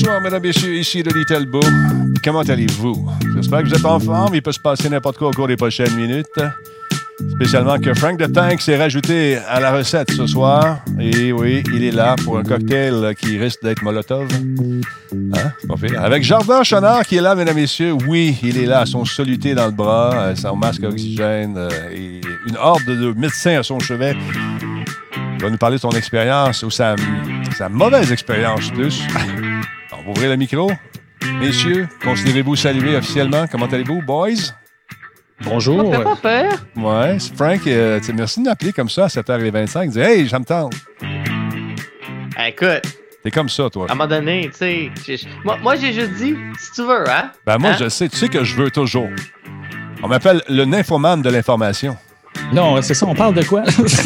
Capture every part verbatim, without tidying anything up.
bonsoir, mesdames et messieurs, ici Denis Talbot. Comment allez-vous? J'espère que vous êtes en forme. Il peut se passer n'importe quoi au cours des prochaines minutes. Spécialement que Frank the Tank s'est rajouté à la recette ce soir. Et oui, il est là pour un cocktail qui risque d'être Molotov. Hein? C'est pas pire. Avec Jordan Chenard qui est là, mesdames et messieurs. Oui, il est là, son soluté dans le bras, son masque à oxygène et une horde de médecins à son chevet. Il va nous parler de son expérience ou sa, sa mauvaise expérience plus. On va ouvrir le micro. Messieurs, considérez-vous saluer officiellement. Comment allez-vous, boys? Bonjour. Ça fait pas peur. Ouais, c'est Frank, euh, merci de m'appeler comme ça à sept heures vingt-cinq. Il dit « Hey, j'aime tant. » Écoute. T'es comme ça, toi. À un moment donné, tu sais, j'ai- moi, moi j'ai juste dit, si tu veux, hein? Ben moi, hein? je sais. Tu sais que je veux toujours. On m'appelle le nymphomane de l'information. Non, c'est ça, on parle de quoi?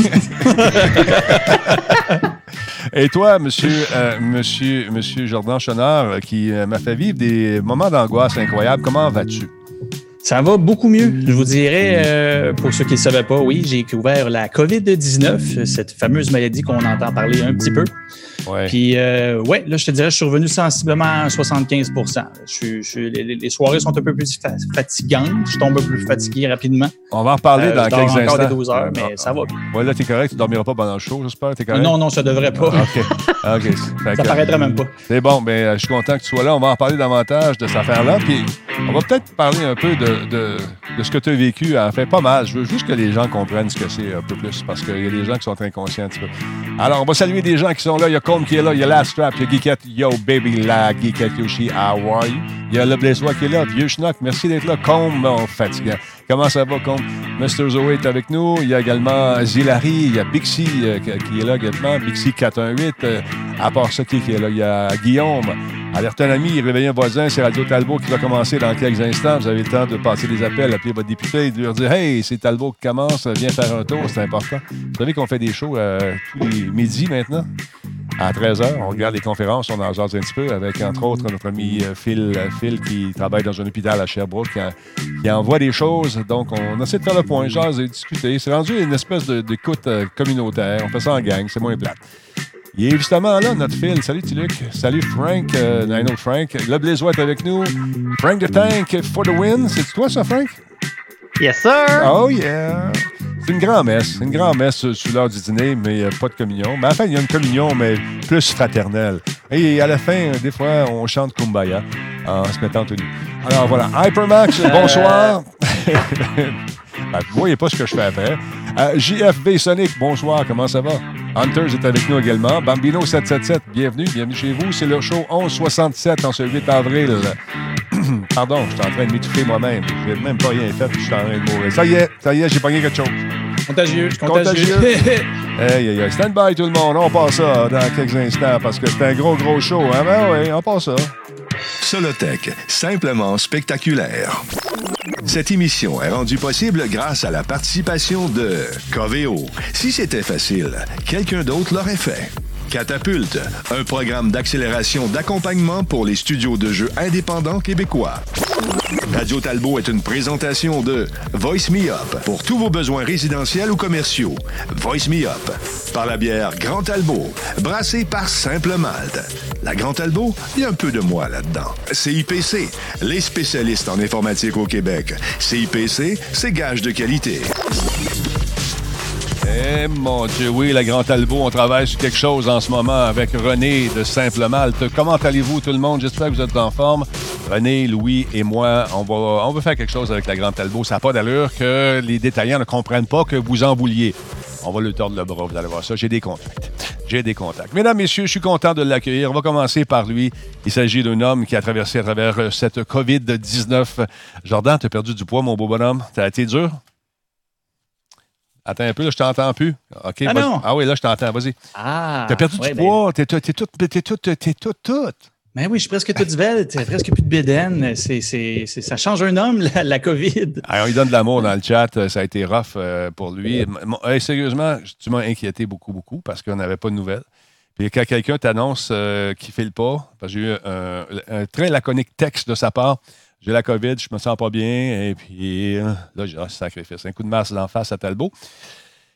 Et toi, monsieur, euh, monsieur, monsieur Jordan Chenard, qui euh, m'a fait vivre des moments d'angoisse incroyables, comment vas-tu? Ça va beaucoup mieux. Je vous dirais, euh, pour ceux qui ne le savaient pas, oui, j'ai couvert la covid dix-neuf, cette fameuse maladie qu'on entend parler un petit peu. Ouais. Puis, euh, ouais, là, je te dirais, je suis revenu sensiblement à soixante-quinze pour cent. Je suis, je suis- les, les soirées sont un peu plus fa- fatigantes. Je tombe un peu plus fatigué rapidement. On va en reparler Euh, dans je dors quelques encore instants. des douze heures, mais ça va bien. Ouais, là, t'es correct. Tu dormiras pas pendant le show, j'espère. T'es correct? Non, non, ça devrait pas. OK. OK. Fait Ça que- paraîtrait même pas. C'est bon, ben, je suis content que tu sois là. On va en parler davantage de cette affaire-là. Puis, on va peut-être parler un peu de, de, de ce que tu as vécu. Enfin, pas mal. Je veux juste que les gens comprennent ce que c'est un peu plus parce qu'il y a des gens qui sont inconscients un petit peu. Alors, on va saluer des gens qui sont là. Il y a Combe qui est là. Il y a Last Strap. Il y a Geekette. Yo, baby, la Geekette Yoshi. How are you? Il y a Le Blessois qui est là. Vieux Schnock, merci d'être là. Combe, mon fatigant. Comment ça va, Combe? mister Zoé est avec nous. Il y a également Zilari. Il y a Bixi euh, qui est là également. Bixi quatre un huit. Euh, à part ça, qui qui est là? Il y a Guillaume. Alerte un ami, réveillez un voisin, c'est Radio Talbot qui va commencer dans quelques instants. Vous avez le temps de passer des appels, appeler votre député et de leur dire « Hey, c'est Talbot qui commence, viens faire un tour, c'est important. » Vous savez qu'on fait des shows euh, tous les midis maintenant, à treize heures. On regarde les conférences, on en jase un petit peu avec, entre autres, notre ami euh, Phil, euh, Phil qui travaille dans un hôpital à Sherbrooke, qui, en- qui envoie des choses. Donc, on essaie de faire le point, jase et discuter. C'est rendu une espèce de- d'écoute euh, communautaire. On fait ça en gang, c'est moins plate. Il est justement là, notre Phil. Salut, T. Luc. Salut, Frank. Euh, un autre Frank. Le Blaisois est avec nous. Frank the Tank for the win. C'est toi, ça, Frank? Yes, sir! Oh, yeah. C'est une grand-messe. C'est une grand-messe euh, sous l'heure du dîner, mais euh, pas de communion. Mais à la fin, il y a une communion, mais plus fraternelle. Et à la fin, euh, des fois, on chante Kumbaya en se mettant tenue. Alors, voilà. Hypermax, bonsoir. Ben, vous voyez pas ce que je fais après. Euh, J F V Sonic, bonsoir, comment ça va? Hunters est avec nous également. Bambino sept sept sept, bienvenue, bienvenue chez vous. C'est le show onze soixante-sept en ce huit avril. Pardon, je suis en train de m'étouffer moi-même. Je n'ai même pas rien fait, je suis en train de mourir. Ça y est, ça y est, j'ai pogné quelque chose. Contagieux, contagieux. Contagieux. Hey, hey, hey. Stand by tout le monde, on passe ça dans quelques instants parce que c'est un gros, gros show. Hein? Ben oui, on passe ça. Solotech, simplement spectaculaire. Cette émission est rendue possible grâce à la participation de Coveo. Si c'était facile, quelqu'un d'autre l'aurait fait. Catapulte, un programme d'accélération d'accompagnement pour les studios de jeux indépendants québécois. Radio Talbot est une présentation de Voice Me Up pour tous vos besoins résidentiels ou commerciaux. Voice Me Up par la bière Grand Talbot, brassée par Simple Malte. La Grand Talbot, il y a un peu de moi là-dedans. C I P C, les spécialistes en informatique au Québec. C I P C, c'est gage de qualité. Eh mon Dieu, oui, la Grand Talbot, on travaille sur quelque chose en ce moment avec René de Simple Malte. Comment allez-vous tout le monde? J'espère que vous êtes en forme. René, Louis et moi, on va, on va faire quelque chose avec la Grand Talbot. Ça n'a pas d'allure que les détaillants ne comprennent pas que vous en vouliez. On va lui tordre le bras, vous allez voir ça. J'ai des contacts. J'ai des contacts. Mesdames, messieurs, je suis content de l'accueillir. On va commencer par lui. Il s'agit d'un homme qui a traversé à travers cette covid dix-neuf. Jordan, t'as perdu du poids, mon beau bonhomme. Ça a été dur? Attends un peu, là, je t'entends plus. OK, Ah vas-y. non! Ah oui, là, je t'entends, vas-y. Ah! T'as perdu ouais, du ben, poids, t'es, t'es, t'es tout, t'es tout, t'es tout, tout. Ben oui, je suis presque toute svelte, presque plus de bédaine. C'est, c'est, c'est, ça change un homme, la, la COVID. Alors, il donne de l'amour dans le chat. Ça a été rough euh, pour lui. Mon- hey, sérieusement, tu m'as inquiété beaucoup, beaucoup parce qu'on n'avait pas de nouvelles. Puis quand quelqu'un t'annonce euh, qu'il ne file pas, parce que j'ai eu un, un très laconique texte de sa part, j'ai la COVID, je me sens pas bien, et puis euh, là, j'ai ah, sacrifice. Un coup de masse d'en face à Talbot.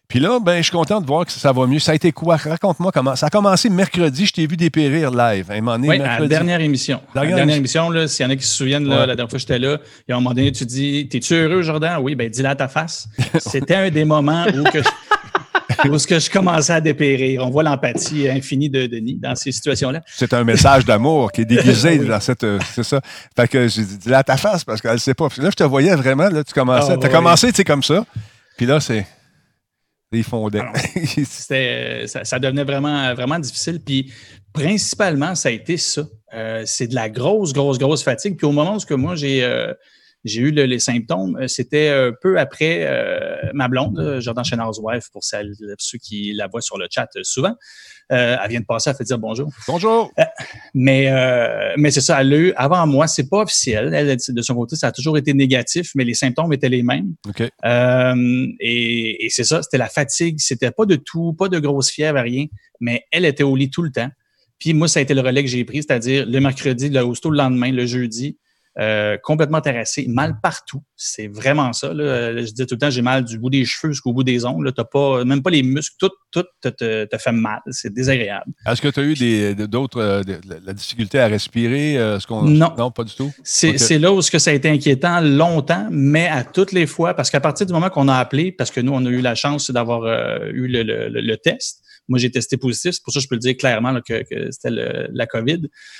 Puis là, ben, je suis content de voir que ça va mieux. Ça a été quoi? Raconte-moi comment. Ça a commencé mercredi, je t'ai vu dépérir live. À un moment donné, Oui, mercredi. à la dernière émission. Dernière à la dernière émission. émission, là, s'il y en a qui se souviennent, là, Ouais. la dernière fois que j'étais là, et à un moment donné, tu dis, t'es-tu heureux, Jordan? Oui, ben dis-le à ta face. C'était un des moments où, que je, où ce que je commençais à dépérir. On voit l'empathie infinie de Denis dans ces situations-là. C'est un message d'amour qui est déguisé Oui. dans cette. euh, C'est ça. Fait que j'ai dit, dis-le à ta face parce qu'elle ne sait pas. Puis là, je te voyais vraiment, là, tu commençais. Ah, tu as oui. commencé, tu sais, comme ça. Puis là, c'est. Il fondait. Alors, C'était, ça, ça devenait vraiment, vraiment difficile. Puis principalement, ça a été ça. Euh, c'est de la grosse, grosse, grosse fatigue. Puis au moment où que moi, j'ai, euh, j'ai eu le- les symptômes, euh, c'était un peu après euh, ma blonde, là, Jordan Chénard's wife, pour celle- ceux qui la voient sur le chat euh, souvent. Euh, elle vient de passer, elle fait dire bonjour. Bonjour. Mais, euh, mais c'est ça, elle l'a eu avant moi. C'est pas officiel. Elle, de son côté, ça a toujours été négatif, mais les symptômes étaient les mêmes. OK. Euh, et, et c'est ça, c'était la fatigue. C'était pas de tout, pas de grosse fièvre, rien. Mais elle était au lit tout le temps. Puis moi, ça a été le relais que j'ai pris, c'est-à-dire le mercredi, le, aussitôt le lendemain, le jeudi, euh, complètement terrassé, mal partout. C'est vraiment ça. Là. Je dis tout le temps, j'ai mal du bout des cheveux jusqu'au bout des ongles. T'as pas, même pas les muscles, tout, tout te, te, te fait mal. C'est désagréable. Est-ce que tu as eu des, d'autres, euh, de, de, la difficulté à respirer? Euh, ce qu'on, Non. Non, pas du tout? C'est, Okay. c'est là où ça a été inquiétant longtemps, mais à toutes les fois, parce qu'à partir du moment qu'on a appelé, parce que nous, on a eu la chance d'avoir euh, eu le, le, le, le test. Moi, j'ai testé positif. C'est pour ça que je peux le dire clairement là, que, que c'était le, la COVID.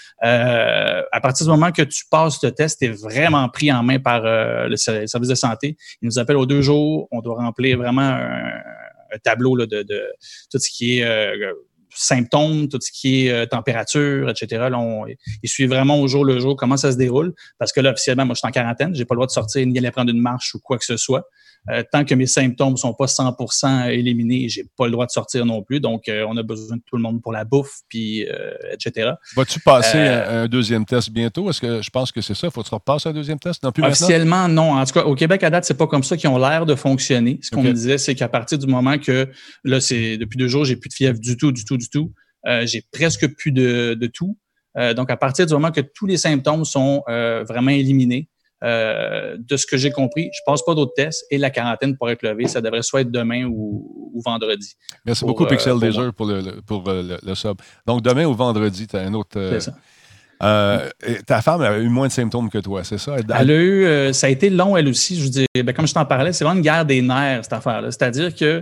Euh, à partir du moment que tu passes ce test, tu es vraiment pris en main par euh, le service de santé. Ils nous appellent aux deux jours. On doit remplir vraiment un, un tableau là, de, de tout ce qui est euh, symptômes, tout ce qui est euh, température, et cetera. Là, on, ils suivent vraiment au jour le jour comment ça se déroule. Parce que là, officiellement, moi, je suis en quarantaine. J'ai pas le droit de sortir ni aller prendre une marche ou quoi que ce soit. Euh, tant que mes symptômes sont pas cent pour cent éliminés, j'ai pas le droit de sortir non plus. Donc, euh, on a besoin de tout le monde pour la bouffe, puis euh, et cetera. Vas-tu passer Euh, un, un deuxième test bientôt? Est-ce que je pense que c'est ça? Faut que tu repasses un deuxième test? Non plus Officiellement, non. En tout cas, au Québec, à date, c'est pas comme ça qu'ils ont l'air de fonctionner. Ce qu'on Okay. me disait, c'est qu'à partir du moment que, là, c'est depuis deux jours, j'ai plus de fièvre du tout, du tout, du tout. Euh, j'ai presque plus de, de tout. Euh, donc, à partir du moment que tous les symptômes sont euh, vraiment éliminés, Euh, de ce que j'ai compris, je passe pas d'autres tests et la quarantaine pourrait être levée. Ça devrait soit être demain ou, ou vendredi. Merci pour, beaucoup, Pixel euh, pour Laser, pour, le, le, pour le, le sub. Donc, demain ou vendredi, tu as un autre. Euh, c'est ça. Euh, ta femme a eu moins de symptômes que toi, c'est ça? Elle a eu, euh, ça a été long, elle aussi. Je vous dis, ben, comme je t'en parlais, c'est vraiment une guerre des nerfs, cette affaire-là. C'est-à-dire que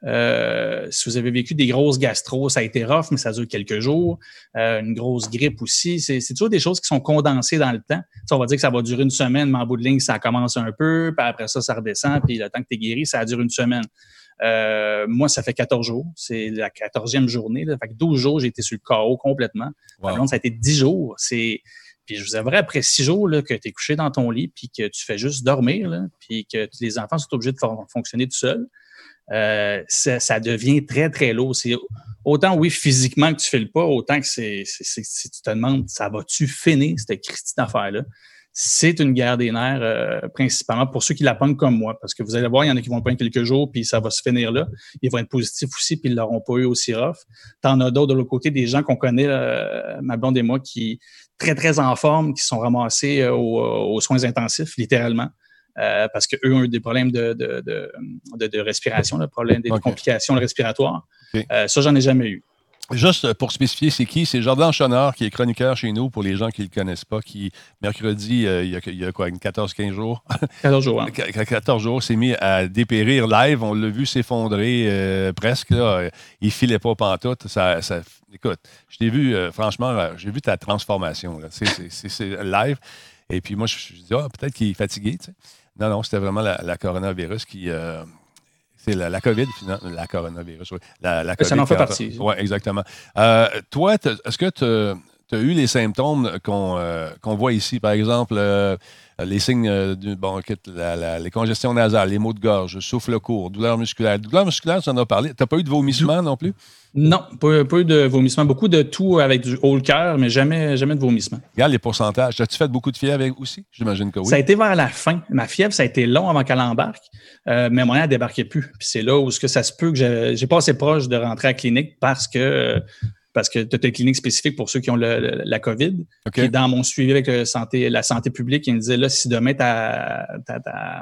euh, si vous avez vécu des grosses gastro, ça a été rough, mais ça dure quelques jours. Euh, une grosse grippe aussi. C'est, c'est toujours des choses qui sont condensées dans le temps. T'sais, on va dire que ça va durer une semaine, mais en bout de ligne, ça commence un peu, puis après ça, ça redescend, puis le temps que tu es guéri, ça dure une semaine. Euh, moi, ça fait quatorze jours. C'est la quatorzième journée. Là. Fait que douze jours, j'ai été sur le K O complètement. Wow. Par contre, ça a été dix jours. C'est... Puis je vous avouerais, après six jours, là, que tu es couché dans ton lit, puis que tu fais juste dormir, là, puis que les enfants sont obligés de f- fonctionner tout seuls, euh, ça, ça devient très, très lourd. C'est autant, oui, physiquement que tu ne files pas, autant que c'est, c'est, c'est, si tu te demandes, ça va-tu finir, cette Christie d'affaire-là? C'est une guerre des nerfs, euh, principalement pour ceux qui la pognent comme moi. Parce que vous allez voir, il y en a qui vont le prendre quelques jours, puis ça va se finir là. Ils vont être positifs aussi, puis ils ne l'auront pas eu aussi rough. T'en as d'autres de l'autre côté, des gens qu'on connaît, euh, ma blonde et moi, qui très, très en forme, qui sont ramassés euh, aux, aux soins intensifs, littéralement. Euh, parce qu'eux ont eu des problèmes de, de, de, de, de respiration, des problèmes, des okay. complications respiratoires. Okay. Euh, ça, j'en ai jamais eu. Juste pour spécifier, c'est qui? C'est Jordan Chénard, qui est chroniqueur chez nous, pour les gens qui ne le connaissent pas, qui, mercredi, euh, il, y a, il y a quoi, une quatorze quinze jours? quatorze jours, hein. quatorze jours, s'est mis à dépérir live. On l'a vu s'effondrer euh, presque. Là. Il ne filait pas pantoute. Ça, ça, écoute, je t'ai vu, euh, franchement, j'ai vu ta transformation. Là. C'est, c'est, c'est, c'est live. Et puis moi, je me suis dit, ah, peut-être qu'il est fatigué. Tu sais. Non, non, c'était vraiment la, la coronavirus qui... Euh, C'est la, la COVID, finalement. La coronavirus, oui. La, la COVID ça en fait partie. Oui, exactement. Euh, toi, est-ce que tu as eu les symptômes qu'on, euh, qu'on voit ici? Par exemple, euh, les signes, euh, du, bon, la, la, les congestions nasales, les maux de gorge, souffle court, douleur musculaire. Douleur musculaire, tu en as parlé. Tu n'as pas eu de vomissement non plus? Non, pas, pas eu de vomissement. Beaucoup de tout avec du haut le cœur, mais jamais, jamais de vomissement. Regarde les pourcentages. As-tu fait beaucoup de fièvre avec aussi? J'imagine que oui. Ça a été vers la fin. Ma fièvre, ça a été long avant qu'elle embarque, euh, mais moi, elle ne débarquait plus. Puis c'est là où ce que ça se peut que j'ai, j'ai pas assez proche de rentrer à la clinique parce que, parce que tu as une clinique spécifique pour ceux qui ont le, le, la COVID. Okay. Puis dans mon suivi avec le santé, la santé publique, ils me disaient, là, si demain, ta, ta, ta,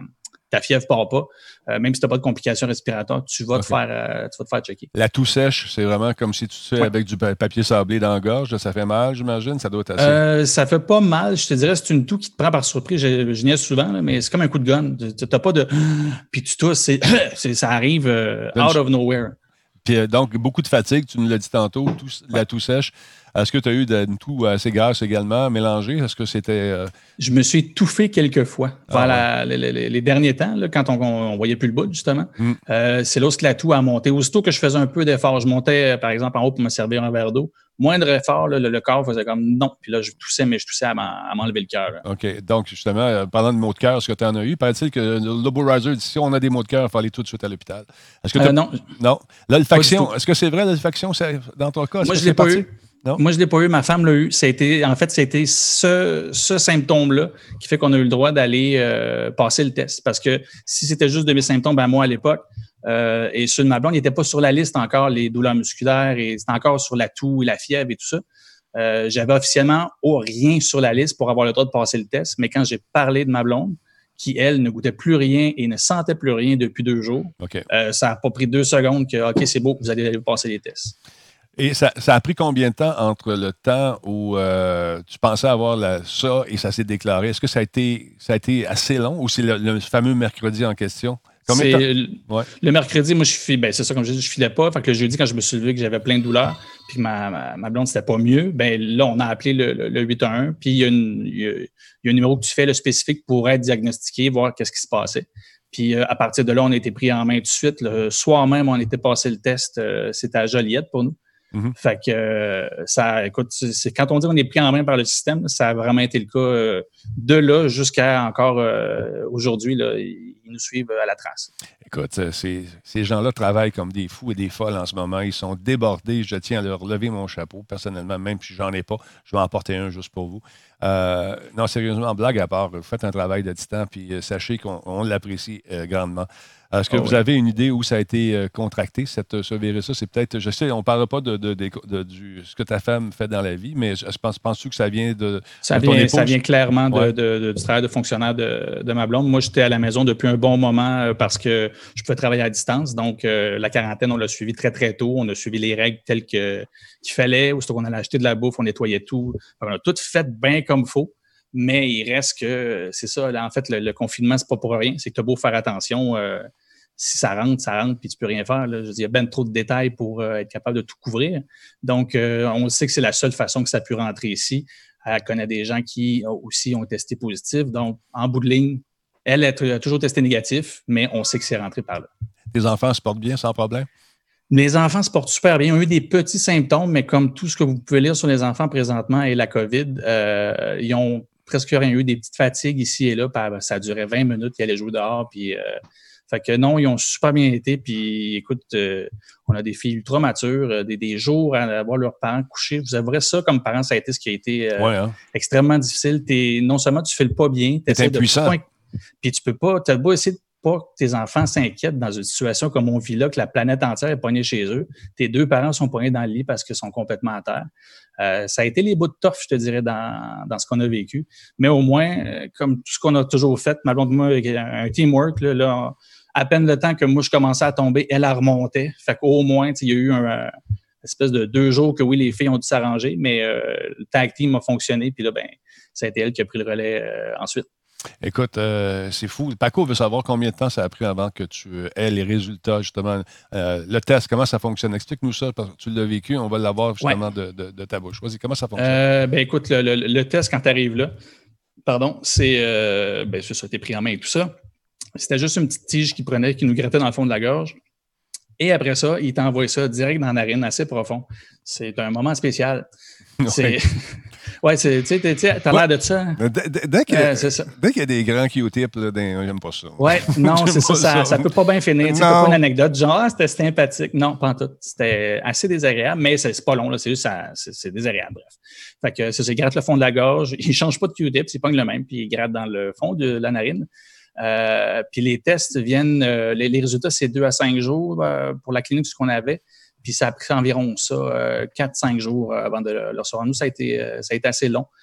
ta fièvre part pas, euh, même si tu n'as pas de complications respiratoires, tu vas, okay. te faire, euh, tu vas te faire checker. La toux sèche, c'est vraiment comme si tu sais, ouais. avec du papier sablé dans la gorge. Ça fait mal, j'imagine? Ça doit être assez... Euh, ça fait pas mal. Je te dirais, c'est une toux qui te prend par surprise. Je, je niaise souvent, là, mais c'est comme un coup de gun. Tu n'as pas de... Puis tu tousses, c'est, c'est, ça arrive euh, out of nowhere. Puis euh, donc, beaucoup de fatigue, tu nous l'as dit tantôt, tout, la ouais. toux sèche. Est-ce que tu as eu de, une toux assez grasse également, mélangée? Est-ce que c'était... Euh... Je me suis étouffé quelques fois. Vers ah, ouais. la, les, les, les derniers temps, là, quand on ne voyait plus le bout, justement. Mm. Euh, c'est lorsque la toux a monté. Aussitôt que je faisais un peu d'effort, je montais, par exemple, en haut pour me servir un verre d'eau. Moindre effort, là, le, le corps faisait comme non. Puis là, je toussais, mais je toussais à, m'en, à m'enlever le cœur. OK. Donc, justement, parlant de maux de cœur, est-ce que tu en as eu? Paraît-il que le Loborizer dit si on a des maux de cœur, il faut aller tout de suite à l'hôpital. Est-ce que euh, non. Non. L'olfaction, est-ce que c'est vrai, l'olfaction, c'est, dans ton cas? Est-ce Moi, que je ne l'ai pas parti? eu. Non? Moi, je ne l'ai pas eu. Ma femme l'a eu. Ça a été, en fait, c'était ce, ce symptôme-là qui fait qu'on a eu le droit d'aller euh, passer le test. Parce que si c'était juste de mes symptômes, ben moi, à l'époque, euh, et ceux de ma blonde, ils n'étaient pas sur la liste encore, les douleurs musculaires, et c'était encore sur la toux et la fièvre et tout ça. Euh, j'avais officiellement oh, rien sur la liste pour avoir le droit de passer le test. Mais quand j'ai parlé de ma blonde, qui, elle, ne goûtait plus rien et ne sentait plus rien depuis deux jours, okay. euh, ça n'a pas pris deux secondes que, OK, c'est beau, vous allez aller passer les tests. Et ça, ça a pris combien de temps entre le temps où euh, tu pensais avoir la, ça et ça s'est déclaré? Est-ce que ça a été, ça a été assez long ou c'est le, le fameux mercredi en question? C'est, le, ouais. le mercredi, moi, je filais, ben, c'est ça, comme je dis, je filais pas. Fait que le jeudi, quand je me suis levé, que j'avais plein de douleurs, puis que ma, ma, ma blonde, c'était pas mieux, ben là, on a appelé le, le, le huit un un, puis il y, a une, il, y a, il y a un numéro que tu fais, le spécifique, pour être diagnostiqué, voir qu'est-ce qui se passait. Puis euh, à partir de là, on a été pris en main tout de suite. Le soir même, on était passé le test, euh, c'était à Joliette pour nous. Mm-hmm. Fait que euh, ça, écoute, c'est, quand on dit qu'on est pris en main par le système, ça a vraiment été le cas euh, de là jusqu'à encore euh, aujourd'hui. Là, ils nous suivent à la trace. Écoute, ces, ces gens-là travaillent comme des fous et des folles en ce moment. Ils sont débordés. Je tiens à leur lever mon chapeau, personnellement, même si j'en ai pas. Je vais en porter un juste pour vous. Euh, non, sérieusement, blague à part, vous faites un travail de titan, puis euh, sachez qu'on on l'apprécie euh, grandement. Est-ce que oh, vous oui. avez une idée où ça a été euh, contracté, cette, ce virus-là? C'est peut-être, je sais, on ne parle pas de, de, de, de, de ce que ta femme fait dans la vie, mais je pense, penses-tu que ça vient de, ça de ton vient, épouse? Ça vient clairement de, ouais. de, de, du travail de fonctionnaire de, de ma blonde. Moi, j'étais à la maison depuis un bon moment parce que je pouvais travailler à distance. Donc, euh, la quarantaine, on l'a suivi très, très tôt. On a suivi les règles telles que, qu'il fallait. Aussitôt qu'on allait acheter de la bouffe, on nettoyait tout. On a tout fait bien comme il faut. Mais il reste que, c'est ça, là, en fait, le, le confinement, c'est pas pour rien. C'est que tu as beau faire attention. Euh, si ça rentre, ça rentre, puis tu peux rien faire. Là. Je veux dire, il y a bien trop de détails pour euh, être capable de tout couvrir. Donc, euh, on sait que c'est la seule façon que ça peut rentrer ici. Elle connaît des gens qui aussi ont testé positif. Donc, en bout de ligne, elle a toujours testé négatif, mais on sait que c'est rentré par là. Tes enfants se portent bien sans problème? Les enfants se portent super bien. Ils ont eu des petits symptômes, mais comme tout ce que vous pouvez lire sur les enfants présentement et la COVID, euh, ils ont presque rien eu, des petites fatigues ici et là. Puis ça durait vingt minutes, ils allaient jouer dehors, puis... Euh, Fait que non, ils ont super bien été. Puis écoute, euh, on a des filles ultra matures, euh, des, des jours à voir leurs parents coucher. Vous avouerez ça comme parents, ça a été ce qui a été euh, ouais, hein. extrêmement difficile. T'es, non seulement tu files pas bien, tu es impuissant. De... Puis tu peux pas, tu as beau essayer de pas que tes enfants s'inquiètent dans une situation comme on vit là, que la planète entière est pognée chez eux. Tes deux parents sont pognés dans le lit parce qu'ils sont complètement à terre. Euh, ça a été les bouts de tough, je te dirais, dans, dans ce qu'on a vécu. Mais au moins, euh, comme tout ce qu'on a toujours fait, ma blonde, moi, un teamwork, là, là on, à peine le temps que moi, je commençais à tomber, elle, elle remontait. Fait qu'au moins, il y a eu un, un espèce de deux jours que, oui, les filles ont dû s'arranger, mais euh, le tag team a fonctionné. Puis là, ben, ça a été elle qui a pris le relais euh, ensuite. Écoute, euh, c'est fou. Paco veut savoir combien de temps ça a pris avant que tu aies les résultats, justement. Euh, le test, comment ça fonctionne? Explique-nous ça, parce que tu l'as vécu, on va l'avoir justement ouais. de, de, de ta bouche. Vas-y, comment ça fonctionne? Euh, ben écoute, le, le, le test, quand tu arrives là, pardon, c'est, euh, ben, c'est ça, t'es pris en main et tout ça. C'était juste une petite tige qui prenait, qui nous grattait dans le fond de la gorge. Et après ça, il t'envoie ça direct dans la narine, assez profond. C'est un moment spécial. C'est... ouais, c'est, tu sais, t'as l'air de ça. Hein? Dès qu'il euh, y a des grands Q-tips, là, j'aime pas ça. Ouais, non, c'est ça, ça, ça peut pas bien finir. Tu sais, t'as pas une anecdote, genre, ah, c'était sympathique. Non, pas en tout. C'était assez désagréable, mais c'est, c'est pas long, là, c'est juste, ça, c'est, c'est désagréable, bref. Fait que ça, c'est gratte le fond de la gorge. Il change pas de Q-tip, il pogne le même, puis il gratte dans le fond de la narine. Euh, puis les tests viennent, euh, les, les résultats, c'est deux à cinq jours euh, pour la clinique, ce qu'on avait. Puis ça a pris environ ça, euh, quatre à cinq jours avant de le recevoir. Nous, ça a été, euh, ça a été assez long.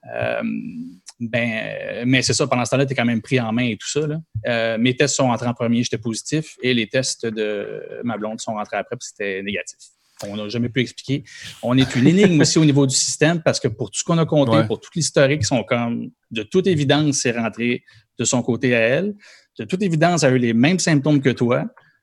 Euh, ben, mais c'est ça, pendant ce temps-là, tu es quand même pris en main et tout ça. Là. Euh, mes tests sont rentrés en premier, j'étais positif, et les tests de ma blonde sont rentrés après, puis c'était négatif. On n'a jamais pu expliquer. On est une énigme aussi au niveau du système, parce que pour tout ce qu'on a compté, ouais. pour tout l'historique, sont comme, de toute évidence, c'est rentré de son côté à elle. De toute évidence, elle a eu les mêmes symptômes que toi.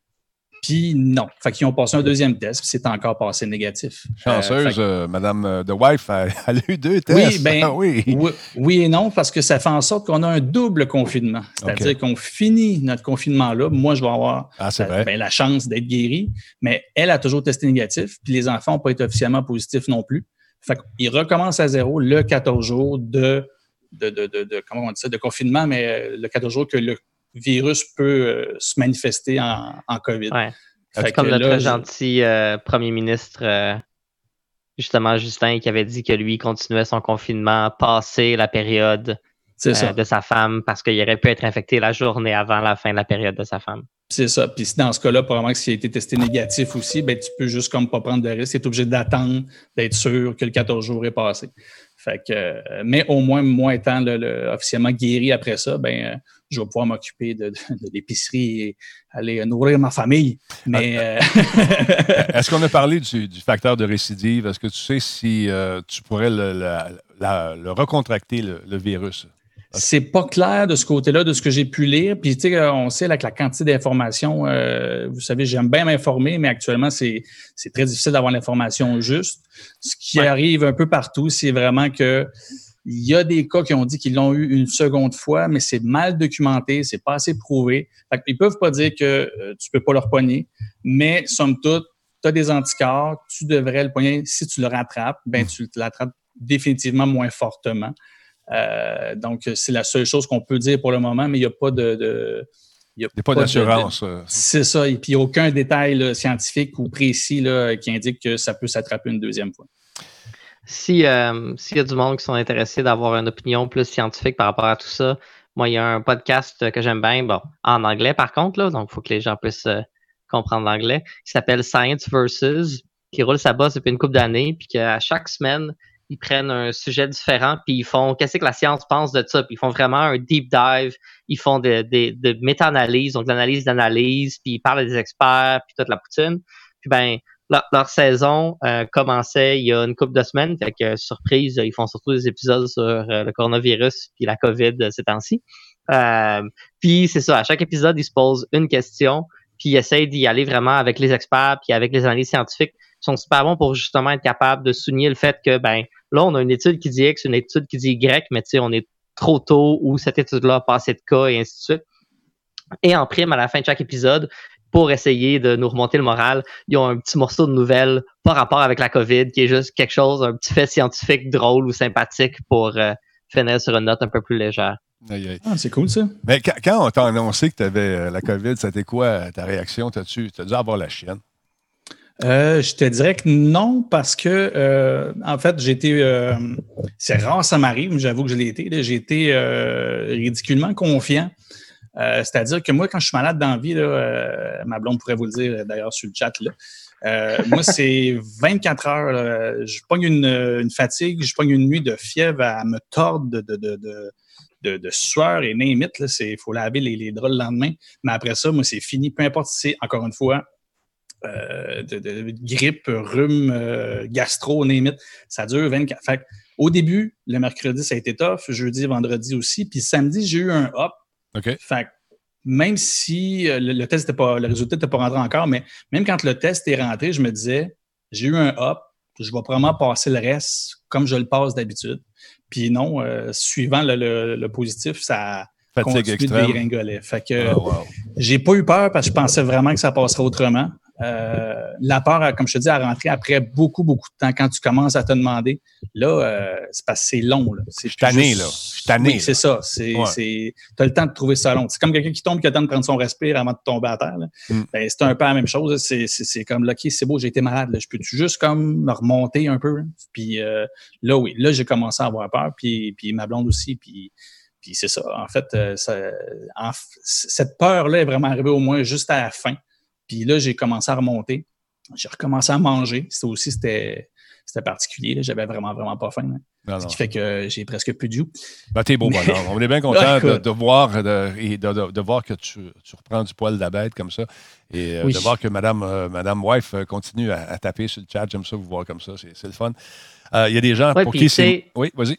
Puis non. Fait qu'ils ont passé un deuxième test, puis c'est encore passé négatif. Chanceuse, euh, que... euh, Madame euh, The Wife, elle, elle a eu deux tests. Oui, ben, ah, oui. oui, oui et non, parce que ça fait en sorte qu'on a un double confinement. C'est-à-dire okay. qu'on finit notre confinement-là. Moi, je vais avoir ah, c'est la, vrai. Ben, la chance d'être guéri, mais elle a toujours testé négatif, puis les enfants n'ont pas été officiellement positifs non plus. Fait qu'ils recommencent à zéro le quatorze jours de, de, de, de, de, comment on dit ça, de confinement, mais le quatorze jours que le virus peut euh, se manifester en, en COVID. Ouais. C'est comme notre là, gentil euh, premier ministre, euh, justement Justin, qui avait dit que lui continuait son confinement passé la période euh, de sa femme parce qu'il aurait pu être infecté la journée avant la fin de la période de sa femme. C'est ça. Puis dans ce cas-là, probablement que s'il a été testé négatif aussi, ben tu peux juste comme pas prendre de risque. Tu es obligé d'attendre, d'être sûr que le quatorze jours est passé. Fait que, euh, mais au moins, moi étant le, le, officiellement guéri après ça, ben euh, je vais pouvoir m'occuper de, de, de l'épicerie et aller nourrir ma famille. Mais euh... Est-ce qu'on a parlé du, du facteur de récidive? Est-ce que tu sais si euh, tu pourrais le, la, la, le recontracter, le, le virus? C'est pas clair de ce côté-là, de ce que j'ai pu lire. Puis, tu sais, on sait là, que la quantité d'informations, euh, vous savez, j'aime bien m'informer, mais actuellement, c'est, c'est très difficile d'avoir l'information juste. Ce qui ouais. arrive un peu partout, c'est vraiment que il y a des cas qui ont dit qu'ils l'ont eu une seconde fois, mais c'est mal documenté, c'est pas assez prouvé. Fait qu'ils peuvent pas dire que euh, tu peux pas le repogner, mais somme toute, tu as des anticorps, tu devrais le pogner. Si tu le rattrapes, ben tu l'attrapes définitivement moins fortement. Euh, donc, c'est la seule chose qu'on peut dire pour le moment, mais il n'y a pas de... de il n'y a, a pas, pas d'assurance. De, de, c'est ça. Et puis, il n'y a aucun détail là, scientifique ou précis là, qui indique que ça peut s'attraper une deuxième fois. Si, euh, s'il y a du monde qui sont intéressés d'avoir une opinion plus scientifique par rapport à tout ça, moi, il y a un podcast que j'aime bien, bon, en anglais par contre, là, donc il faut que les gens puissent euh, comprendre l'anglais, qui s'appelle Science versus, qui roule sa bosse depuis une couple d'années, puis qu'à chaque semaine, ils prennent un sujet différent, puis ils font qu'est-ce que la science pense de ça, puis ils font vraiment un deep dive, ils font de, de, de méta-analyse, donc de l'analyse d'analyse, puis ils parlent des experts, puis toute la poutine. Puis ben, leur, leur saison euh, commençait il y a une couple de semaines, fait que surprise, ils font surtout des épisodes sur euh, le coronavirus puis la COVID euh, ces temps-ci. Euh, puis c'est ça, à chaque épisode, ils se posent une question, puis ils essayent d'y aller vraiment avec les experts, puis avec les analyses scientifiques. Ils sont super bons pour justement être capables de souligner le fait que, ben, là, on a une étude qui dit X, une étude qui dit Y, mais tu sais, on est trop tôt ou cette étude-là a pas assez de cas et ainsi de suite. Et en prime, à la fin de chaque épisode, pour essayer de nous remonter le moral, ils ont un petit morceau de nouvelles par rapport avec la COVID qui est juste quelque chose, un petit fait scientifique drôle ou sympathique pour euh, finir sur une note un peu plus légère. Aïe, aïe. Ah, c'est cool, ça. Mais quand, quand on t'a annoncé que tu avais la COVID, c'était quoi ta réaction? T'as-tu, t'as dû avoir la chienne? Euh, je te dirais que non, parce que, euh, en fait, j'ai été, euh, c'est rare, ça m'arrive, j'avoue que je l'ai été, là, j'ai été euh, ridiculement confiant. Euh, c'est-à-dire que moi, quand je suis malade dans la vie, là, euh, ma blonde pourrait vous le dire d'ailleurs sur le chat, là, euh, moi, c'est vingt-quatre heures, là, je pogne une, une fatigue, je pogne une nuit de fièvre à me tordre de, de, de, de De, de sueur et name it, là, c'est, faut laver les, les draps le lendemain. Mais après ça, moi, c'est fini. Peu importe si c'est, encore une fois, euh, de, de, de grippe, rhume, euh, gastro, name it, ça dure vingt-quatre. Fait au début, le mercredi, ça a été tough. Jeudi, vendredi aussi. Puis samedi, j'ai eu un hop. OK. Fait même si euh, le, le test était pas, le résultat n'était pas rentré encore, mais même quand le test est rentré, je me disais, j'ai eu un hop, je vais probablement passer le reste comme je le passe d'habitude. Puis non, euh, suivant le, le, le positif, ça Fatigue continue extrême. de dégringoler. Fait que oh, wow. j'ai pas eu peur parce que je pensais vraiment que ça passerait autrement. Euh, la peur, comme je te dis, à rentrer après beaucoup, beaucoup de temps. Quand tu commences à te demander, là, euh, c'est parce que c'est long. Là. C'est je suis tanné, là. Je suis tanné. Oui, c'est ça. C'est, ouais. c'est, t'as le temps de trouver ça long. C'est comme quelqu'un qui tombe, qui a le temps de prendre son respire avant de tomber à terre. Là. Mm. Ben, c'est un peu la même chose. C'est, c'est, c'est comme, là, OK, c'est beau, j'ai été malade. Là. Je peux juste comme me remonter un peu. Là. Puis euh, là, oui, là, j'ai commencé à avoir peur. Puis, puis ma blonde aussi. Puis, puis c'est ça. En fait, euh, ça, en, cette peur-là est vraiment arrivée au moins juste à la fin. Puis là, j'ai commencé à remonter. J'ai recommencé à manger. C'était aussi, c'était, c'était particulier. Là. J'avais vraiment, vraiment pas faim. Hein. Non, Ce non. qui fait que j'ai presque plus de jus. Ben, t'es beau Mais- bonhomme. On est bien content Ouais, de, écoute. de voir, de, et de, de- de voir que tu, tu reprends du poil de la bête comme ça. Et euh, Oui. de voir que Madame, euh, Madame Wife euh, continue à, à taper sur le chat. J'aime ça vous voir comme ça. C'est, c'est le fun. Euh, Il y a des gens Ouais, pour puis qui tu c'est. sais- Oui, vas-y.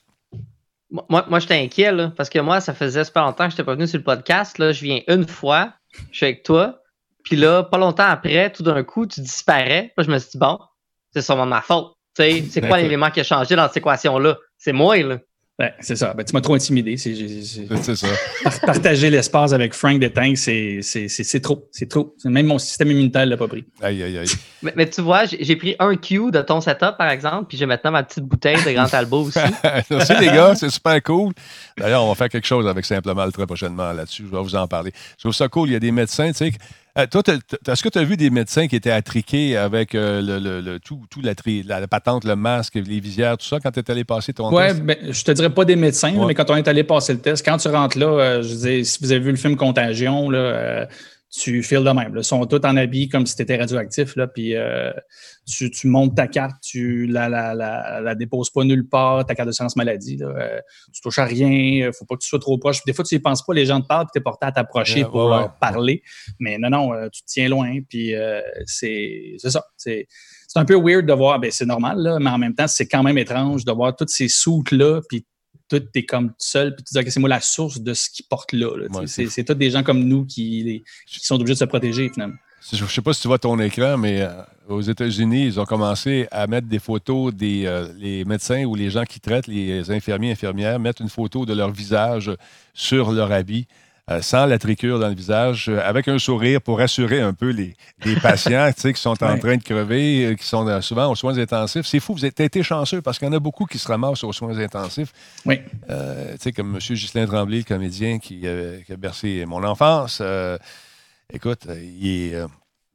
Moi, moi j'étais inquiet, là, parce que moi, ça faisait super longtemps que je n'étais pas venu sur le podcast. Là. Je viens une fois, je suis avec toi, puis là, pas longtemps après, tout d'un coup, tu disparais. Là, je me suis dit, bon, c'est sûrement de ma faute. Tu sais, c'est quoi D'accord. l'élément qui a changé dans cette équation-là? C'est moi, là. Ouais, c'est ça. Ben, tu m'as trop intimidé. C'est, j'ai- j'ai- C'est ça. par- Partager l'espace avec Frank Détingue, c'est, c'est, c'est, c'est trop. C'est trop. C'est- Même mon système immunitaire l'a pas pris. Aïe, aïe, aïe. Mais, mais tu vois, j'ai, j'ai pris un Q de ton setup, par exemple, puis j'ai maintenant ma petite bouteille de Grand Talbot aussi. Merci les gars, c'est super cool. D'ailleurs, on va faire quelque chose avec Simplement très prochainement là-dessus. Je vais vous en parler. Je trouve ça cool. Il y a des médecins, tu sais. Euh, toi, t'as- t'as- est-ce que tu as vu des médecins qui étaient attriqués avec euh, le, le- le- tout, tout la, tri- la, la patente, le masque, les visières, tout ça, quand tu es allé passer ton Ouais, test? ben, je te dirais pas des médecins, là, Ouais. mais quand on est allé passer le test, quand tu rentres là, euh, je veux dire, si vous avez vu le film Contagion, là, euh, tu files de même. Là. Ils sont tous en habit comme si tu étais radioactif, là, puis euh, tu, tu montes ta carte, tu la, la, la, la déposes pas nulle part, ta carte d'assurance maladie. Là, euh, tu touches à rien, faut pas que tu sois trop proche. Des fois, tu y penses pas, les gens te parlent, puis tu es porté à t'approcher Ouais, pour ouais, leur ouais. parler. Mais non, non, euh, tu te tiens loin, puis euh, c'est, c'est ça. C'est, c'est un peu weird de voir, ben c'est normal, là, mais en même temps, c'est quand même étrange de voir toutes ces soutes-là, puis tout est comme tout seul, puis tu dis, OK, c'est moi la source de ce qu'ils portent là. là, tu sais. Ouais, c'est, c'est- c'est tous des gens comme nous qui, les- qui sont obligés de se protéger, finalement. Je ne sais pas si tu vois ton écran, mais euh, aux États-Unis, ils ont commencé à mettre des photos des euh, les médecins ou les gens qui traitent, les infirmiers, infirmières, mettre une photo de leur visage sur leur habit, euh, sans la triqûre dans le visage, euh, avec un sourire pour rassurer un peu les, les patients tu sais, qui sont en Ouais. train de crever, euh, qui sont euh, souvent aux soins intensifs. C'est fou, vous avez été chanceux parce qu'il y en a beaucoup qui se ramassent aux soins intensifs. Oui. Euh, tu sais, comme M. Ghislain Tremblay, le comédien qui, euh, qui a bercé mon enfance. Euh, écoute, euh, il est, euh,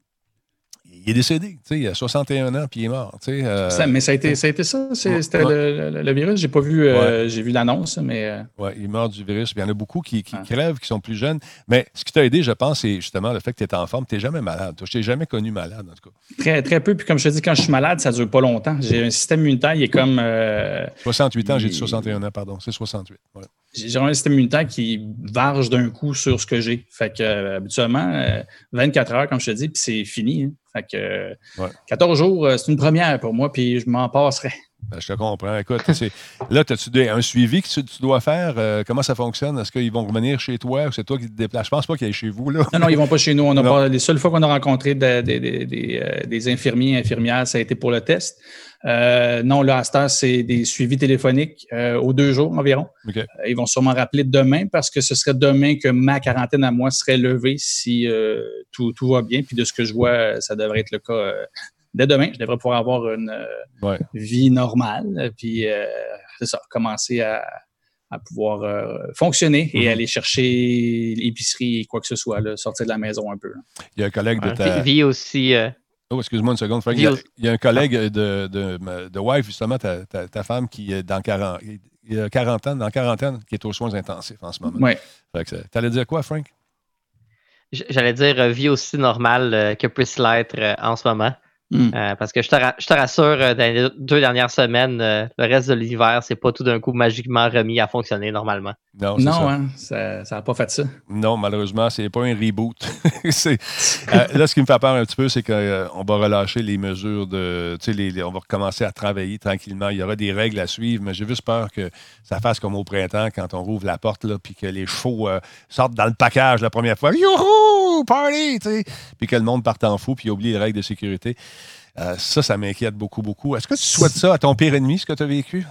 il est décédé. Tu sais, il a soixante et un ans puis il est mort. Tu sais, euh, Ça- mais ça a été ça, a été ça c'est- Ouais. c'était le, le- le virus. J'ai pas vu, euh, j'ai vu l'annonce, mais euh, ouais, il est mort du virus. Puis il y en a beaucoup qui, qui Ah. crèvent, qui sont plus jeunes. Mais ce qui t'a aidé, je pense, c'est justement le fait que tu es en forme. Tu n'es jamais malade. Toi, je t'ai jamais connu malade, en tout cas. très, très peu. Puis comme je te dis, quand je suis malade, ça dure pas longtemps. J'ai un système immunitaire, il est comme. euh, soixante-huit ans, j'ai dit Il- soixante et un ans, pardon. C'est soixante-huit. Voilà. j'ai j'ai un système immunitaire qui varge d'un coup sur ce que j'ai. Fait que euh, habituellement, euh, vingt-quatre heures, comme je te dis, puis c'est fini. hein. Fait que euh, Ouais. quatorze jours, euh, c'est une première pour moi, puis je m'en passerai. Ben, je te comprends. Écoute, c'est- là, as-tu des- un suivi que tu, tu dois faire? Euh, comment ça fonctionne? Est-ce qu'ils vont revenir chez toi ou c'est toi qui te déplaces? Je pense pas qu'ils aillent chez vous, là. Non, non, ils vont pas chez nous. On a Non. pas, les seules fois qu'on a rencontré de- de- de- des, euh, des infirmiers et infirmières, ça a été pour le test. Euh, non, là, à cette heure, c'est des suivis téléphoniques euh, aux deux jours environ. OK. Euh, ils vont sûrement rappeler demain parce que ce serait demain que ma quarantaine à moi serait levée si euh, tout, tout va bien. Puis de ce que je vois, ça devrait être le cas euh, dès demain. Je devrais pouvoir avoir une euh, Ouais. vie normale. Puis euh, c'est ça, commencer à, à pouvoir euh, fonctionner et Mhm. aller chercher l'épicerie et quoi que ce soit, là, sortir de la maison un peu. là. Il y a un collègue de Ouais. ta... Vie aussi. euh, Oh, excuse-moi une seconde, Frank. Il y a, Vie- il y a un collègue de, de, de wife, justement, ta, ta, ta femme, qui est dans quarante, il a quarante ans, dans quarantaine, qui est aux soins intensifs en ce moment. Ouais. Fait que ça- t'allais dire quoi, Frank? j- J'allais dire euh, vie aussi normale euh, que puisse l'être euh, en ce moment. Hmm. Euh, parce que je te, ra- je te rassure, euh, dans les deux dernières semaines, euh, le reste de l'univers, c'est pas tout d'un coup magiquement remis à fonctionner normalement. Non, c'est Non, ça. hein, ça ça n'a pas fait ça. Non, malheureusement, c'est pas un reboot. C'est- euh, là, ce qui me fait peur un petit peu, c'est qu'on va relâcher les mesures de. Tu sais, les- les- on va recommencer à travailler tranquillement. Il y aura des règles à suivre, mais j'ai juste peur que ça fasse comme au printemps quand on rouvre la porte, là, puis que les chevaux euh, sortent dans le package la première fois. Youhou! Party! Tu sais, puis que le monde parte en fou, puis oublie les règles de sécurité. Euh, ça, ça m'inquiète beaucoup, beaucoup. Est-ce que tu souhaites ça à ton pire ennemi, ce que tu as vécu?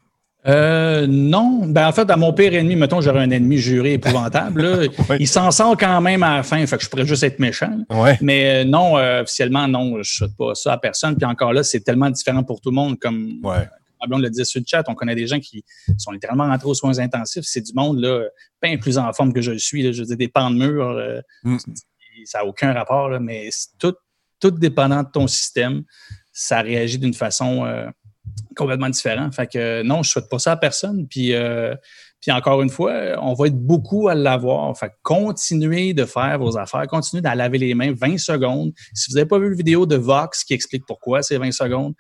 Euh, non. Ben, en fait, à mon pire ennemi, mettons, j'aurais un ennemi juré épouvantable. Là. Oui. Il s'en sort quand même à la fin, fait que je pourrais juste être méchant. Ouais. Mais euh, non, euh, officiellement, non, je ne souhaite pas ça à personne. Puis encore là, c'est tellement différent pour tout le monde. Comme Ouais. on le disait sur le chat, on connaît des gens qui sont littéralement rentrés aux soins intensifs. C'est du monde, là, bien plus en forme que je le suis. Là. Je veux dire, des pans de mur, euh, Mm. tu te dis, ça n'a aucun rapport, là, mais c'est tout, tout dépendant de ton système, ça réagit d'une façon euh, complètement différente. Fait que euh, non, je ne souhaite pas ça à personne. Puis, euh, puis encore une fois, on va être beaucoup à l'avoir. Fait que continuez de faire vos affaires, continuez d'en laver les mains vingt secondes. Si vous n'avez pas vu la vidéo de Vox qui explique pourquoi c'est vingt secondes,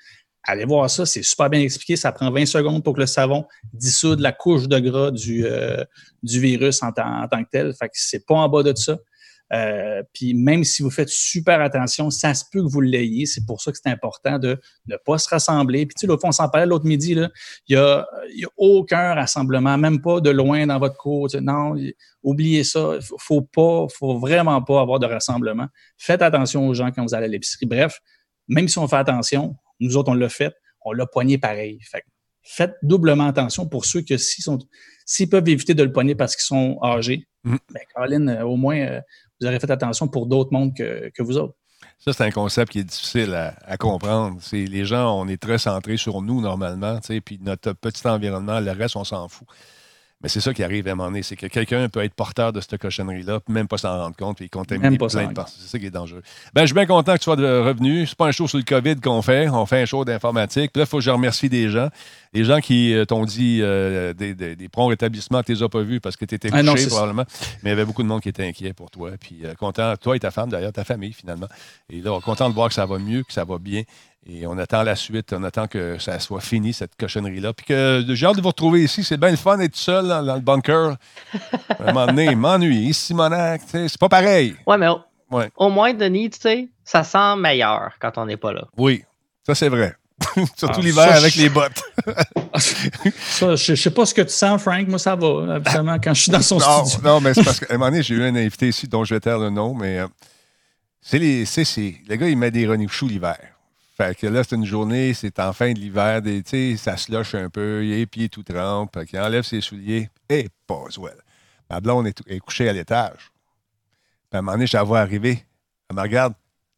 allez voir ça, c'est super bien expliqué. Ça prend vingt secondes pour que le savon dissoude la couche de gras du, euh, du virus en, tant, en tant que tel. Fait que c'est pas en bas de ça. Euh, puis même si vous faites super attention, ça se peut que vous l'ayez. C'est pour ça que c'est important de ne pas se rassembler. Puis tu sais, l'autre fois, on s'en parlait l'autre midi, là, il n'y a, y a aucun rassemblement, même pas de loin dans votre cour. Tu sais, non, y, oubliez ça. Il faut, faut pas, faut vraiment pas avoir de rassemblement. Faites attention aux gens quand vous allez à l'épicerie. Bref, même si on fait attention, nous autres, on l'a fait, on l'a poigné pareil. Fait que faites doublement attention pour ceux que s'ils sont, s'ils peuvent éviter de le poigner parce qu'ils sont âgés, mmh. ben Caroline, euh, au moins, euh, vous aurez fait attention pour d'autres mondes que, que vous autres. Ça, c'est un concept qui est difficile à, à comprendre. C'est, les gens, on est très centrés sur nous normalement, puis notre petit environnement, le reste, on s'en fout. Mais c'est ça qui arrive à un moment donné, c'est que quelqu'un peut être porteur de cette cochonnerie-là, même pas s'en rendre compte, puis il contamine plein de personnes. C'est ça qui est dangereux. Ben, je suis bien content que tu sois revenu. C'est pas un show sur le COVID qu'on fait, on fait un show d'informatique. Puis là, il faut que je remercie des gens. Les gens qui euh, t'ont dit euh, des, des, des prompts rétablissements, tu les as pas vus parce que tu étais couché, ah non, probablement. Ça. Mais il y avait beaucoup de monde qui était inquiet pour toi. Puis euh, content, toi et ta femme, d'ailleurs, ta famille, finalement. Et là, content de voir que ça va mieux, que ça va bien. Et on attend la suite, on attend que ça soit fini, cette cochonnerie-là. Puis que j'ai hâte de vous retrouver ici. C'est bien le fun d'être seul dans, dans le bunker. À un moment donné, il m'ennuie. Simonac, c'est pas pareil. Ouais, mais au, ouais. au moins, Denis, tu sais, ça sent meilleur quand on n'est pas là. Oui, ça c'est vrai. Surtout ah, l'hiver ça, avec je... les bottes. ça, je ne sais pas ce que tu sens, Frank. Moi, ça va, absolument, quand je suis dans son non, studio. Non, mais c'est parce qu'à un moment donné, j'ai eu un invité ici dont je vais taire le nom, mais euh, c'est les. C'est, c'est, le gars, il met des running shoes l'hiver. Fait que là, c'est une journée, c'est en fin de l'hiver, tu sais, ça slush un peu, il a les pieds tout trempes, fait qu'il enlève ses souliers, et pas well. Ma blonde est, est couchée à l'étage. Puis à un moment donné, je la vois arriver. Elle me regarde.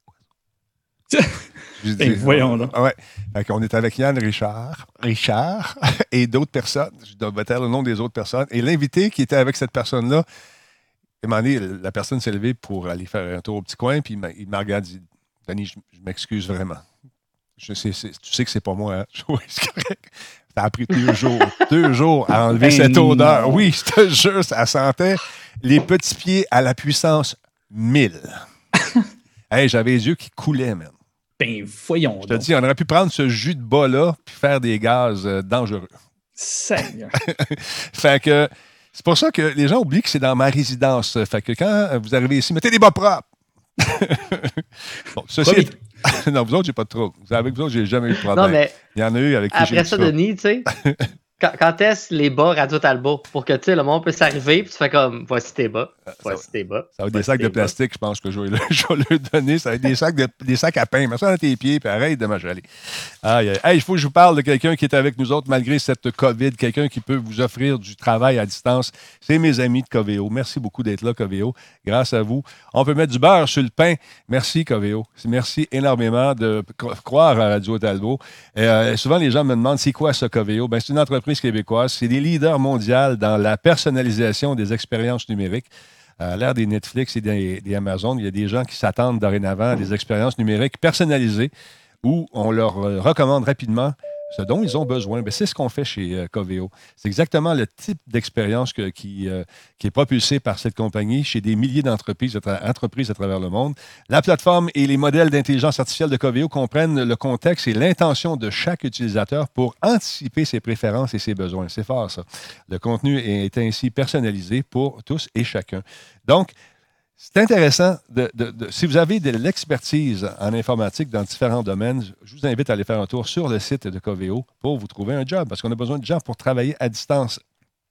Je dis, voyons là. Ouais. Fait qu'on est avec Yann Richard, Richard et d'autres personnes. Je dois taire le nom des autres personnes. Et l'invité qui était avec cette personne-là, à un moment donné, la personne s'est levée pour aller faire un tour au petit coin, puis il me regarde et dit, Denis, je, je m'excuse vraiment. Je sais, c'est, tu sais que c'est pas moi, hein? Oui, c'est correct. Ça a pris deux jours. deux jours à enlever ben cette odeur. Non. Oui, je te jure, ça sentait les petits pieds à la puissance mille. Hey, j'avais les yeux qui coulaient, man. Ben, voyons. Je te donc. dis, on aurait pu prendre ce jus de bas-là puis faire des gaz euh, dangereux. Seigneur. Fait que c'est pour ça que les gens oublient que c'est dans ma résidence. Fait que quand vous arrivez ici, mettez des bas propres. Bon, ceci est... Non, vous autres, j'ai pas de trouble. Avec vous autres, j'ai jamais eu de problème. Non, mais il y en a eu avec qui après j'ai ça, ça, Denis, tu sais, quand, quand est-ce les bas Radio Talbot pour que, tu sais, le monde puisse arriver puis tu fais comme, voici tes bas, voici ça, tes bas. Ça va être des sacs de plastique, je pense que je vais, le, je vais leur donner. Ça va être des sacs, de, des sacs à pain. Mets ça dans tes pieds puis arrête de m'achaler. Aïe, aïe. Hey, il faut que je vous parle de quelqu'un qui est avec nous autres malgré cette COVID, quelqu'un qui peut vous offrir du travail à distance. C'est mes amis de Coveo. Merci beaucoup d'être là, Coveo. Grâce à vous. On peut mettre du beurre sur le pain. Merci, Coveo. Merci énormément de croire à Radio Talbot. Euh, souvent, les gens me demandent, c'est quoi ça, Coveo? Ben, c'est une entreprise québécoise. C'est des leaders mondiaux dans la personnalisation des expériences numériques. À l'ère des Netflix et des, des Amazon, il y a des gens qui s'attendent dorénavant à des expériences numériques personnalisées où on leur recommande rapidement ce dont ils ont besoin. Bien, c'est ce qu'on fait chez euh, Coveo. C'est exactement le type d'expérience que, qui, euh, qui est propulsé par cette compagnie chez des milliers d'entreprises à, tra- entreprises à travers le monde. La plateforme et les modèles d'intelligence artificielle de Coveo comprennent le contexte et l'intention de chaque utilisateur pour anticiper ses préférences et ses besoins. C'est fort, ça. Le contenu est ainsi personnalisé pour tous et chacun. Donc, c'est intéressant. De, de, de, si vous avez de l'expertise en informatique dans différents domaines, je vous invite à aller faire un tour sur le site de Coveo pour vous trouver un job, parce qu'on a besoin de gens pour travailler à distance.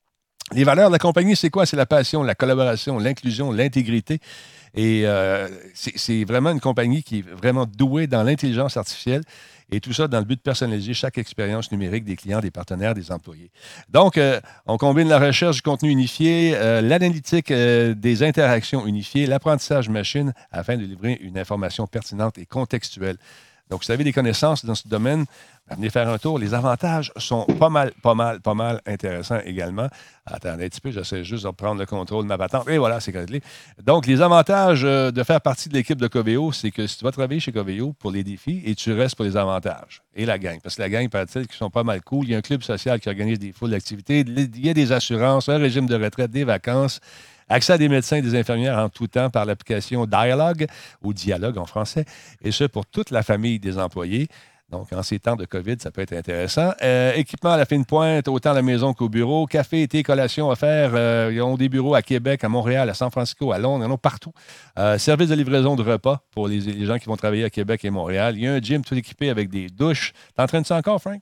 Les valeurs de la compagnie, c'est quoi? C'est la passion, la collaboration, l'inclusion, l'intégrité. Et euh, c'est, c'est vraiment une compagnie qui est vraiment douée dans l'intelligence artificielle. Et tout ça dans le but de personnaliser chaque expérience numérique des clients, des partenaires, des employés. Donc, euh, on combine la recherche du contenu unifié, euh, l'analytique euh, des interactions unifiées, l'apprentissage machine afin de livrer une information pertinente et contextuelle. Donc, si vous avez des connaissances dans ce domaine, venez faire un tour. Les avantages sont pas mal, pas mal, pas mal intéressants également. Attendez un petit peu, j'essaie juste de reprendre le contrôle de ma patente. Et voilà, c'est réglé. Donc, les avantages de faire partie de l'équipe de Coveo, c'est que si tu vas travailler chez Coveo pour les défis et tu restes pour les avantages et la gang. Parce que la gang, paraît-il, qui sont pas mal cool. Il y a un club social qui organise des foules d'activités. Il y a des assurances, un régime de retraite, des vacances. Accès à des médecins et des infirmières en tout temps par l'application Dialogue, ou Dialogue en français, et ce pour toute la famille des employés. Donc, en ces temps de COVID, ça peut être intéressant. Euh, équipement à la fine pointe, autant à la maison qu'au bureau. Café, thé, collation offerts. Euh, ils ont des bureaux à Québec, à Montréal, à San Francisco, à Londres. Ils en ont partout. Euh, service de livraison de repas pour les, les gens qui vont travailler à Québec et Montréal. Il y a un gym tout équipé avec des douches. T'entraînes ça encore, Frank?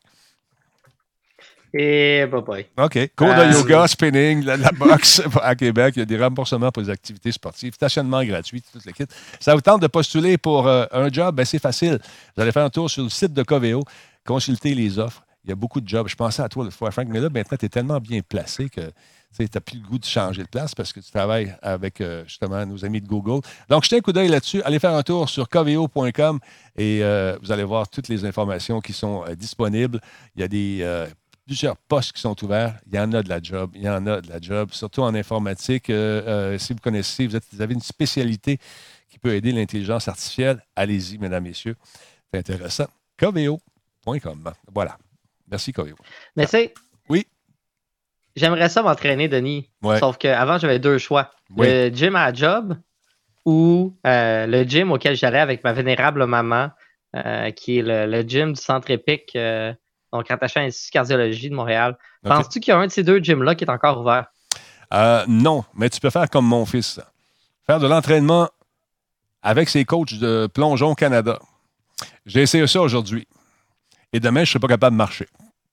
Et bye bye. OK. Cours de euh, yoga, spinning, la, la boxe à Québec. Il y a des remboursements pour les activités sportives. Stationnement gratuit, tout le kit. Ça vous tente de postuler pour euh, un job? Ben, c'est facile. Vous allez faire un tour sur le site de Coveo, consulter les offres. Il y a beaucoup de jobs. Je pensais à toi l'autre fois, Frank, mais là, maintenant, tu es tellement bien placé que tu n'as plus le goût de changer de place parce que tu travailles avec, euh, justement, nos amis de Google. Donc, jetez un coup d'œil là-dessus. Allez faire un tour sur coveo point com et euh, vous allez voir toutes les informations qui sont euh, disponibles. Il y a des... Euh, plusieurs postes qui sont ouverts. Il y en a de la job. Il y en a de la job, surtout en informatique. Euh, euh, si vous connaissez, vous, êtes, vous avez une spécialité qui peut aider l'intelligence artificielle, allez-y, mesdames, messieurs. C'est intéressant. coveo point com. Voilà. Merci, Coveo. Mais tu sais, oui. J'aimerais ça m'entraîner, Denis. Ouais. Sauf qu'avant, j'avais deux choix. Oui. Le gym à la job ou euh, le gym auquel j'allais avec ma vénérable maman, euh, qui est le, le gym du Centre Épique. Euh, Donc, rattaché à l'Institut de cardiologie de Montréal. Okay. Penses-tu qu'il y a un de ces deux gyms-là qui est encore ouvert? Euh, non, mais tu peux faire comme mon fils. Faire de l'entraînement avec ses coachs de Plongeon Canada. J'ai essayé ça aujourd'hui. Et demain, je ne serai pas capable de marcher.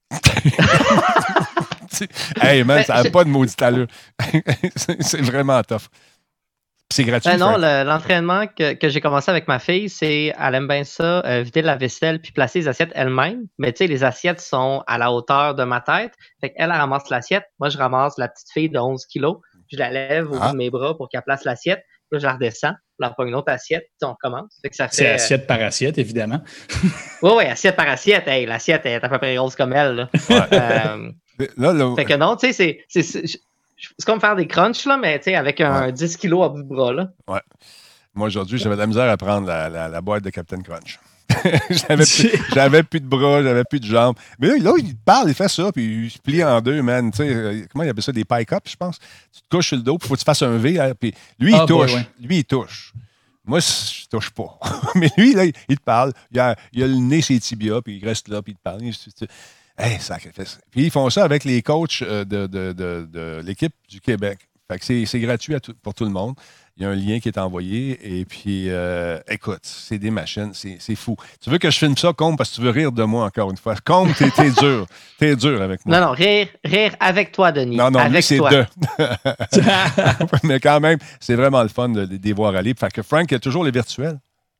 Hey, man, ça n'a pas de maudite allure. C'est vraiment tough. C'est gratuit. Ben non, le, l'entraînement que, que j'ai commencé avec ma fille, c'est elle aime bien ça, euh, vider la vaisselle puis placer les assiettes elle-même. Mais tu sais, les assiettes sont à la hauteur de ma tête. Fait qu'elle, elle ramasse l'assiette. Moi, je ramasse la petite fille de onze kilos. Je la lève au ah. bout de mes bras pour qu'elle place l'assiette. Puis là, je la redescends. Je la prends une autre assiette. Puis on recommence. Fait que ça fait, c'est assiette par assiette, évidemment. Oui, oui, assiette par assiette. Hey, l'assiette est à peu près grosse comme elle. Là. Ouais. euh, là, là, fait que non, tu sais, c'est... c'est, c'est C'est comme faire des crunchs, là, mais avec un ouais. dix kilos à bout de bras. Là. Ouais. Moi, aujourd'hui, j'avais de la misère à prendre la, la, la boîte de Captain Crunch. j'avais, plus, j'avais plus de bras, j'avais plus de jambes. Mais là, là, il parle, il fait ça, puis il se plie en deux, man. Tu sais, comment il appelle ça? Des pike-ups, je pense. Tu te couches sur le dos, puis il faut que tu fasses un V. Hein, puis lui, ah, il touche. Boy, ouais. Lui, il touche. Moi, je touche pas. Mais lui, là, il te parle. Il a, il a le nez, ses tibias, puis il reste là, puis il te parle. Hey, sacrifice. Puis ils font ça avec les coachs de, de, de, de l'équipe du Québec. Fait que c'est, c'est gratuit à tout, pour tout le monde. Il y a un lien qui est envoyé. Et puis, euh, écoute, c'est des machines. C'est, c'est fou. Tu veux que je filme ça, Combe, parce que tu veux rire de moi encore une fois. Combe, t'es, t'es dur. T'es dur avec moi. Non, non, rire, rire avec toi, Denis. Non, non, avec lui, c'est toi. deux. Mais quand même, c'est vraiment le fun de, de les voir aller. Fait que Frank, il y a toujours les virtuels.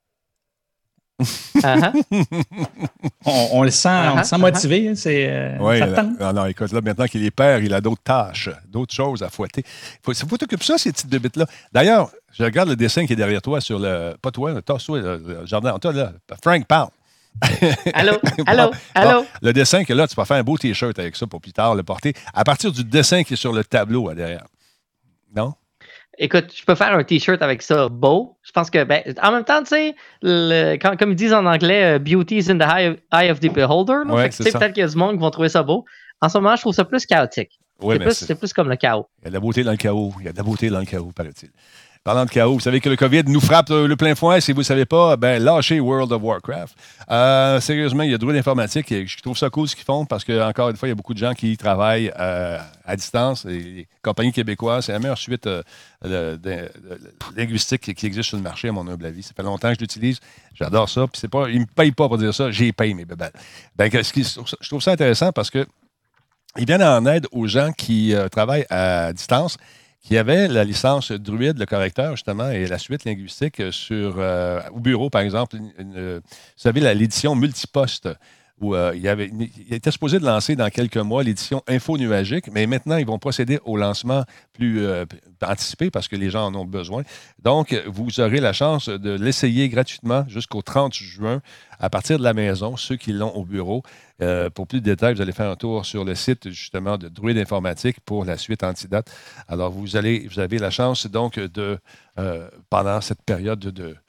Uh-huh. on, on le sent, uh-huh, on le sent uh-huh. motivé. Hein, c'est, euh, oui, ça là, non, non, écoute, là, maintenant qu'il est père, il a d'autres tâches, d'autres choses à fouetter. Il faut, faut t'occuper ça, ces petites bébites-là. D'ailleurs, je regarde le dessin qui est derrière toi sur le. Pas toi, toi, toi le, le jardin. Toi, là, Frank parle. Allô, allô, bon, allô. Bon, le dessin que là, tu vas faire un beau T-shirt avec ça pour plus tard le porter. À partir du dessin qui est sur le tableau là, derrière. Non? Écoute, je peux faire un T-shirt avec ça beau. Je pense que, ben, en même temps, tu sais, le, quand, comme ils disent en anglais, uh, beauty is in the eye of, eye of the beholder. Là, ouais, fait que, c'est peut-être qu'il y a du monde qui vont trouver ça beau. En ce moment, je trouve ça plus chaotique. Oui, c'est, plus, c'est... c'est plus comme le chaos. Il y a de la beauté dans le chaos. Il y a de la beauté dans le chaos, paraît-il. Parlant de chaos, vous savez que le COVID nous frappe le plein fouet. Si vous ne savez pas, ben lâchez World of Warcraft. Euh, sérieusement, il y a Druid Informatique. Et je trouve ça cool ce qu'ils font parce qu'encore une fois, il y a beaucoup de gens qui travaillent euh, à distance. Et les compagnies québécoises, c'est la meilleure suite euh, de, de, de, de linguistique qui, qui existe sur le marché, à mon humble avis. Ça fait longtemps que je l'utilise. J'adore ça. Puis c'est pas, ils ne me payent pas pour dire ça. J'ai payé mes bébés. Ben, je trouve ça intéressant parce que ils viennent en aide aux gens qui euh, travaillent à distance, qui avait la licence Druid, le correcteur, justement, et la suite linguistique sur, euh, au bureau, par exemple. Une, une, vous savez, la, l'édition multiposte, où euh, il, y avait, il était supposé de lancer dans quelques mois l'édition Info Nuagique, mais maintenant, ils vont procéder au lancement plus euh, anticipé parce que les gens en ont besoin. Donc, vous aurez la chance de l'essayer gratuitement jusqu'au trente juin à partir de la maison, ceux qui l'ont au bureau. Euh, pour plus de détails, vous allez faire un tour sur le site justement de Druid Informatique pour la suite anti-date. Alors, vous allez, vous avez la chance donc de, euh, pendant cette période de, de,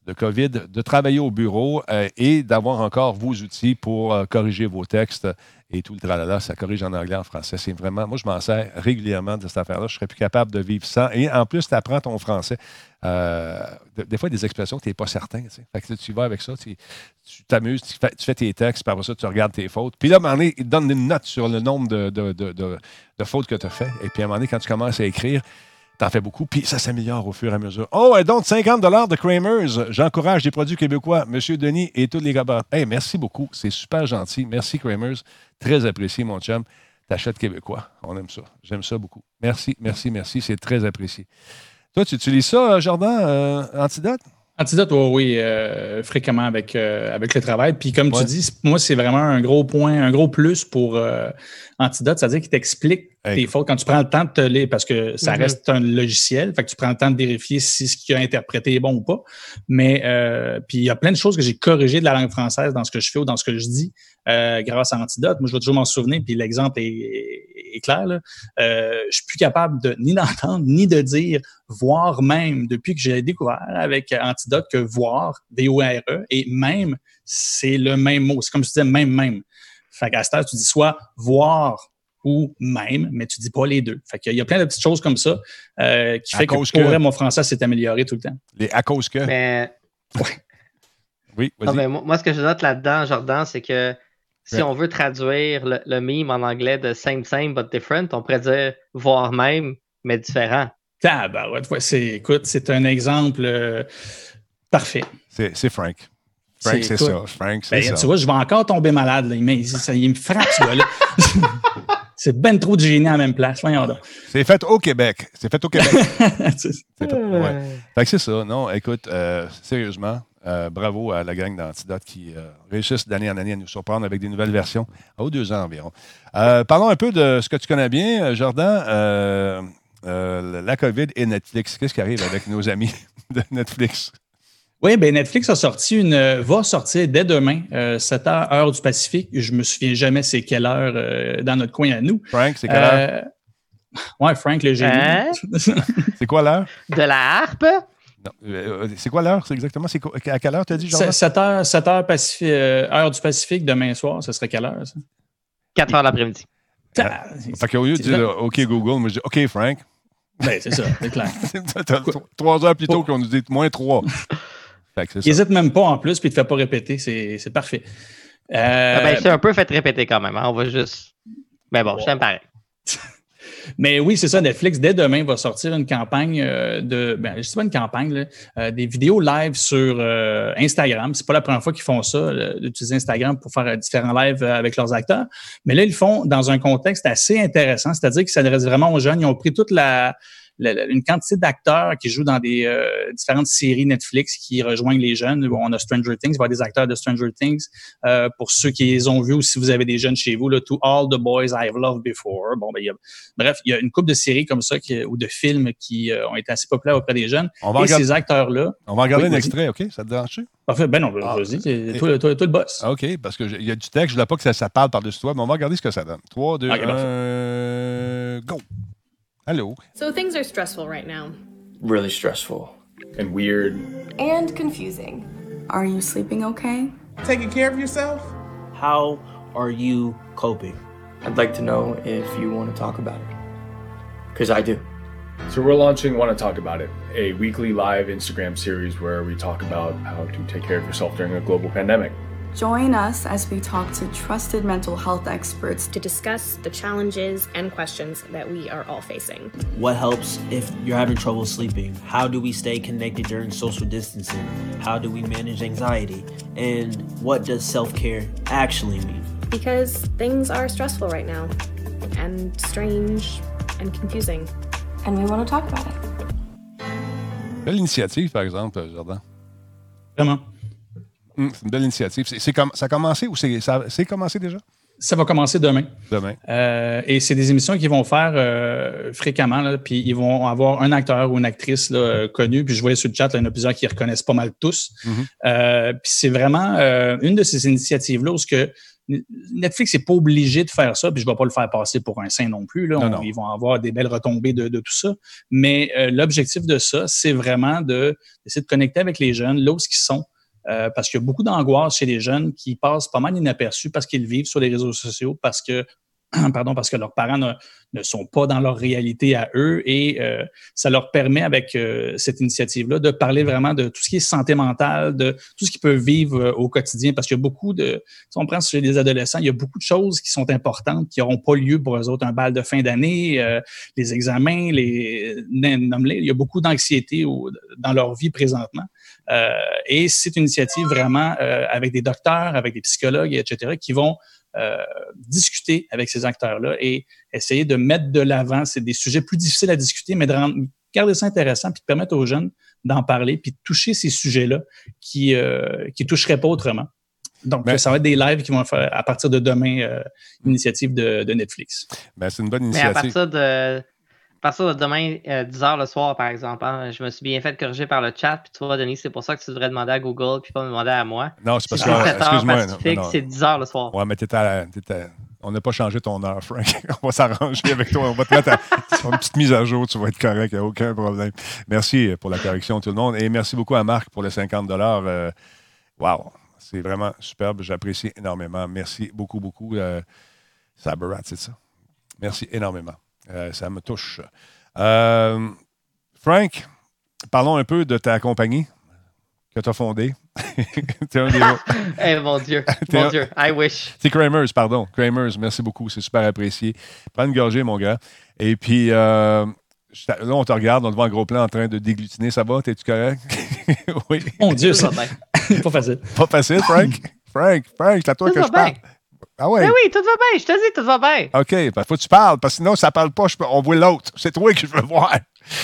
de COVID, de travailler au bureau euh, et d'avoir encore vos outils pour euh, corriger vos textes et tout le tralala. Ça corrige en anglais, en français. C'est vraiment... Moi, je m'en sers régulièrement de cette affaire-là. Je ne serais plus capable de vivre sans. Et en plus, tu apprends ton français. Euh, de, des fois, des expressions que tu n'es pas certain. Tu sais. Fait que tu vas avec ça, tu, tu t'amuses, tu fais, tu fais tes textes, puis après ça, tu regardes tes fautes. Puis là, à un moment donné, il te donne une note sur le nombre de, de, de, de, de fautes que tu as fait. Et puis à un moment donné, quand tu commences à écrire, t'en fais beaucoup, puis ça s'améliore au fur et à mesure. Oh, et donc cinquante dollars de Kramers. J'encourage des produits québécois. Monsieur Denis et tous les gars. Hey, merci beaucoup. C'est super gentil. Merci, Kramers. Très apprécié, mon chum. T'achètes québécois. On aime ça. J'aime ça beaucoup. Merci, merci, merci. C'est très apprécié. Toi, tu utilises ça, Jordan, euh, Antidote? Antidote, oui, oui euh, fréquemment avec, euh, avec le travail. Puis comme ouais. tu dis, moi, c'est vraiment un gros point, un gros plus pour euh, Antidote, c'est-à-dire qu'il t'explique hey. tes fautes quand tu prends le temps de te lire, parce que ça mm-hmm. reste un logiciel, fait que tu prends le temps de vérifier si ce qu'il a interprété est bon ou pas. Mais euh, puis il y a plein de choses que j'ai corrigées de la langue française dans ce que je fais ou dans ce que je dis euh, grâce à Antidote. Moi, je vais toujours m'en souvenir, puis l'exemple est, est, est clair. Là. Euh, je suis plus capable de ni d'entendre, ni de dire voir même depuis que j'ai découvert avec Antidote que voir, V O R E, et même, c'est le même mot. C'est comme si tu disais même, même. Fait qu'à cette heure, tu dis soit voir ou même, mais tu dis pas les deux. Fait qu'il y a plein de petites choses comme ça euh, qui fait que pour que... vrai, mon français s'est amélioré tout le temps. Les à cause que. Mais... Ouais. Oui, vas-y. Non, mais moi, ce que je note là-dedans, Jordan, c'est que si ouais. on veut traduire le, le meme en anglais de same, same, but different, on pourrait dire voir même, mais différent. Ah, ben, ouais, c'est, écoute, c'est un exemple euh, parfait. C'est, c'est Frank. Frank, c'est, c'est ça. Frank, c'est ben, ça. Tu vois, je vais encore tomber malade. Là. Il, me, ça, il me frappe, ce gars-là. C'est ben trop de génie en même place. Voyons donc. C'est fait au Québec. C'est fait au Québec. c'est fait, ouais. Fait que c'est ça. Non, écoute, euh, sérieusement, euh, bravo à la gang d'Antidote qui euh, réussissent d'année en année à nous surprendre avec des nouvelles versions, à deux ans environ. Euh, parlons un peu de ce que tu connais bien, Jordan. Euh, euh, la COVID et Netflix. Qu'est-ce qui arrive avec nos amis de Netflix? Oui, bien, Netflix a sorti une, va sortir dès demain, euh, sept heures, heure du Pacifique. Je me souviens jamais c'est quelle heure euh, dans notre coin à nous. Frank, c'est quelle heure? Euh, ouais, Frank, le génie. Hein? C'est quoi l'heure? De la harpe? Non, euh, c'est quoi l'heure? C'est exactement, c'est quoi, à quelle heure tu as dit, Jordan? sept heures, sept heures Pacifique, euh, heure du Pacifique, demain soir, ce serait quelle heure, ça? quatre heures l'après-midi. Ah, fait qu'au lieu de dire OK Google, moi je dis OK Frank. Ben, c'est ça, c'est clair. Trois heures plus tôt qu'on nous dit moins trois. N'hésite même pas en plus, puis il ne te fait pas répéter. C'est, c'est parfait. Euh... Ah ben, je t'ai un peu fait répéter quand même. Hein. On va juste. Mais bon, bon. Je t'aime pareil. Mais oui, c'est ça. Netflix, dès demain, va sortir une campagne de. Ben, je sais pas une campagne, là, euh, des vidéos live sur euh, Instagram. C'est pas la première fois qu'ils font ça, là, d'utiliser Instagram pour faire différents lives avec leurs acteurs. Mais là, ils le font dans un contexte assez intéressant. C'est-à-dire qu'ils s'adressent vraiment aux jeunes. Ils ont pris toute la. une quantité d'acteurs qui jouent dans des euh, différentes séries Netflix qui rejoignent les jeunes. On a Stranger Things, il va y avoir des acteurs de Stranger Things. Euh, pour ceux qui les ont vus ou si vous avez des jeunes chez vous, là, To All the Boys I've Loved Before. Bon, ben, il y a, bref, il y a une couple de séries comme ça qui, ou de films qui euh, ont été assez populaires auprès des jeunes. On va Et regarder, ces acteurs-là... On va regarder oui, un extrait, OK? Ça te dérange-tu? Parfait. Ben non, ah, vas-y. C'est toi, toi, toi le boss. OK, parce qu'il y a du texte. Je ne voulais pas que ça, ça parle par-dessus toi, mais on va regarder ce que ça donne. trois, deux, un... Go! Hello. So things are stressful right now. Really stressful. And weird. And confusing. Are you sleeping okay? Taking care of yourself? How are you coping? I'd like to know if you want to talk about it. Because I do. So we're launching Want to Talk About It, a weekly live Instagram series where we talk about how to take care of yourself during a global pandemic. Join us as we talk to trusted mental health experts to discuss the challenges and questions that we are all facing. What helps if you're having trouble sleeping? How do we stay connected during social distancing? How do we manage anxiety? And what does self-care actually mean? Because things are stressful right now, and strange and confusing. And we want to talk about it. Belle initiative, par exemple, Jordan. Vraiment. Mmh, c'est une belle initiative. C'est, c'est com- ça a commencé ou c'est, ça, c'est commencé déjà? Ça va commencer demain. Demain. Euh, et c'est des émissions qu'ils vont faire euh, fréquemment. Là, puis ils vont avoir un acteur ou une actrice là, connue. Puis je voyais sur le chat, là, il y en a plusieurs qui reconnaissent pas mal tous. Mm-hmm. Euh, puis c'est vraiment euh, une de ces initiatives-là où ce que Netflix n'est pas obligé de faire ça, puis je ne vais pas le faire passer pour un saint non plus. Là. Non, On, non. Ils vont avoir des belles retombées de, de tout ça. Mais euh, l'objectif de ça, c'est vraiment de, d'essayer de connecter avec les jeunes là où ils sont. Euh, parce qu'il y a beaucoup d'angoisse chez les jeunes qui passent pas mal inaperçus parce qu'ils vivent sur les réseaux sociaux, parce que pardon, parce que leurs parents ne, ne sont pas dans leur réalité à eux et euh, ça leur permet avec euh, cette initiative-là de parler vraiment de tout ce qui est santé mentale, de tout ce qu'ils peuvent vivre euh, au quotidien parce qu'il y a beaucoup de, si on prend chez les adolescents, il y a beaucoup de choses qui sont importantes qui n'auront pas lieu pour eux autres, un bal de fin d'année, euh, les examens, les nomme-les, il y a beaucoup d'anxiété au, dans leur vie présentement. Euh, et c'est une initiative vraiment euh, avec des docteurs, avec des psychologues, et cetera, qui vont euh, discuter avec ces acteurs-là et essayer de mettre de l'avant. C'est des sujets plus difficiles à discuter, mais de rendre, garder ça intéressant puis de permettre aux jeunes d'en parler puis de toucher ces sujets-là qui euh, qui toucheraient pas autrement. Donc, ben, ça va être des lives qui vont faire à partir de demain, euh, initiative de, de Netflix. Ben, c'est une bonne initiative. Mais à partir de... À partir de demain, euh, dix heures le soir, par exemple, hein, je me suis bien fait corriger par le chat. Puis tu vois, Denis, c'est pour ça que tu devrais demander à Google puis pas me demander à moi. Non, c'est parce que, excuse-moi. Pacifique, non, non. C'est dix heures le soir. Ouais, mais t'étais à, t'étais, on n'a pas changé ton heure, Frank. On va s'arranger avec toi. On va te mettre à, une petite mise à jour. Tu vas être correct. Il n'y a aucun problème. Merci pour la correction, tout le monde. Et merci beaucoup à Marc pour les cinquante dollars. Euh, wow, c'est vraiment superbe. J'apprécie énormément. Merci beaucoup, beaucoup. Euh, Sabarat, c'est ça. Merci énormément. Euh, ça me touche. Euh, Frank, parlons un peu de ta compagnie que tu as fondée. T'es un des Eh hey, mon Dieu, mon un... Dieu, I wish. C'est Kramers, pardon. Kramers, merci beaucoup, c'est super apprécié. Prends une gorgée, mon gars. Et puis, euh, là, on te regarde, on te voit en gros plan en train de déglutiner. Ça va? T'es-tu correct? Oui. Mon Dieu, c'est pas facile. Pas facile, Frank? Frank, Frank, c'est à toi ça que je parle. Ah ouais. Ben oui, tout va bien. Je te dis, tout va bien. OK. Ben, faut que tu parles, parce que sinon, ça parle pas. Je peux, on voit l'autre. C'est toi que je veux voir.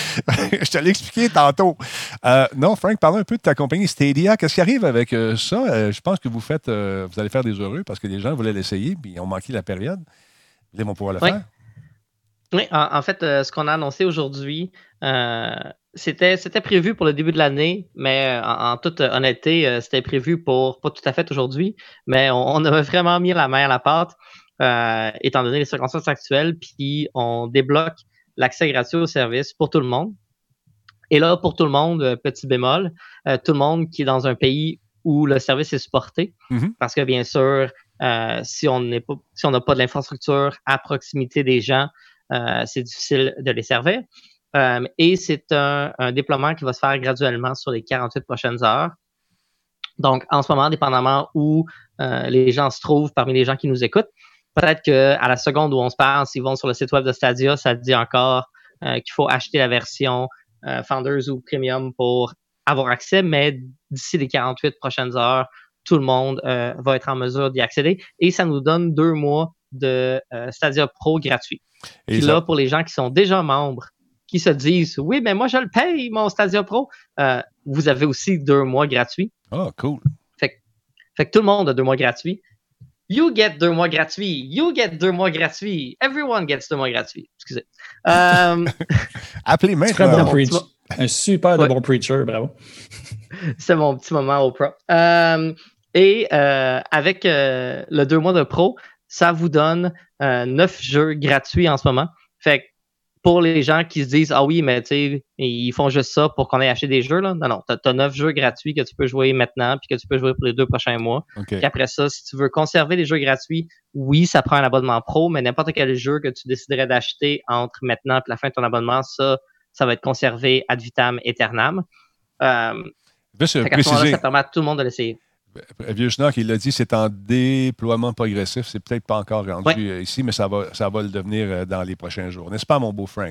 Je te l'ai expliqué tantôt. Euh, non, Frank, parlons un peu de ta compagnie Stadia. Qu'est-ce qui arrive avec euh, ça? Euh, je pense que vous faites, euh, vous allez faire des heureux parce que les gens voulaient l'essayer puis ils ont manqué la période. Ils vont pouvoir le oui. faire. Oui, en, en fait, euh, ce qu'on a annoncé aujourd'hui, euh, c'était, c'était prévu pour le début de l'année, mais en, en toute honnêteté, euh, c'était prévu pour pas tout à fait aujourd'hui, mais on, on a vraiment mis la main à la pâte, euh, étant donné les circonstances actuelles, puis on débloque l'accès gratuit au service pour tout le monde. Et là, pour tout le monde, petit bémol, euh, tout le monde qui est dans un pays où le service est supporté, mm-hmm. parce que bien sûr, euh, si on n'est pas, si on n'a pas de l'infrastructure à proximité des gens, euh, c'est difficile de les servir. Euh, et c'est un, un déploiement qui va se faire graduellement sur les quarante-huit prochaines heures. Donc, en ce moment, dépendamment où euh, les gens se trouvent parmi les gens qui nous écoutent, peut-être qu'à la seconde où on se parle, s'ils vont sur le site web de Stadia, ça dit encore euh, qu'il faut acheter la version euh, Founders ou Premium pour avoir accès, mais d'ici les quarante-huit prochaines heures, tout le monde euh, va être en mesure d'y accéder. Et ça nous donne deux mois de euh, Stadia Pro gratuit. Et puis ça... là, pour les gens qui sont déjà membres, qui se disent « Oui, mais moi, je le paye, mon Stadia Pro euh, », vous avez aussi deux mois gratuits. Oh, cool. Fait, fait que tout le monde a deux mois gratuits. You get deux mois gratuits. You get deux mois gratuits. Everyone gets deux mois gratuits. Excusez. Euh... Appelez maintenant. Bon preach. Un super ouais. de bon preacher, bravo. C'est mon petit moment au pro. Euh, et euh, avec euh, le deux mois de pro, ça vous donne euh, neuf jeux gratuits en ce moment. Fait que pour les gens qui se disent « Ah oui, mais tu sais, ils font juste ça pour qu'on ait acheté des jeux. » là. Non, non, tu as neuf jeux gratuits que tu peux jouer maintenant puis que tu peux jouer pour les deux prochains mois. Okay. Puis après ça, si tu veux conserver les jeux gratuits, oui, ça prend un abonnement pro, mais n'importe quel jeu que tu déciderais d'acheter entre maintenant et la fin de ton abonnement, ça, ça va être conservé ad vitam aeternam. Euh, Juste fait qu'à ce moment-là, ça permet à tout le monde de l'essayer. Vieux Schnock, il l'a dit, c'est en déploiement progressif. C'est peut-être pas encore rendu ouais. ici, mais ça va, ça va le devenir dans les prochains jours. N'est-ce pas, mon beau Frank?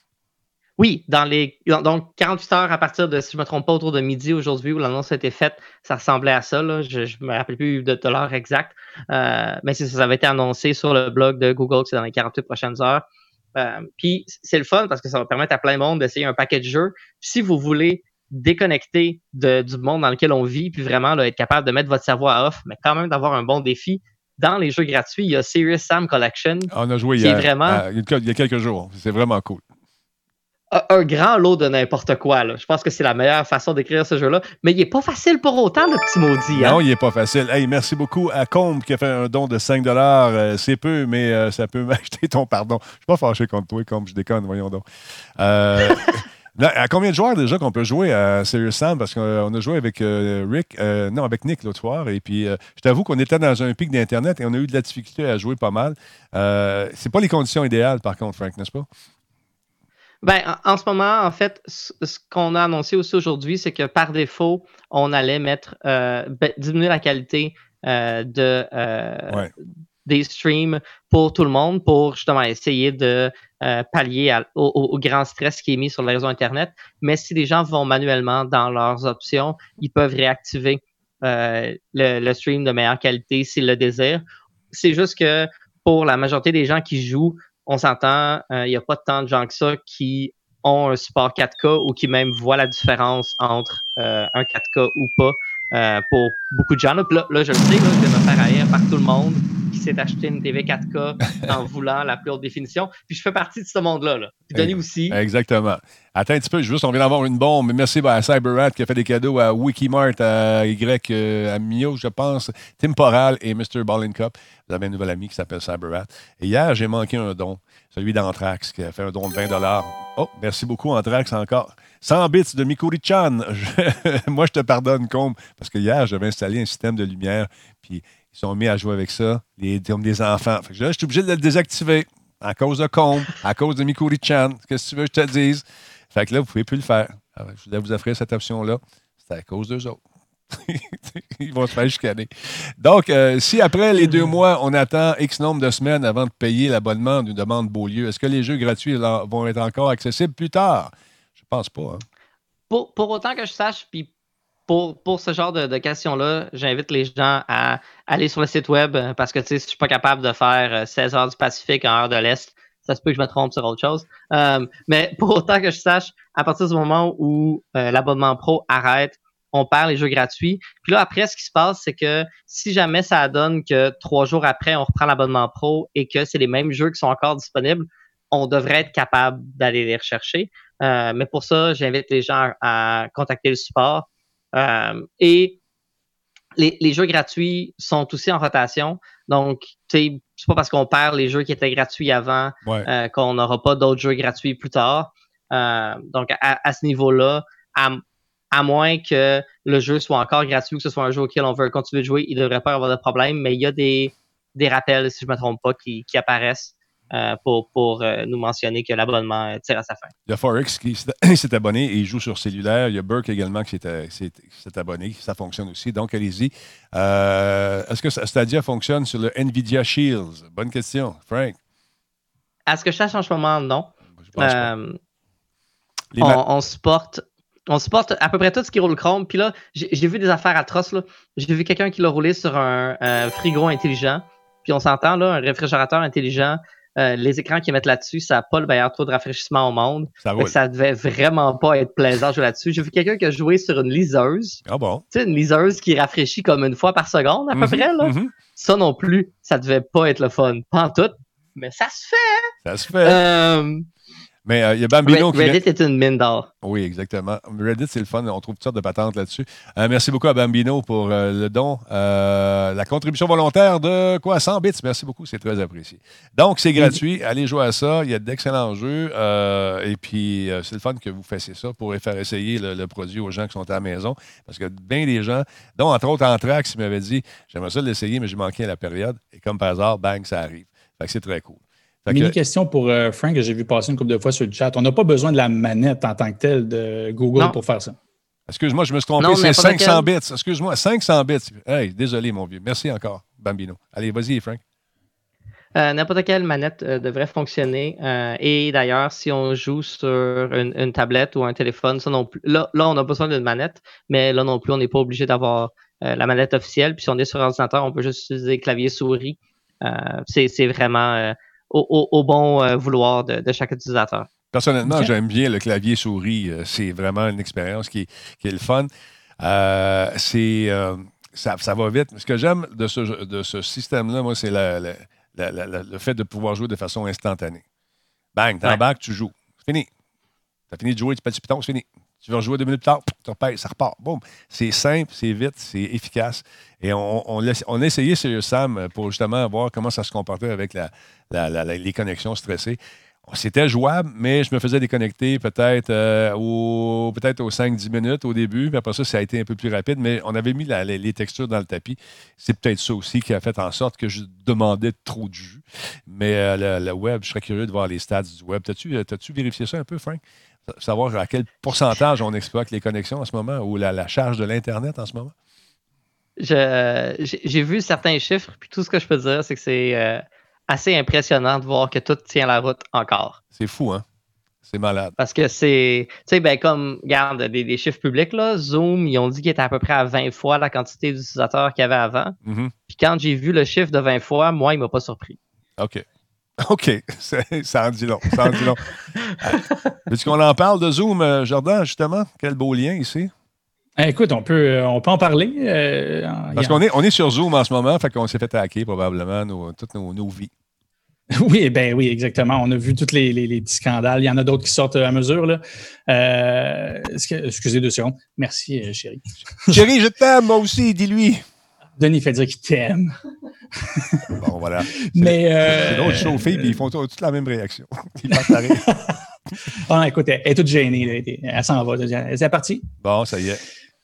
Oui, dans les donc quarante-huit heures à partir de, si je ne me trompe pas, autour de midi aujourd'hui où l'annonce a été faite, ça ressemblait à ça. Là. Je ne me rappelle plus de, de l'heure exacte, euh, mais c'est, ça avait été annoncé sur le blog de Google que c'est dans les quarante-huit prochaines heures. Euh, puis c'est le fun parce que ça va permettre à plein de monde d'essayer un paquet de jeux. Puis si vous voulez déconnecter de, du monde dans lequel on vit, puis vraiment là, être capable de mettre votre cerveau à off, mais quand même d'avoir un bon défi, dans les jeux gratuits, il y a Serious Sam Collection. On a joué qui hier, est vraiment, à, il y a quelques jours. C'est vraiment cool. Un, un grand lot de n'importe quoi. Là. Je pense que c'est la meilleure façon d'écrire ce jeu-là. Mais il n'est pas facile pour autant, le petit maudit. Hein? Non, il n'est pas facile. Hey, merci beaucoup à Combe qui a fait un don de cinq dollars. Euh, c'est peu, mais euh, ça peut m'acheter ton pardon. Je ne suis pas fâché contre toi, Combe. Je déconne, voyons donc. Euh, là, à combien de joueurs déjà qu'on peut jouer à Serious Sam? Parce qu'on a joué avec euh, Rick, euh, non, avec Nick l'autre soir. Et puis, euh, je t'avoue qu'on était dans un pic d'Internet et on a eu de la difficulté à jouer pas mal. Euh, c'est pas les conditions idéales, par contre, Frank, n'est-ce pas? Ben, en, en ce moment, en fait, ce, ce qu'on a annoncé aussi aujourd'hui, c'est que par défaut, on allait mettre euh, ben, diminuer la qualité euh, de euh, ouais. des streams pour tout le monde, pour justement essayer de euh, pallier à, au, au grand stress qui est mis sur le réseau Internet. Mais si les gens vont manuellement dans leurs options, ils peuvent réactiver euh, le, le stream de meilleure qualité s'ils le désirent. C'est juste que pour la majorité des gens qui jouent, on s'entend, il euh, n'y a pas tant de gens que ça qui ont un support quatre K ou qui même voient la différence entre euh, un quatre K ou pas euh, pour beaucoup de gens. Là, là, là je le sais, là, je vais me faire haïr par tout le monde qui s'est acheté une T V quatre K en voulant la plus haute définition. Puis je fais partie de ce monde-là. Là. Puis Denis aussi. Exactement. Attends un petit peu, juste, on vient d'avoir une bombe. Merci à CyberRat qui a fait des cadeaux à Wikimart, à Y, euh, à Mio, je pense, Tim Poral et mister Ballin Cup. Vous avez un nouvel ami qui s'appelle CyberRat. Et hier, j'ai manqué un don, celui d'Anthrax, qui a fait un don de vingt dollars. Oh, merci beaucoup, Anthrax, encore. cent bits de Mikuri-chan. Je... Moi, je te pardonne, Combe, parce que hier, j'avais installé un système de lumière, puis ils sont mis à jouer avec ça, les, comme des enfants. Fait que là, je suis obligé de le désactiver à cause de Combe, à cause de Mikuri-chan. Qu'est-ce que tu veux que je te dise? Fait que là, vous ne pouvez plus le faire. Alors, je voulais vous offrir cette option-là. C'est à cause d'eux autres. Ils vont se faire chicaner. Donc, euh, si après les deux mois, on attend X nombre de semaines avant de payer l'abonnement d'une demande Beaulieu, est-ce que les jeux gratuits là, vont être encore accessibles plus tard? Je pense pas. Hein. Pour, pour autant que je sache, puis pour, pour ce genre de, de questions-là, j'invite les gens à aller sur le site web parce que tu sais, si je suis pas capable de faire seize heures du Pacifique en heure de l'Est, ça se peut que je me trompe sur autre chose. Euh, mais pour autant que je sache, à partir du moment où euh, l'abonnement pro arrête, on perd les jeux gratuits. Puis là, après, ce qui se passe, c'est que si jamais ça donne que trois jours après, on reprend l'abonnement pro et que c'est les mêmes jeux qui sont encore disponibles, on devrait être capable d'aller les rechercher. Euh, mais pour ça, j'invite les gens à, à contacter le support. Euh, et les, les jeux gratuits sont aussi en rotation. Donc, tu sais, c'est pas parce qu'on perd les jeux qui étaient gratuits avant ouais. euh, qu'on n'aura pas d'autres jeux gratuits plus tard. Euh, donc, à, à ce niveau-là, à À moins que le jeu soit encore gratuit ou que ce soit un jeu auquel on veut continuer de jouer, il ne devrait pas y avoir de problème, mais il y a des, des rappels, si je ne me trompe pas, qui, qui apparaissent euh, pour, pour euh, nous mentionner que l'abonnement tire à sa fin. Il y a Forex qui s'est abonné et il joue sur cellulaire. Il y a Burke également qui s'est abonné. Ça fonctionne aussi, donc allez-y. Euh, Est-ce que Stadia fonctionne sur le NVIDIA Shields? Bonne question. Frank? À ce que je sache en ce moment, non. Euh, on, on supporte... On supporte à peu près tout ce qui roule Chrome. Puis là, j'ai vu des affaires atroces. J'ai vu quelqu'un qui l'a roulé sur un euh, frigo intelligent. Puis on s'entend, là, un réfrigérateur intelligent. Euh, les écrans qu'ils mettent là-dessus, ça n'a pas le meilleur taux de rafraîchissement au monde. Ça roule. Ça devait vraiment pas être plaisant de jouer là-dessus. J'ai vu quelqu'un qui a joué sur une liseuse. Ah bon? Tu sais, une liseuse qui rafraîchit comme une fois par seconde, à peu mm-hmm, près. Là. Mm-hmm. Ça non plus, ça devait pas être le fun. Pas en tout. Mais ça se fait! Ça se fait! Euh... Mais il euh, y a Bambino Reddit qui... est une mine d'or. Oui, exactement. Reddit, c'est le fun. On trouve toutes sortes de patentes là-dessus. Euh, merci beaucoup à Bambino pour euh, le don. Euh, la contribution volontaire de quoi? cent bits. Merci beaucoup. C'est très apprécié. Donc, c'est gratuit. Allez jouer à ça. Il y a d'excellents jeux. Euh, et puis, euh, c'est le fun que vous fassiez ça pour faire essayer le, le produit aux gens qui sont à la maison. Parce que bien des gens, dont entre autres Anthrax, ils m'avaient dit j'aimerais ça l'essayer, mais j'ai manqué à la période. Et comme par hasard, bang, ça arrive. Fait que c'est très cool. Mini question pour euh, Frank que j'ai vu passer une couple de fois sur le chat. On n'a pas besoin de la manette en tant que telle de Google non. pour faire ça. Excuse-moi, je me suis trompé, c'est cinq cents bits. Excuse-moi, cinq cents bits. Hey, désolé, mon vieux. Merci encore, Bambino. Allez, vas-y, Frank. Euh, n'importe quelle manette euh, devrait fonctionner. Euh, et d'ailleurs, si on joue sur une, une tablette ou un téléphone, ça non plus. Là, là on a besoin d'une manette, mais là non plus, on n'est pas obligé d'avoir euh, la manette officielle. Puis si on est sur ordinateur, on peut juste utiliser clavier-souris. Euh, c'est, c'est vraiment... Euh, Au, au, au bon euh, vouloir de, de chaque utilisateur. Personnellement, okay. j'aime bien le clavier souris. C'est vraiment une expérience qui, qui est le fun. Euh, c'est, euh, ça, ça va vite. Ce que j'aime de ce, de ce système-là, moi, c'est la, la, la, la, la, le fait de pouvoir jouer de façon instantanée. Bang, t'embarques, ouais. tu joues. C'est fini. T'as fini de jouer, tu pètes du piton, c'est fini. Tu veux rejouer deux minutes plus tard, tu repères, ça repart. Boum. C'est simple, c'est vite, c'est efficace. Et on, on, on a essayé Serious Sam pour justement voir comment ça se comportait avec la, la, la, la, les connexions stressées. C'était jouable, mais je me faisais déconnecter peut-être euh, au, peut-être aux cinq dix minutes au début. Puis après ça, ça a été un peu plus rapide, mais on avait mis la, les, les textures dans le tapis. C'est peut-être ça aussi qui a fait en sorte que je demandais trop de jus. Mais euh, le, le web, je serais curieux de voir les stats du web. T'as-tu, t'as-tu vérifié ça un peu, Frank? Savoir à quel pourcentage on exploite les connexions en ce moment ou la, la charge de l'Internet en ce moment? Je, j'ai, j'ai vu certains chiffres, puis tout ce que je peux dire, c'est que c'est euh, assez impressionnant de voir que tout tient la route encore. C'est fou, hein? C'est malade. Parce que c'est, tu sais, ben comme, regarde, des, des chiffres publics, là, Zoom, ils ont dit qu'il était à peu près à vingt fois la quantité d'utilisateurs qu'il y avait avant. Mm-hmm. Puis quand j'ai vu le chiffre de vingt fois, moi, il m'a pas surpris. OK. OK, c'est, ça en dit long. Ça en dit long. Veux-tu qu'on en parle de Zoom, Jordan, justement? Quel beau lien ici. Écoute, on peut, on peut en parler. Euh, Parce qu'on est, on est sur Zoom en ce moment, fait qu'on s'est fait hacker probablement nos, toutes nos, nos vies. Oui, ben oui, exactement. On a vu tous les, les, les petits scandales. Il y en a d'autres qui sortent à mesure. Là. Euh, excusez deux secondes. Merci, euh, chérie. Chérie, je t'aime, moi aussi, dis-lui. Denis fait dire qu'il t'aime. Bon, voilà. C'est, Mais, euh... c'est drôle, chauffer, puis ils font toutes la même réaction. Ils partent à rire. Ah, écoute, elle est toute gênée. Là. Elle s'en va. C'est parti. Bon, ça y est.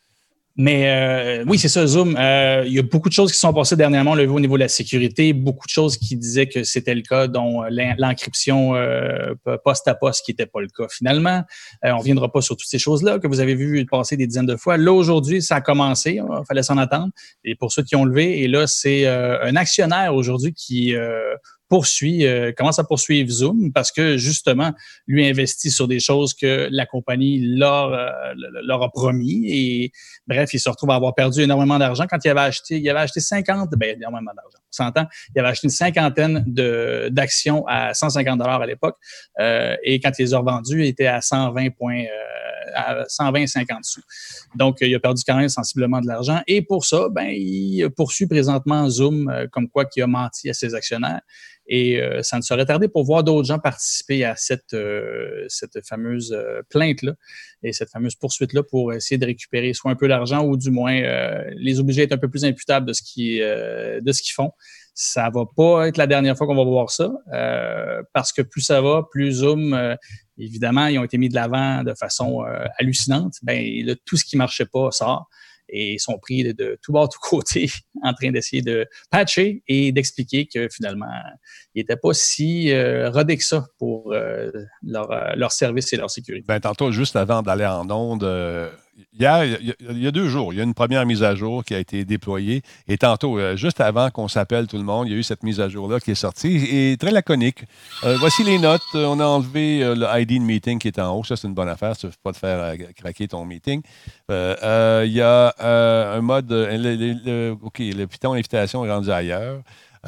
Mais euh, oui, c'est ça, Zoom. Euh, il y a beaucoup de choses qui sont passées dernièrement, on l'a vu au niveau de la sécurité, beaucoup de choses qui disaient que c'était le cas, dont l'encryption euh, poste à poste qui n'était pas le cas finalement. Euh, on ne reviendra pas sur toutes ces choses-là que vous avez vu passer des dizaines de fois. Là, aujourd'hui, ça a commencé, il fallait s'en attendre. Et pour ceux qui ont levé, et là, c'est euh, un actionnaire aujourd'hui qui... Euh, poursuit, euh, commence à poursuivre Zoom parce que, justement, lui investit sur des choses que la compagnie leur, euh, leur a promis et, bref, il se retrouve à avoir perdu énormément d'argent. Quand il avait acheté, il avait acheté cinquante, ben, énormément d'argent, on s'entend, il avait acheté une cinquantaine de, d'actions à cent cinquante dollars à l'époque euh, et quand il les a revendues, il était à cent vingt points, euh, à cent vingt cinquante sous. Donc, il a perdu quand même sensiblement de l'argent et pour ça, ben, il poursuit présentement Zoom euh, comme quoi qu'il a menti à ses actionnaires. Et euh, ça ne serait tardé pour voir d'autres gens participer à cette, euh, cette fameuse euh, plainte-là et cette fameuse poursuite-là pour essayer de récupérer soit un peu d'argent ou du moins euh, les obliger à être un peu plus imputables de ce qu'ils, euh, de ce qu'ils font. Ça va pas être la dernière fois qu'on va voir ça euh, parce que plus ça va, plus Zoom, euh, évidemment, ils ont été mis de l'avant de façon euh, hallucinante. Ben, là, tout ce qui marchait pas sort. Et ils sont pris de, de tout bord, tout côté, en train d'essayer de patcher et d'expliquer que finalement, ils n'étaient pas si euh, rodés que ça pour euh, leur, euh, leur service et leur sécurité. Ben, tantôt, juste avant d'aller en onde, euh, hier, il y, il y a deux jours, il y a une première mise à jour qui a été déployée. Et tantôt, euh, juste avant qu'on s'appelle tout le monde, il y a eu cette mise à jour-là qui est sortie et très laconique. Euh, voici les notes. On a enlevé euh, le I D de meeting qui est en haut. Ça, c'est une bonne affaire. Ça ne fait pas te faire euh, craquer ton meeting. Euh, euh, il y a euh, un mode... Euh, le, le, le, OK, le Python invitation est rendu ailleurs.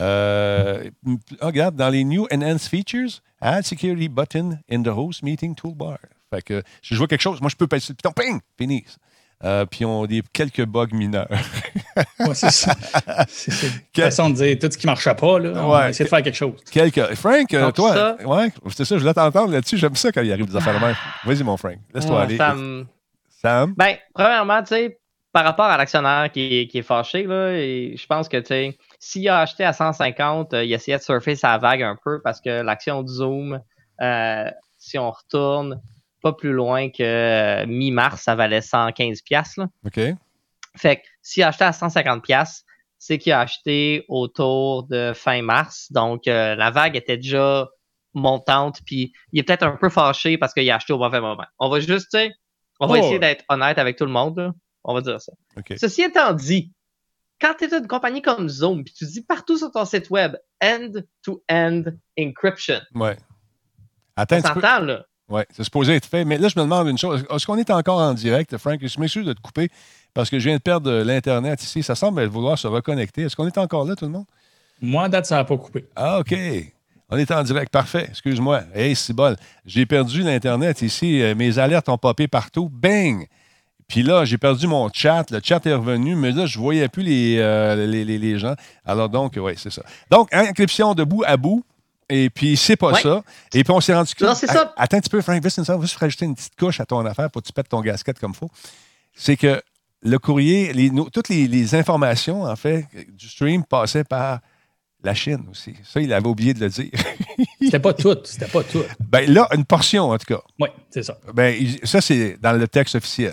Euh, regarde, dans les New Enhanced Features, Add Security Button in the Host Meeting Toolbar. Fait que si je vois quelque chose, moi, je peux passer le piton, ping, fini. Euh, puis on a des, quelques bugs mineurs. Oui, c'est ça. C'est, c'est une Quel... façon de dire tout ce qui ne marchait pas. Là, on ouais. va essayer de faire quelque chose. Quelques... Frank, Donc, toi, ça... ouais, c'est ça, je voulais t'entendre là-dessus. J'aime ça quand il arrive des affaires de même. Vas-y, mon Frank, laisse-toi ouais, aller. Sam... Sam? Ben, premièrement, tu sais, par rapport à l'actionnaire qui est, qui est fâché, là, et je pense que, tu sais, s'il a acheté à cent cinquante, euh, il essayait de surfer sa vague un peu parce que l'action de Zoom, euh, si on retourne pas plus loin que euh, mi-mars, ça valait cent quinze dollars. OK. Fait que s'il a acheté à cent cinquante dollars, c'est qu'il a acheté autour de fin mars. Donc, euh, la vague était déjà montante. Puis, il est peut-être un peu fâché parce qu'il a acheté au mauvais moment. On va juste, tu sais, on va oh. essayer d'être honnête avec tout le monde. Là. On va dire ça. Okay. Ceci étant dit, quand tu es une compagnie comme Zoom, puis tu dis partout sur ton site web end-to-end encryption. Ouais. Attends, on s'entend, là. Oui, c'est supposé être fait. Mais là, je me demande une chose. Est-ce qu'on est encore en direct, Frank? Je m'excuse de te couper parce que je viens de perdre l'Internet ici. Ça semble vouloir se reconnecter. Est-ce qu'on est encore là, tout le monde? Moi, à date, ça n'a pas coupé. Ah, OK. On est en direct. Parfait. Excuse-moi. Hey, c'est bon. J'ai perdu l'Internet ici. Mes alertes ont popé partout. Bang! Puis là, j'ai perdu mon chat. Le chat est revenu, mais là, je ne voyais plus les, euh, les, les, les gens. Alors donc, oui, c'est ça. Donc, encryption de bout à bout. Et puis, c'est pas ouais. ça. Et puis, on s'est rendu compte... Non, c'est ça. Attends un petit peu, Frank. Juste rajouter une petite couche à ton affaire pour que tu pètes ton gasket comme il faut. C'est que le courrier, les, nos, toutes les, les informations, en fait, du stream passaient par la Chine aussi. Ça, il avait oublié de le dire. C'était pas tout. C'était pas tout. Ben là, une portion, en tout cas. Oui, c'est ça. Ben, ça, c'est dans le texte officiel.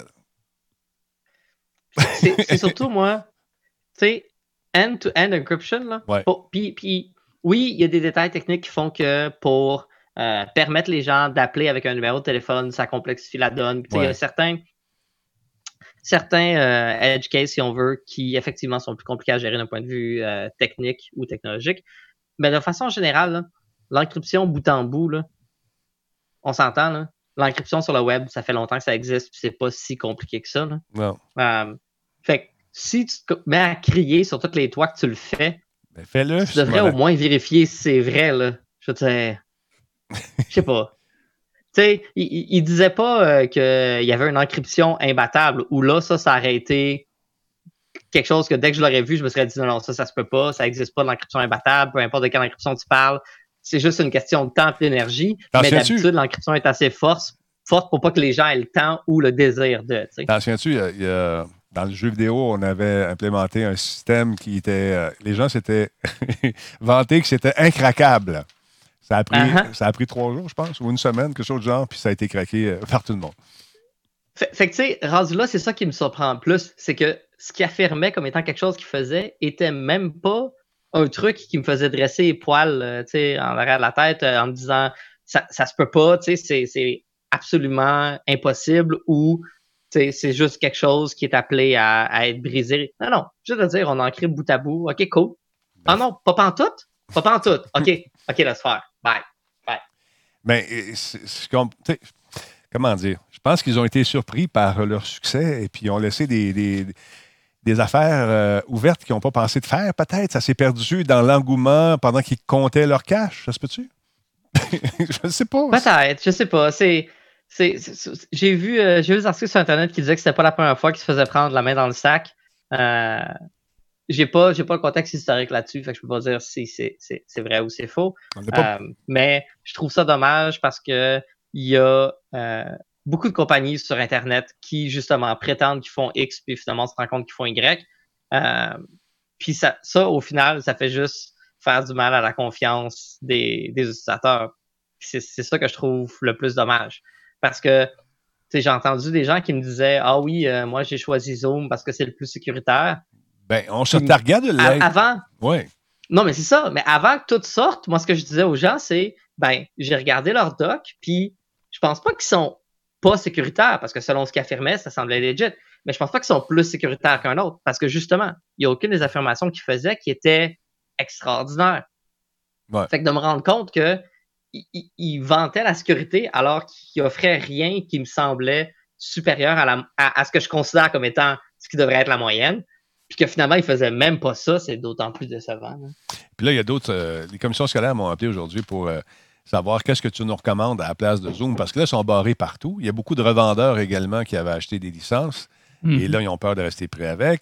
C'est, c'est surtout, moi, tu sais, end-to-end encryption, là. Ouais. Pour, puis, puis, oui, il y a des détails techniques qui font que pour euh, permettre les gens d'appeler avec un numéro de téléphone, ça complexifie la donne. Il ouais. y a certains, certains euh, edge cases, si on veut, qui effectivement sont plus compliqués à gérer d'un point de vue euh, technique ou technologique. Mais de façon générale, là, l'encryption bout en bout, là, on s'entend, là. L'encryption sur le web, ça fait longtemps que ça existe, puis c'est pas si compliqué que ça. Là. Non. Euh, fait que si tu te mets à crier sur toutes les toits que tu le fais, ben fais-le, tu devrais au moins vérifier si c'est vrai, là. Je veux dire, je sais pas. Tu sais, il, il, il disait pas euh, qu'il y avait une encryption imbattable, où là, ça, ça aurait été quelque chose que dès que je l'aurais vu, je me serais dit non, non, ça, ça se peut pas, ça existe pas de l'encryption imbattable, peu importe de quelle encryption tu parles. C'est juste une question de temps et d'énergie. Mais d'habitude, l'encryption est assez forte, forte pour pas que les gens aient le temps ou le désir de. T'en souviens-tu, il y a, il y a, dans le jeu vidéo, on avait implémenté un système qui était... Euh, les gens s'étaient vantés que c'était incraquable. Ça a, pris, uh-huh. ça a pris trois jours, je pense, ou une semaine, quelque chose de genre, puis ça a été craqué euh, par tout le monde. Fait, fait que, tu sais, rendu là, c'est ça qui me surprend plus. C'est que ce qu'il affirmait comme étant quelque chose qu'il faisait était même pas un truc qui me faisait dresser les poils, euh, tu sais, en arrière de la tête, euh, en me disant ça, ça se peut pas, tu sais, c'est, c'est absolument impossible ou tu sais, c'est juste quelque chose qui est appelé à, à être brisé. Non, non, juste de dire, on encrypte bout à bout, ok, cool. Ah non, pas pantoute? Pas pantoute. Ok, ok, laisse faire. Bye. Bye. Mais c'est, c'est comme, tu sais, comment dire? Je pense qu'ils ont été surpris par leur succès et puis ils ont laissé des, des, des affaires euh, ouvertes qu'ils n'ont pas pensé de faire, peut-être. Ça s'est perdu dans l'engouement pendant qu'ils comptaient leur cash. Ça se peut-tu? Je ne sais pas. Peut-être, je sais pas. C'est, c'est, c'est, j'ai, vu, euh, j'ai vu des articles sur Internet qui disaient que c'était pas la première fois qu'ils se faisaient prendre la main dans le sac. Euh, j'ai pas, j'ai pas le contexte historique là-dessus, fait que je peux pas dire si c'est, c'est, c'est vrai ou c'est faux. Pas... Euh, mais je trouve ça dommage parce que il y a euh, beaucoup de compagnies sur Internet qui, justement, prétendent qu'ils font X, puis finalement, on se rend compte qu'ils font Y. Euh, puis ça, ça, au final, ça fait juste faire du mal à la confiance des, des utilisateurs. C'est, c'est ça que je trouve le plus dommage. Parce que, tu sais, j'ai entendu des gens qui me disaient « Ah oui, euh, moi, j'ai choisi Zoom parce que c'est le plus sécuritaire. » Ben, on se targuait de l'être. Avant. Oui. Non, mais c'est ça. Mais avant que tout sorte, moi, ce que je disais aux gens, c'est ben, j'ai regardé leur doc, puis je pense pas qu'ils sont pas sécuritaires, parce que selon ce qu'ils affirmaient, ça semblait legit. Mais je pense pas qu'ils sont plus sécuritaires qu'un autre, parce que justement, il n'y a aucune des affirmations qu'ils faisaient qui était extraordinaire. Ouais. Fait que de me rendre compte que il, il vantait la sécurité alors qu'il offrait rien qui me semblait supérieur à, la, à, à ce que je considère comme étant ce qui devrait être la moyenne. Puis que finalement, ils ne faisaient même pas ça, c'est d'autant plus décevant. Hein. Puis là, il y a d'autres... Euh, les commissions scolaires m'ont appelé aujourd'hui pour euh, savoir qu'est-ce que tu nous recommandes à la place de Zoom, parce que là, ils sont barrés partout. Il y a beaucoup de revendeurs également qui avaient acheté des licences, mmh. et là, ils ont peur de rester pris avec.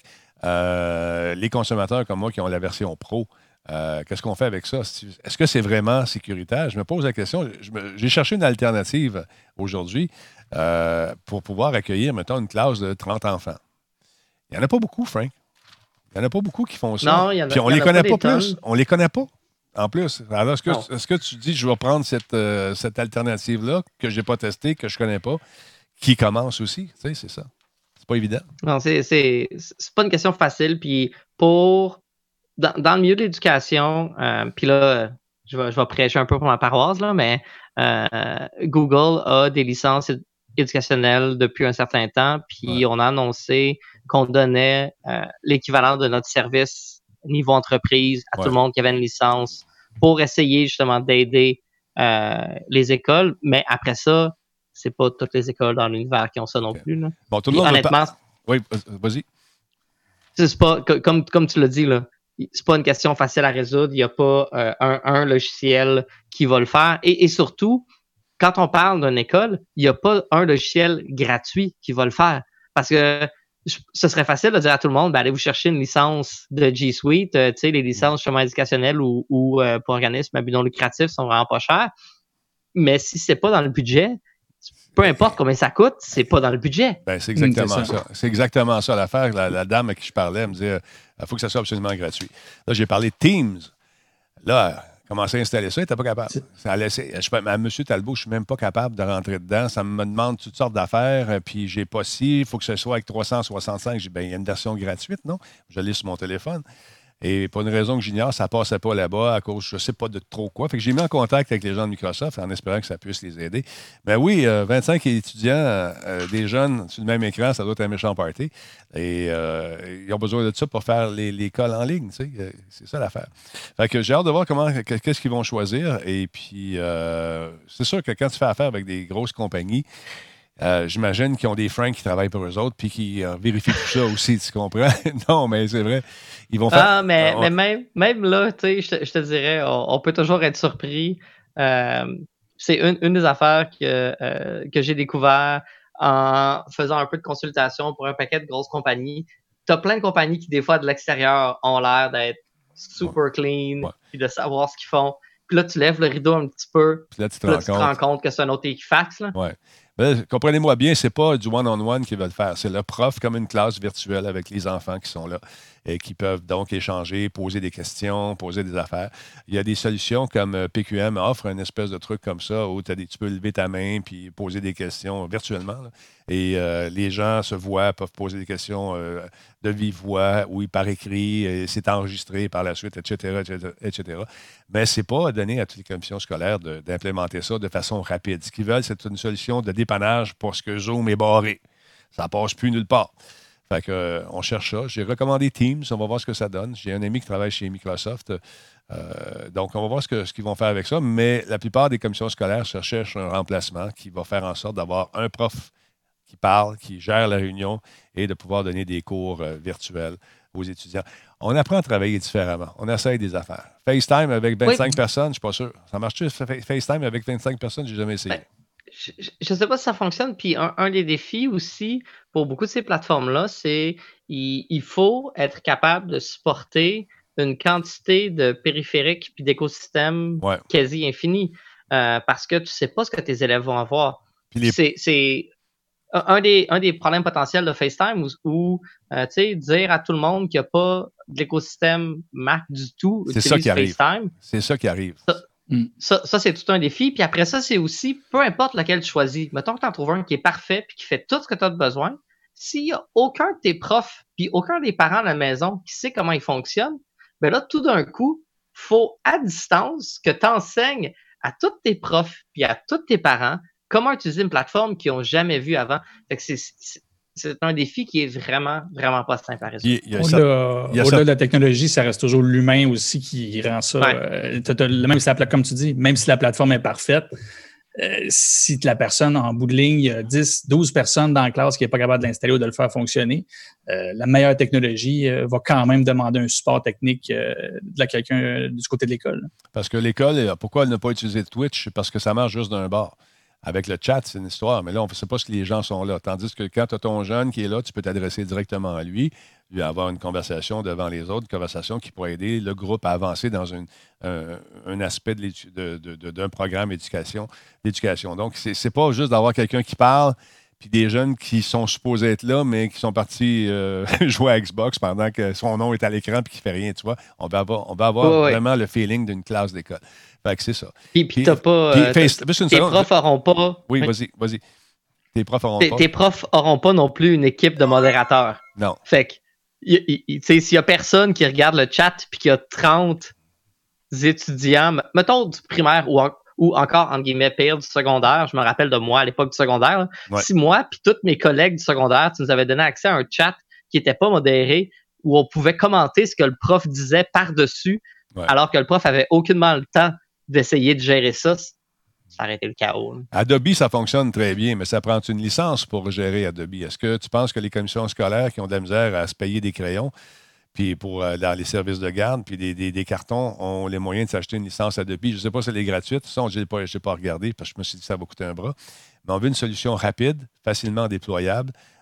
Euh, les consommateurs comme moi qui ont la version Pro, euh, qu'est-ce qu'on fait avec ça? Est-ce que c'est vraiment sécuritaire? Je me pose la question. Je me, j'ai cherché une alternative aujourd'hui euh, pour pouvoir accueillir, mettons, une classe de trente enfants. Il n'y en a pas beaucoup, Frank. Il n'y en a pas beaucoup qui font ça. Non, il y en a, puis on ne les connaît pas, pas plus. On les connaît pas, en plus. Alors, est-ce que, est-ce que tu dis, je vais prendre cette, euh, cette alternative-là que je n'ai pas testée, que je ne connais pas, qui commence aussi? Tu sais, c'est ça. C'est pas évident. Non, c'est, c'est, c'est pas une question facile. Puis pour... Dans, dans le milieu de l'éducation, euh, puis là, je vais, je vais prêcher un peu pour ma paroisse, là, mais euh, Google a des licences éducationnelles depuis un certain temps, puis ouais. on a annoncé qu'on donnait euh, l'équivalent de notre service niveau entreprise à ouais. tout le monde qui avait une licence pour essayer justement d'aider euh, les écoles. Mais après ça, c'est pas toutes les écoles dans l'univers qui ont ça non okay. plus. Là. Bon, tout le monde honnêtement, pas... Oui, vas-y. C'est pas, comme, comme tu l'as dit, là, c'est pas une question facile à résoudre. Il n'y a pas euh, un, un logiciel qui va le faire. Et, et surtout, quand on parle d'une école, il n'y a pas un logiciel gratuit qui va le faire. Parce que ce serait facile de dire à tout le monde, ben, allez vous chercher une licence de G Suite, euh, tu sais, les licences chemin éducationnel ou, ou euh, pour organismes à but non lucratif sont vraiment pas chères. Mais si c'est pas dans le budget, peu importe combien ça coûte, c'est pas dans le budget. Ben, c'est exactement Mmh, c'est ça. ça. C'est exactement ça l'affaire. La, la dame à qui je parlais, elle me disait, il faut que ça soit absolument gratuit. Là, j'ai parlé de Teams. Là, commencer à installer ça, il n'était pas capable. Ça a laissé, je, à M. Talbot, je ne suis même pas capable de rentrer dedans. Ça me demande toutes sortes d'affaires, euh, puis j'ai pas si, il faut que ce soit avec trois cent soixante-cinq. J'ai dit, ben, il y a une version gratuite, non? Je l'ai sur mon téléphone. Et pour une raison que j'ignore, ça ne passait pas là-bas à cause, je ne sais pas de trop quoi. Fait que j'ai mis en contact avec les gens de Microsoft en espérant que ça puisse les aider. Mais oui, euh, vingt-cinq étudiants, euh, des jeunes sur le même écran, ça doit être un méchant party. Et euh, ils ont besoin de ça pour faire les, l'école en ligne. Tu sais. C'est ça l'affaire. Fait que j'ai hâte de voir comment, qu'est-ce qu'ils vont choisir. Et puis, euh, c'est sûr que quand tu fais affaire avec des grosses compagnies, Euh, j'imagine qu'ils ont des francs qui travaillent pour eux autres puis qui euh, vérifient tout ça aussi, tu comprends? Non, mais c'est vrai. Ils vont faire. Ah, mais, on... mais même, même là, tu sais, je te, je te dirais, on, on peut toujours être surpris. Euh, c'est une, une des affaires que, euh, que j'ai découvert en faisant un peu de consultation pour un paquet de grosses compagnies. Tu as plein de compagnies qui, des fois, de l'extérieur, ont l'air d'être super ouais. clean, ouais. puis de savoir ce qu'ils font. Puis là, tu lèves le rideau un petit peu. Puis là, tu te, puis là, rends, tu compte. te rends compte que c'est un autre Equifax. Là. Ouais. Ben, comprenez-moi bien, c'est pas du one-on-one qu'ils veulent faire. C'est le prof comme une classe virtuelle avec les enfants qui sont là et qui peuvent donc échanger, poser des questions, poser des affaires. Il y a des solutions comme P Q M offre une espèce de truc comme ça où des, tu peux lever ta main puis poser des questions virtuellement. Là. Et euh, les gens se voient, peuvent poser des questions euh, de vive voix ou par écrit, et c'est enregistré par la suite, et cetera, et cetera, et cetera. Mais ce n'est pas donné à toutes les commissions scolaires de, d'implémenter ça de façon rapide. Ce qu'ils veulent, c'est une solution de dépannage parce que Zoom est barré. Ça ne passe plus nulle part. Fait que, euh, on cherche ça. J'ai recommandé Teams. On va voir ce que ça donne. J'ai un ami qui travaille chez Microsoft. Euh, donc, on va voir ce, que, ce qu'ils vont faire avec ça. Mais la plupart des commissions scolaires cherchent un remplacement qui va faire en sorte d'avoir un prof qui parle, qui gère la réunion et de pouvoir donner des cours euh, virtuels aux étudiants. On apprend à travailler différemment. On essaye des affaires. FaceTime avec vingt-cinq oui. personnes, je ne suis pas sûr. Ça marche-tu, FaceTime avec vingt-cinq personnes? Je n'ai jamais essayé. Ben, je ne sais pas si ça fonctionne. Puis un, un des défis aussi pour beaucoup de ces plateformes-là, c'est il, il faut être capable de supporter une quantité de périphériques puis d'écosystèmes ouais. quasi infinis euh, parce que tu ne sais pas ce que tes élèves vont avoir. Les... C'est, c'est un des, un des problèmes potentiels de FaceTime où, où euh, tu sais, dire à tout le monde qu'il n'y a pas de l'écosystème Mac du tout, c'est ça qui FaceTime, arrive. C'est ça qui arrive. Ça, Ça, ça, c'est tout un défi. Puis après ça, c'est aussi, peu importe lequel tu choisis, mettons que tu en trouves un qui est parfait puis qui fait tout ce que tu as besoin. S'il n'y a aucun de tes profs puis aucun des parents à la maison qui sait comment il fonctionne, ben là, tout d'un coup, il faut à distance que tu enseignes à tous tes profs puis à tous tes parents comment utiliser une plateforme qu'ils n'ont jamais vue avant. Fait que c'est, c'est, c'est un défi qui est vraiment, vraiment pas simple à résoudre. Il y a au-delà, ça, il y a au-delà ça. de la technologie, ça reste toujours l'humain aussi qui rend ça. Ouais. Euh, même si la, comme tu dis, même si la plateforme est parfaite, euh, si la personne, en bout de ligne, il y a dix, douze personnes dans la classe qui n'est pas capable de l'installer ou de le faire fonctionner, euh, la meilleure technologie euh, va quand même demander un support technique euh, de quelqu'un euh, du côté de l'école. Parce que l'école, pourquoi elle n'a pas utilisé Twitch? Parce que ça marche juste d'un bord. Avec le chat, c'est une histoire, mais là, on ne sait pas ce que les gens sont là. Tandis que quand tu as ton jeune qui est là, tu peux t'adresser directement à lui, lui avoir une conversation devant les autres, une conversation qui pourrait aider le groupe à avancer dans une, un, un aspect de de, de, de, d'un programme d'éducation. d'éducation. Donc, c'est, c'est pas juste d'avoir quelqu'un qui parle, puis des jeunes qui sont supposés être là, mais qui sont partis euh, jouer à Xbox pendant que son nom est à l'écran et qui ne fait rien, tu vois. On va avoir, on va avoir ouais, vraiment ouais. le feeling d'une classe d'école. Fait que c'est ça. Puis, puis t'as pas... Puis, euh, face, t'as, tes seconde, profs n'auront pas... Oui, vas-y, vas-y. Tes profs n'auront pas... Tes profs n'auront pas non plus une équipe de modérateurs. Non. Fait que, tu sais, s'il y a personne qui regarde le chat puis qu'il y a trente étudiants, mettons du primaire ou, en, ou encore, entre guillemets, pire, du secondaire, je me rappelle de moi à l'époque du secondaire, là, ouais. si moi puis tous mes collègues du secondaire, tu nous avais donné accès à un chat qui n'était pas modéré, où on pouvait commenter ce que le prof disait par-dessus, ouais. alors que le prof avait aucunement le temps d'essayer de gérer ça, ça aurait été le chaos. Là. Adobe, ça fonctionne très bien, mais ça prend une licence pour gérer Adobe. Est-ce que tu penses que les commissions scolaires qui ont de la misère à se payer des crayons, puis pour euh, dans les services de garde, puis des, des, des cartons, ont les moyens de s'acheter une licence Adobe? Je ne sais pas si elle est gratuite. Ça, je n'ai pas, pas regardé parce que je me suis dit que ça va coûter un bras. Mais on veut une solution rapide, facilement déployable,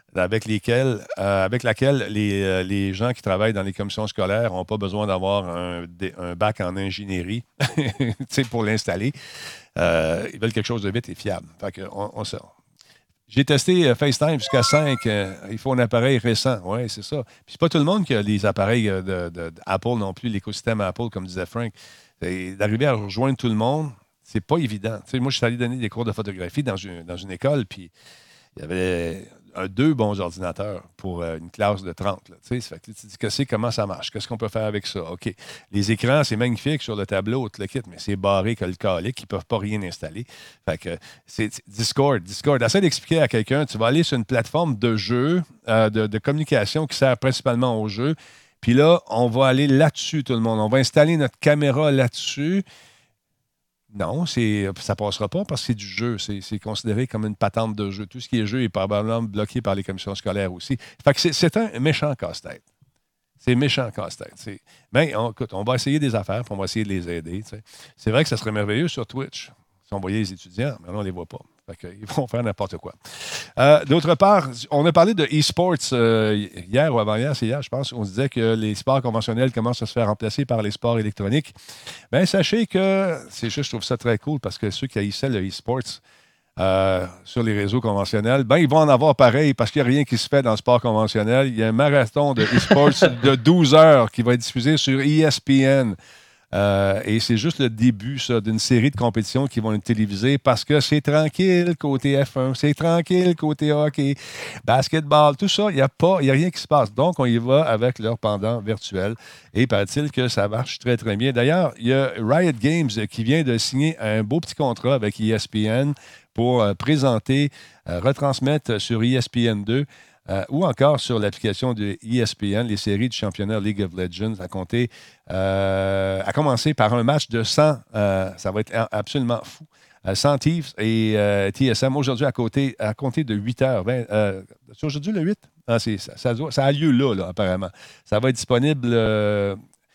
avec, lesquels, euh, avec laquelle les, euh, les gens qui travaillent dans les commissions scolaires n'ont pas besoin d'avoir un, un bac en ingénierie pour l'installer. Euh, ils veulent quelque chose de vite et fiable. Fait que on, on sort. J'ai testé FaceTime jusqu'à cinq. Euh, il faut un appareil récent. Oui, c'est ça. Puis c'est pas tout le monde qui a les appareils de, de, de Apple non plus, l'écosystème Apple, comme disait Frank. Et d'arriver à rejoindre tout le monde, c'est pas évident. Tu sais, moi, je suis allé donner des cours de photographie dans une, dans une école, puis il y avait un, deux bons ordinateurs pour euh, une classe de trente. Là, tu sais, ça fait que tu te dis, qu'est-ce que comment ça marche? Qu'est-ce qu'on peut faire avec ça? OK. Les écrans, c'est magnifique sur le tableau, tout le kit, mais c'est barré que le calique, ils ne peuvent pas rien installer. Fait que c'est Discord. Discord. Essaie d'expliquer à quelqu'un, tu vas aller sur une plateforme de jeu, euh, de, de communication qui sert principalement aux jeux. Puis là, on va aller là-dessus, tout le monde. On va installer notre caméra là-dessus. Non, c'est, ça ne passera pas parce que c'est du jeu. C'est, c'est considéré comme une patente de jeu. Tout ce qui est jeu est probablement bloqué par les commissions scolaires aussi. Fait que c'est, c'est un méchant casse-tête. C'est méchant casse-tête. C'est... Mais on, écoute, on va essayer des affaires puis on va essayer de les aider. T'sais. C'est vrai que ça serait merveilleux sur Twitch si on voyait les étudiants, mais là, on ne les voit pas. Fait qu'ils vont faire n'importe quoi. Euh, d'autre part, on a parlé de e-sports euh, hier ou avant-hier, c'est hier, je pense. On se disait que les sports conventionnels commencent à se faire remplacer par les sports électroniques. Bien, sachez que, c'est juste, je trouve ça très cool parce que ceux qui haïssaient le e-sports euh, sur les réseaux conventionnels, ben ils vont en avoir pareil parce qu'il n'y a rien qui se fait dans le sport conventionnel. Il y a un marathon de e-sports de douze heures qui va être diffusé sur E S P N. Euh, et c'est juste le début, ça, d'une série de compétitions qui vont être télévisées parce que c'est tranquille côté F un, c'est tranquille côté hockey, basketball, tout ça, il n'y a pas, il n'y a rien qui se passe. Donc, on y va avec leur pendant virtuel. Et paraît-il que ça marche très, très bien. D'ailleurs, il y a Riot Games qui vient de signer un beau petit contrat avec E S P N pour euh, présenter, euh, retransmettre sur E S P N deux Euh, ou encore sur l'application de E S P N, les séries du championnat League of Legends, à compter, euh, à commencer par un match de cent, euh, ça va être absolument fou, euh, cent Thieves et euh, T S M aujourd'hui à, côté, à compter de huit heures vingt. Euh, c'est aujourd'hui le huit? Ah, c'est, ça, ça, ça a lieu là, là, apparemment. Ça va être disponible euh,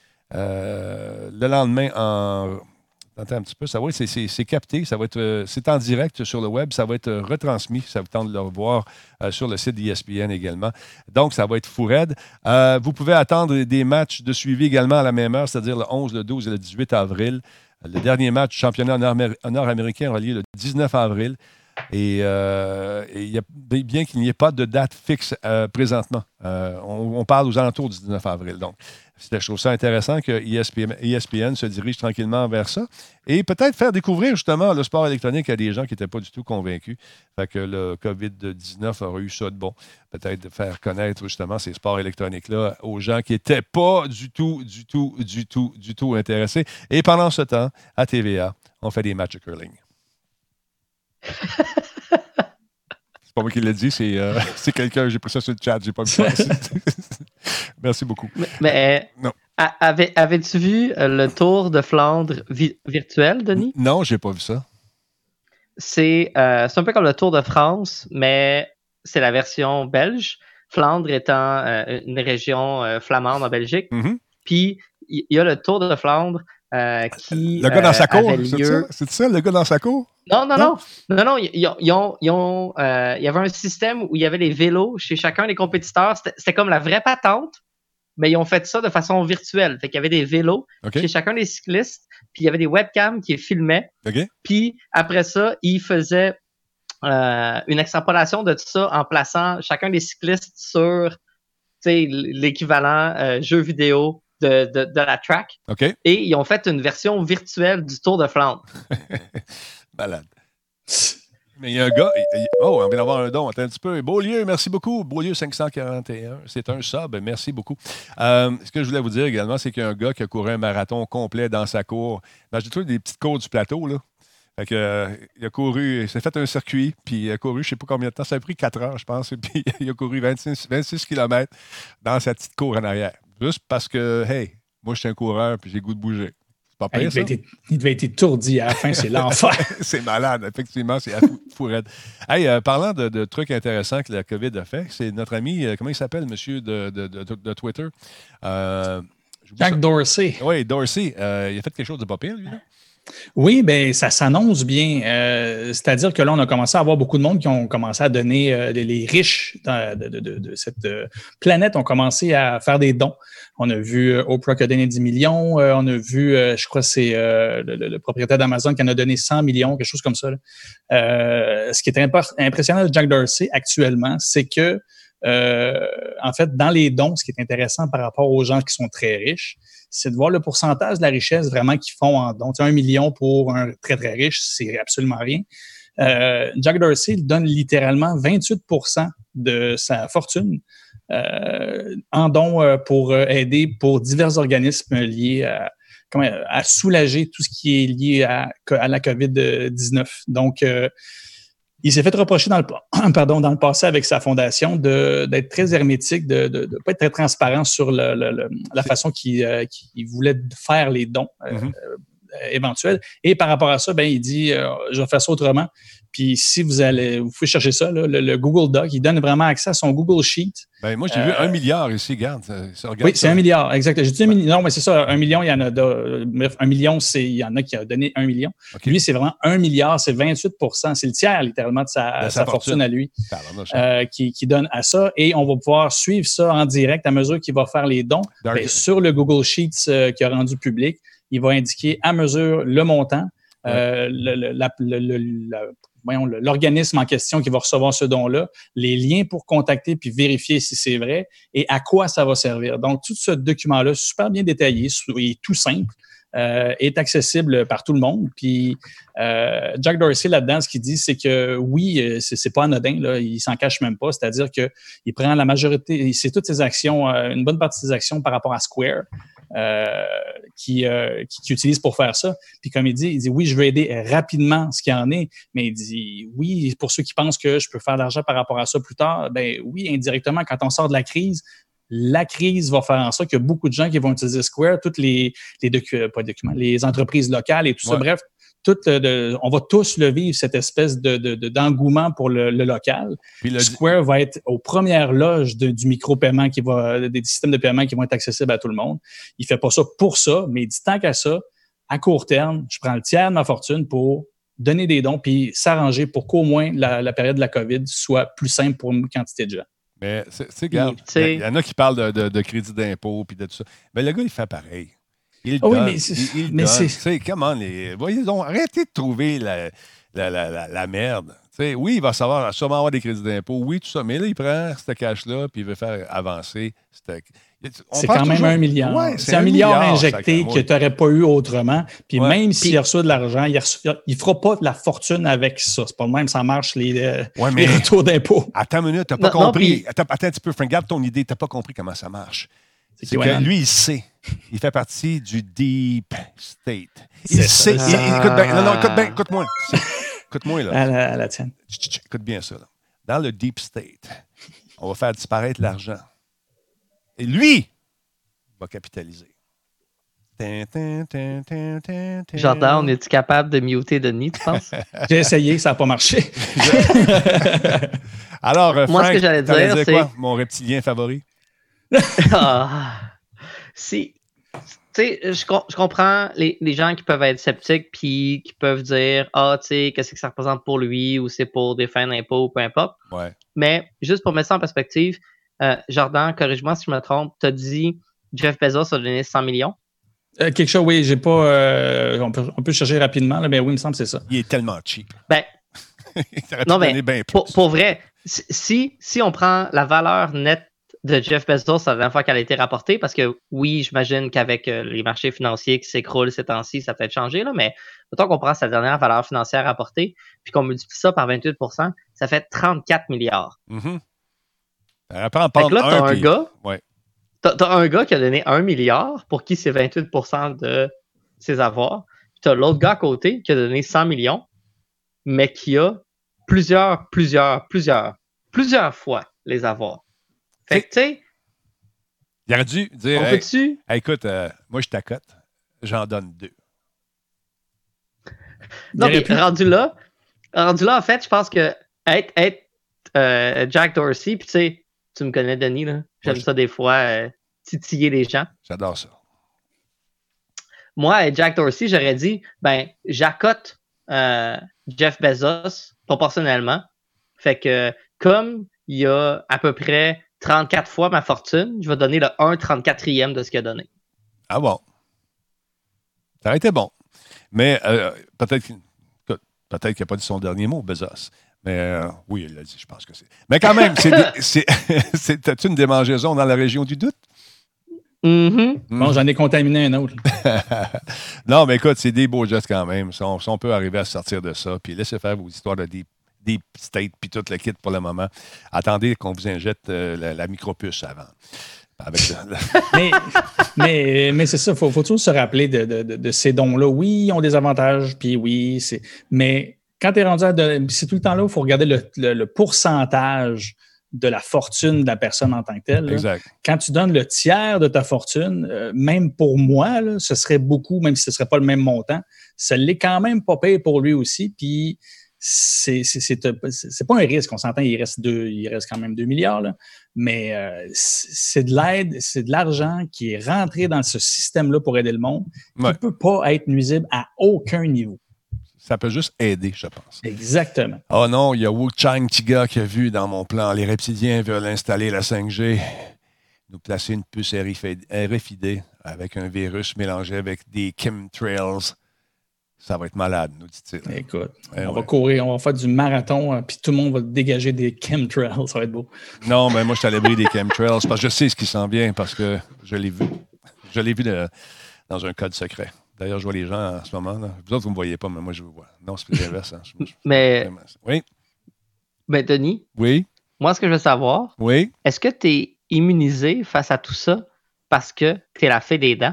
euh, le lendemain en... Attends un petit peu, ça va être, c'est, c'est, c'est capté, ça va être, euh, c'est en direct sur le web, ça va être euh, retransmis, ça vous tente de le revoir euh, sur le site d'E S P N également. Donc, ça va être fou raide. Euh, vous pouvez attendre des matchs de suivi également à la même heure, c'est-à-dire le onze, le douze et le dix-huit avril. Le dernier match du championnat nord-américain aura lieu le dix-neuf avril. Et, euh, et y a, bien qu'il n'y ait pas de date fixe euh, présentement, euh, on, on parle aux alentours du dix-neuf avril. Donc, je trouve ça intéressant que E S P N, E S P N se dirige tranquillement vers ça et peut-être faire découvrir justement le sport électronique à des gens qui n'étaient pas du tout convaincus. Fait que le covid dix-neuf aurait eu ça de bon. Peut-être de faire connaître justement ces sports électroniques-là aux gens qui n'étaient pas du tout, du tout, du tout, du tout intéressés. Et pendant ce temps, à T V A, on fait des matchs de curling. C'est pas moi qui l'ai dit, c'est, euh, c'est quelqu'un, j'ai pris ça sur le chat, j'ai pas vu passer. Merci beaucoup. Mais, mais non. Avais, avais-tu vu le Tour de Flandre vi- virtuel, Denis? Non, j'ai pas vu ça. C'est, euh, c'est un peu comme le Tour de France, mais c'est la version belge. Flandre étant euh, une région euh, flamande en Belgique. Mm-hmm. Puis, il y, y a le Tour de Flandre euh, qui. Le gars dans sa cour, euh, c'est lieu... ça? C'est ça, le gars dans sa cour? Non, non, non. Non, non, ils, ils ont, ils ont, euh, il y avait un système où il y avait les vélos chez chacun des compétiteurs. C'était, c'était comme la vraie patente, mais ils ont fait ça de façon virtuelle. Fait qu'il y avait des vélos okay. chez chacun des cyclistes, puis il y avait des webcams qui les filmaient. Okay. Puis après ça, ils faisaient euh, une extrapolation de tout ça en plaçant chacun des cyclistes sur l'équivalent euh, jeu vidéo de, de, de la track. Okay. Et ils ont fait une version virtuelle du Tour de Flandre. Malade. Mais il y a un gars. Il, oh, on vient d'avoir un don. Attends un petit peu. Beaulieu, merci beaucoup. Beaulieu cinq cent quarante et un. C'est un sub. Merci beaucoup. Euh, ce que je voulais vous dire également, c'est qu'il y a un gars qui a couru un marathon complet dans sa cour. Ben, j'ai trouvé des petites cours du plateau, là. Fait que, euh, il a couru, il s'est fait un circuit, puis il a couru, je ne sais pas combien de temps. Ça a pris quatre heures, je pense. Et puis, il a couru vingt-six, vingt-six kilomètres dans sa petite cour en arrière. Juste parce que, hey, moi, je suis un coureur, puis j'ai le goût de bouger. Pas pire, il, devait être, il devait être étourdi à la fin, c'est l'enfer. C'est malade, effectivement, c'est fou raide. Hey, euh, parlant de, de trucs intéressants que la COVID a fait, c'est notre ami, euh, comment il s'appelle, monsieur de, de, de, de Twitter? Euh, Jack Dorsey. Oui, Dorsey. Euh, il a fait quelque chose de pas pire, lui, là? Oui, bien, ça s'annonce bien. Euh, c'est-à-dire que là, on a commencé à avoir beaucoup de monde qui ont commencé à donner, euh, les, les riches de, de, de, de cette euh, planète ont commencé à faire des dons. On a vu euh, Oprah qui a donné dix millions. Euh, on a vu, euh, je crois que c'est euh, le, le, le propriétaire d'Amazon qui en a donné cent millions, quelque chose comme ça. Euh, ce qui est imp- impressionnant de Jack Dorsey actuellement, c'est que, euh, en fait, dans les dons, ce qui est intéressant par rapport aux gens qui sont très riches, c'est de voir le pourcentage de la richesse vraiment qu'ils font en dons. Tu sais, un million pour un très, très riche, c'est absolument rien. Euh, Jack Dorsey il donne littéralement vingt-huit pour cent de sa fortune euh, en dons euh, pour aider pour divers organismes liés à, comment, à soulager tout ce qui est lié à, à la covid dix-neuf. Donc, euh, il s'est fait reprocher dans le, pardon, dans le passé avec sa fondation de, d'être très hermétique, de ne pas être très transparent sur le, le, le, la façon qu'il, euh, qu'il voulait faire les dons euh, mm-hmm. euh, éventuels. Et par rapport à ça, ben, il dit euh, « je vais faire ça autrement ». Puis si vous allez, vous pouvez chercher ça, là, le, le Google Doc, il donne vraiment accès à son Google Sheet. Ben moi, j'ai euh, vu un milliard ici, regarde. Ça, regarde oui, ça. c'est un milliard, exact. J'ai dit un million. Non, mais c'est ça, un million, il y en a. De, un million, c'est, il y en a qui a donné un million. Okay. Lui, c'est vraiment un milliard, c'est vingt-huit pour cent. C'est le tiers, littéralement, de sa, de sa, sa fortune. fortune à lui euh, qui, qui donne à ça. Et on va pouvoir suivre ça en direct à mesure qu'il va faire les dons. Ben, sur le Google Sheets euh, qu'il a rendu public, il va indiquer à mesure le montant, ouais. euh, le, le, la, le, le, la, voyons, l'organisme en question qui va recevoir ce don-là, les liens pour contacter puis vérifier si c'est vrai et à quoi ça va servir. Donc, tout ce document-là, super bien détaillé et tout simple, euh, est accessible par tout le monde. Puis, euh, Jack Dorsey, là-dedans, ce qu'il dit, c'est que oui, c'est, c'est pas anodin, là, il s'en cache même pas, c'est-à-dire qu'il prend la majorité, c'est toutes ses actions, euh, une bonne partie de ses actions par rapport à Square, Euh, qui, euh, qui, qui utilise pour faire ça. Puis comme il dit, il dit oui, je veux aider rapidement ce qu'il y en est, mais il dit oui, pour ceux qui pensent que je peux faire de l'argent par rapport à ça plus tard, ben oui, indirectement, quand on sort de la crise, la crise va faire en sorte qu'il y a beaucoup de gens qui vont utiliser Square, toutes les, les docu- pas documents, les entreprises locales et tout ouais. ça. Bref, tout le, on va tous le vivre, cette espèce de, de, de, d'engouement pour le, le local. Puis le... Square va être aux premières loges de, du micro-paiement, qui va, des systèmes de paiement qui vont être accessibles à tout le monde. Il fait pas ça pour ça, mais il dit tant qu'à ça, à court terme, je prends le tiers de ma fortune pour donner des dons puis s'arranger pour qu'au moins la, la période de la COVID soit plus simple pour une quantité de gens. Mais, tu sais, regarde, il y en a qui parlent de, de, de crédit d'impôt puis de tout ça. Mais le gars, il fait pareil. Il oh donne, oui, mais c'est, il, il mais donne. C'est... Tu sais, comment les... Voyez donc, arrêtez de trouver la, la, la, la, la merde. Tu sais, oui, il va savoir, sûrement avoir des crédits d'impôt, oui, tout ça, mais là, il prend ce cash-là puis il veut faire avancer. On c'est quand toujours... même un milliard. Ouais, c'est, c'est un, un milliard, milliard injecté que tu n'aurais pas eu autrement. Puis ouais. même s'il puis... reçoit de l'argent, il ne fera pas de la fortune avec ça. C'est pas le même, ça marche les, euh, ouais, mais... les retours d'impôt. Attends une minute, tu n'as pas non, compris. Non, puis... attends, attends un petit peu, Frank, garde ton idée, tu n'as pas compris comment ça marche. C'est, c'est que ouais, lui, il sait. Il fait partie du Deep State. Il c'est sait. Il, il, écoute bien. Non, non, écoute bien. Écoute-moi. Écoute-moi, là. À la, à la tienne. Écoute bien ça, là. Dans le Deep State, on va faire disparaître l'argent. Et lui va capitaliser. Jordan, on est-tu capable de muter Denis, tu penses? J'ai essayé, ça n'a pas marché. Alors, Frank, moi, ce que j'allais dire, dire c'est... quoi, mon reptilien favori? ah, si, tu sais, je, je comprends les, les gens qui peuvent être sceptiques puis qui peuvent dire ah, tu sais, qu'est-ce que ça représente pour lui ou c'est pour des fins d'impôts ou peu importe. Ouais. Mais juste pour mettre ça en perspective, euh, Jordan, corrige-moi si je me trompe, tu as dit Jeff Bezos a donné cent millions. Euh, quelque chose, oui, j'ai pas. Euh, on, peut, on peut chercher rapidement, là, mais oui, il me semble que c'est ça. Il est tellement cheap. Ben, non, mais pour, pour vrai, si, si on prend la valeur nette de Jeff Bezos la dernière fois qu'elle a été rapportée, parce que oui, j'imagine qu'avec euh, les marchés financiers qui s'écroulent ces temps-ci, ça peut être changé, là, mais mettons qu'on prend sa dernière valeur financière rapportée, puis qu'on multiplie ça par vingt-huit pour cent, ça fait trente-quatre milliards. Mm-hmm. Fait que là, t'as un, un gars, ouais. t'as, t'as un gars qui a donné un milliard, pour qui c'est vingt-huit pour cent de ses avoirs, puis t'as l'autre gars à côté qui a donné cent millions, mais qui a plusieurs, plusieurs, plusieurs, plusieurs fois les avoirs. Fait que, tu sais, il aurait dû dire, on hey, peut-tu... hey, écoute, euh, moi, je t'accote, j'en donne deux. Non, mais plus... rendu là, rendu là, en fait, je pense que être, être euh, Jack Dorsey, puis tu sais, tu me connais, Denis, là, j'aime ouais, ça des fois, euh, titiller les gens. J'adore ça. moi et Jack Dorsey, j'aurais dit, ben, j'accote euh, Jeff Bezos proportionnellement. Fait que comme il y a à peu près trente-quatre fois ma fortune, je vais donner le un trente-quatrième de ce qu'il a donné. Ah bon. Ça aurait été bon. Mais euh, peut-être, peut-être qu'il n'a pas dit son dernier mot, Bezos. Mais euh, oui, il l'a dit, je pense que c'est. Mais quand même, c'est, des, c'est, c'est une démangeaison dans la région du doute? Mm-hmm. Bon, j'en ai contaminé un autre. Non, mais écoute, c'est des beaux gestes quand même. Si on, si on peut arriver à sortir de ça, puis laissez faire vos histoires de deep, deep state, puis tout le kit pour le moment. Attendez qu'on vous injecte euh, la, la micropuce avant. Avec le... mais, mais, mais c'est ça, il faut, faut toujours se rappeler de, de, de, de ces dons-là. Oui, ils ont des avantages, puis oui, c'est. Mais quand tu es rendu à. De, c'est tout le temps là, il faut regarder le, le, le pourcentage de la fortune de la personne en tant que telle. Exact. Quand tu donnes le tiers de ta fortune, euh, même pour moi, là, ce serait beaucoup, même si ce ne serait pas le même montant, ça l'est quand même pas payé pour lui aussi. Puis c'est, c'est, c'est, c'est pas un risque. On s'entend, il reste deux, il reste quand même deux milliards, là. Mais euh, c'est de l'aide, c'est de l'argent qui est rentré dans ce système-là pour aider le monde, qui ne ouais. peut pas être nuisible à aucun niveau. Ça peut juste aider, je pense. Exactement. Oh non, il y a Wu Chang Tiga qui a vu dans mon plan. Les reptiliens veulent installer la cinq G, nous placer une puce R F I D avec un virus mélangé avec des chemtrails. Ça va être malade, nous dit-il. Écoute, eh on ouais. va courir, on va faire du marathon, puis tout le monde va dégager des chemtrails. Ça va être beau. Non, mais moi, je suis à l'abri des chemtrails parce que je sais ce qui s'en vient parce que je l'ai vu. Je l'ai vu de, dans un code secret. D'ailleurs, je vois les gens en ce moment. Là. Vous autres, vous ne me voyez pas, mais moi, je vous vois. Non, c'est l'inverse. Hein. Je, je, mais, oui. Mais, Denis. Oui. Moi, ce que je veux savoir, oui. est-ce que tu es immunisé face à tout ça parce que tu es la fée des dents?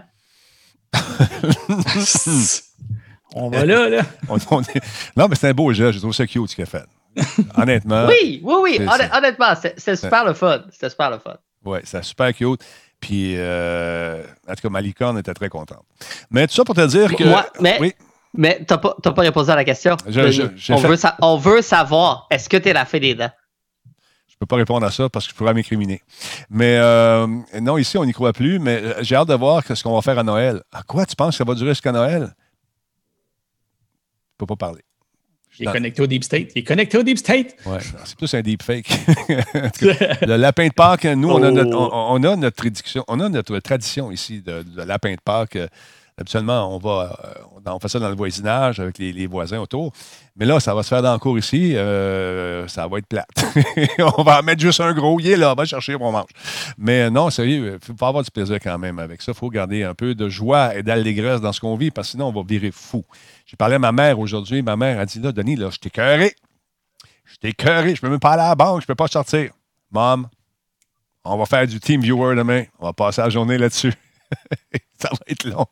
On va là, là. on, on est... Non, mais c'est un beau jeu. Je trouve ça cute ce qu'il a fait. Honnêtement. Oui, oui, oui. C'est, Honn- honnêtement, c'est, c'est super le fun. C'était super le fun. Oui, c'est super cute. Puis, euh, en tout cas, ma licorne était très contente. Mais tout ça pour te dire que... Moi, mais oui. mais tu n'as pas, pas répondu à la question. Je, je, on, fait... veut sa- on veut savoir, est-ce que tu es la fée des dents? Je ne peux pas répondre à ça parce que je pourrais m'incriminer. Mais euh, non, ici, on n'y croit plus. Mais j'ai hâte de voir ce qu'on va faire à Noël. À quoi tu penses que ça va durer jusqu'à Noël? Je ne peux pas parler. Il est non. connecté au Deep State. Il est connecté au Deep State. Oui, c'est plus un deep fake. Le lapin de Pâques, nous, on, a notre, on, on a notre tradition, on a notre tradition ici de, de lapin de Pâques. Habituellement, on va, on fait ça dans le voisinage avec les, les voisins autour. Mais là, ça va se faire dans le cours ici. Euh, ça va être plate. On va en mettre juste un gros. Il est là, on va chercher, on mange. Mais non, sérieux, il faut avoir du plaisir quand même avec ça. Il faut garder un peu de joie et d'allégresse dans ce qu'on vit parce que sinon, on va virer fou. J'ai parlé à ma mère aujourd'hui. Ma mère a dit, là, Denis, là, je t'ai écœuré. Je t'ai écœuré. Je peux même pas aller à la banque. Je peux pas sortir. Mom, on va faire du Team Viewer demain. On va passer la journée là-dessus. Ça va être long.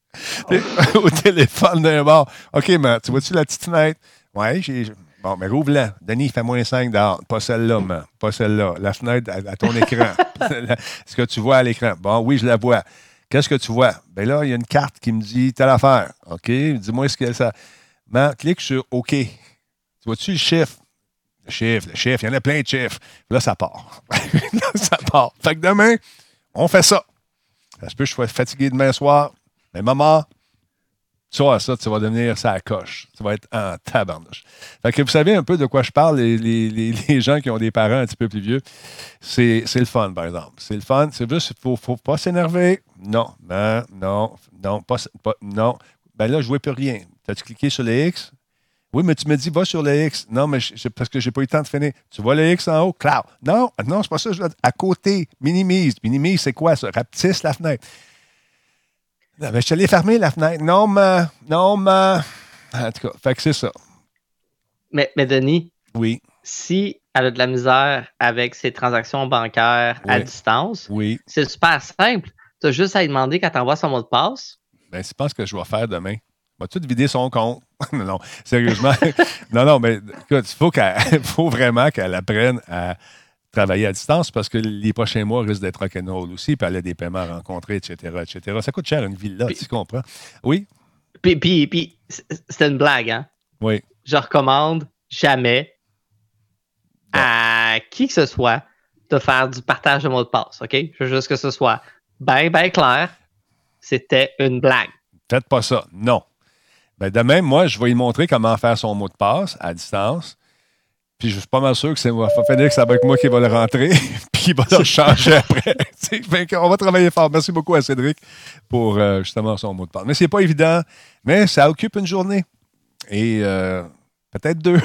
Au téléphone d'un bord. OK, man, tu vois-tu la petite fenêtre? Oui, j'ai. Bon, mais rouvre-la. Denis, il fait moins cinq dehors. Pas celle-là, man. Pas celle-là. La fenêtre à, à ton écran. Est-ce que tu vois à l'écran? Bon, oui, je la vois. Qu'est-ce que tu vois? Bien là, il y a une carte qui me dit telle affaire. OK, dis-moi ce que ça. Man, clique sur OK. Tu vois-tu le chiffre? Le chiffre, le chiffre, il y en a plein de chiffres. Là, ça part. Là, ça part. Fait que demain, on fait ça. Ça se peut que je sois fatigué demain soir. Mais maman, tu vois ça, tu vas devenir ça à coche. Tu vas être en tabarnouche. Fait que vous savez un peu de quoi je parle, les, les, les, les gens qui ont des parents un petit peu plus vieux. C'est, c'est le fun, par exemple. C'est le fun. C'est juste, il ne faut, faut pas s'énerver. Non, non, non, non, pas, pas, non. Ben là, je ne vois plus rien. T'as-tu cliqué sur le X? Oui, mais tu me dis, va sur le X. Non, mais c'est parce que je n'ai pas eu le temps de finir. Tu vois le X en haut? Cloud. Non, non, c'est pas ça. Je veux dire. À côté, minimise. Minimise, c'est quoi ça? Rapetisse la fenêtre. Non, mais je te l'ai fermé, la fenêtre. Non, mais... Non, mais... En tout cas, fait que c'est ça. Mais, mais Denis, oui. Si elle a de la misère avec ses transactions bancaires oui. à distance, oui. c'est super simple. Tu as juste à lui demander qu'elle t'envoie son mot de passe. Ben, c'est pas ce que je vais faire demain. Va tout vider son compte. non, non, sérieusement. non, non, mais écoute, il faut, qu'elle, faut vraiment qu'elle apprenne à travailler à distance parce que les prochains mois risquent d'être rock'n'roll aussi, puis elle a des paiements à rencontrer, et cetera, et cetera. Ça coûte cher une villa, puis, tu comprends? Oui? Puis, puis, puis c'était une blague, hein? Oui. Je recommande jamais bon. à qui que ce soit de faire du partage de mots de passe, OK? Je veux juste que ce soit bien, bien clair. C'était une blague. Faites pas ça. Non. Ben, de même, moi, je vais lui montrer comment faire son mot de passe à distance. Puis je suis pas mal sûr que c'est moi. Il va finir que c'est avec moi qui va le rentrer, puis il va le changer après. Fait on va travailler fort. Merci beaucoup à Cédric pour euh, justement son mot de passe. Mais c'est pas évident, mais ça occupe une journée. Et euh, peut-être deux.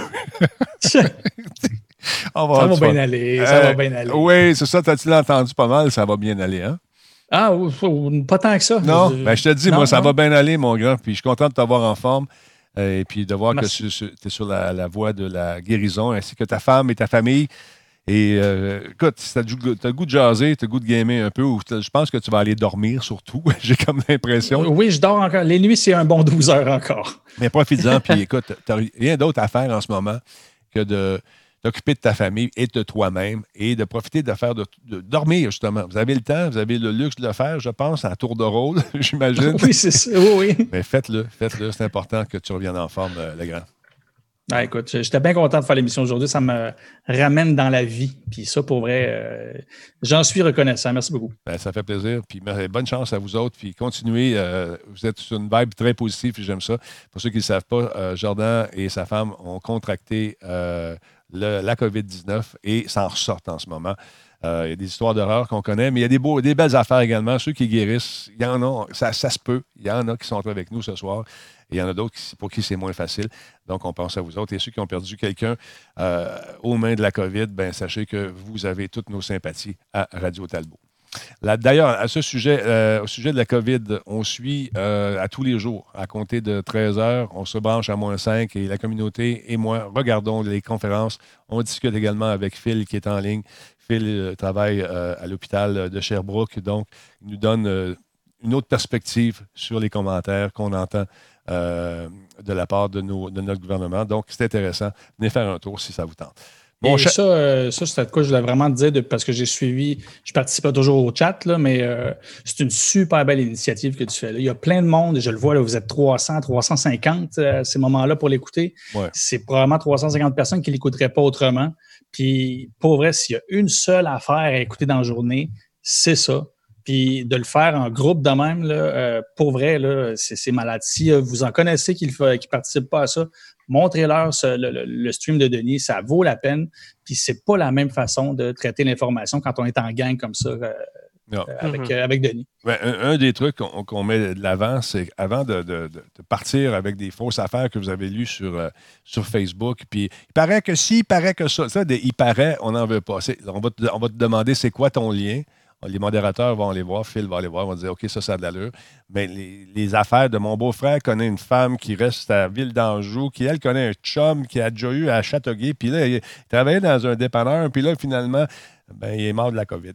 on va ça va bien aller. Ça euh, va bien aller. Oui, c'est ça. T'as-tu entendu pas mal? Ça va bien aller, hein? Ah, pas tant que ça. Non, je, ben, je te dis, non, moi, ça non. va bien aller, mon grand. Puis je suis content de t'avoir en forme. Euh, et puis de voir Merci. que tu es sur la, la voie de la guérison, ainsi que ta femme et ta famille. Et euh, écoute, si tu as le goût de jaser, tu as le goût de gamer un peu, ou je pense que tu vas aller dormir surtout. J'ai comme l'impression. Oui, je dors encore. Les nuits, c'est un bon douze heures encore. Mais profites-en, puis écoute, tu n'as rien d'autre à faire en ce moment que de t'occuper de ta famille et de toi-même et de profiter de faire de, de dormir, justement. Vous avez le temps, vous avez le luxe de le faire, je pense, à tour de rôle, j'imagine. Oui, c'est ça. Oui, oui. Mais faites-le, faites-le. C'est important que tu reviennes en forme, euh, le grand. Ah, écoute, j'étais bien content de faire l'émission aujourd'hui. Ça me ramène dans la vie. Puis ça, pour vrai, euh, j'en suis reconnaissant. Merci beaucoup. Ben, ça fait plaisir. Puis bonne chance à vous autres. Puis continuez. Euh, vous êtes sur une vibe très positive. Puis j'aime ça. Pour ceux qui ne le savent pas, euh, Jordan et sa femme ont contracté euh, le, la covid dix-neuf et s'en ressortent en ce moment. Euh, il y a des histoires d'horreur qu'on connaît, mais il y a des, beaux, des belles affaires également. Ceux qui guérissent, il y en a, ça, ça se peut. Il y en a qui sont avec nous ce soir. Et il y en a d'autres qui, pour qui c'est moins facile. Donc, on pense à vous autres. Et ceux qui ont perdu quelqu'un euh, aux mains de la COVID, ben, sachez que vous avez toutes nos sympathies à Radio Talbot. Là, d'ailleurs, à ce sujet, euh, au sujet de la COVID, on suit euh, à tous les jours, à compter de treize heures, on se branche à moins cinq et la communauté et moi regardons les conférences. On discute également avec Phil qui est en ligne. Phil euh, travaille euh, à l'hôpital de Sherbrooke, donc il nous donne euh, une autre perspective sur les commentaires qu'on entend euh, de la part de, nos, de notre gouvernement. Donc, c'est intéressant. Venez faire un tour si ça vous tente. Bon, et ça, euh, ça c'est de quoi je voulais vraiment te dire de, parce que j'ai suivi, je ne participe pas toujours au chat, là, mais euh, c'est une super belle initiative que tu fais. Là. Il y a plein de monde, et je le vois, là, vous êtes trois cents, trois cent cinquante à ces moments-là pour l'écouter. Ouais. C'est probablement trois cent cinquante personnes qui ne l'écouteraient pas autrement. Puis, pour vrai, s'il y a une seule affaire à écouter dans la journée, c'est ça. Puis de le faire en groupe de même, là, euh, pour vrai, là, c'est, c'est malade. Si euh, vous en connaissez qui ne participent pas à ça, montrez-leur ce, le, le, le stream de Denis, ça vaut la peine. Puis c'est pas la même façon de traiter l'information quand on est en gang comme ça euh, euh, avec, mm-hmm. euh, avec Denis. Ben, un, un des trucs qu'on, qu'on met de l'avant, c'est avant de, de, de partir avec des fausses affaires que vous avez lues sur, euh, sur Facebook, puis il paraît que si, il paraît que ça, ça des, il paraît, on n'en veut pas. C'est, on, va te, on va te demander c'est quoi ton lien. Les modérateurs vont aller voir, Phil va aller voir, vont dire « OK, ça, ça a de l'allure ». Mais les, les affaires de mon beau-frère connaît une femme qui reste à Ville d'Anjou, qui, elle, connaît un chum qui a déjà eu à Châteauguay, puis là, il travaillait dans un dépanneur, puis là, finalement, ben, il est mort de la COVID.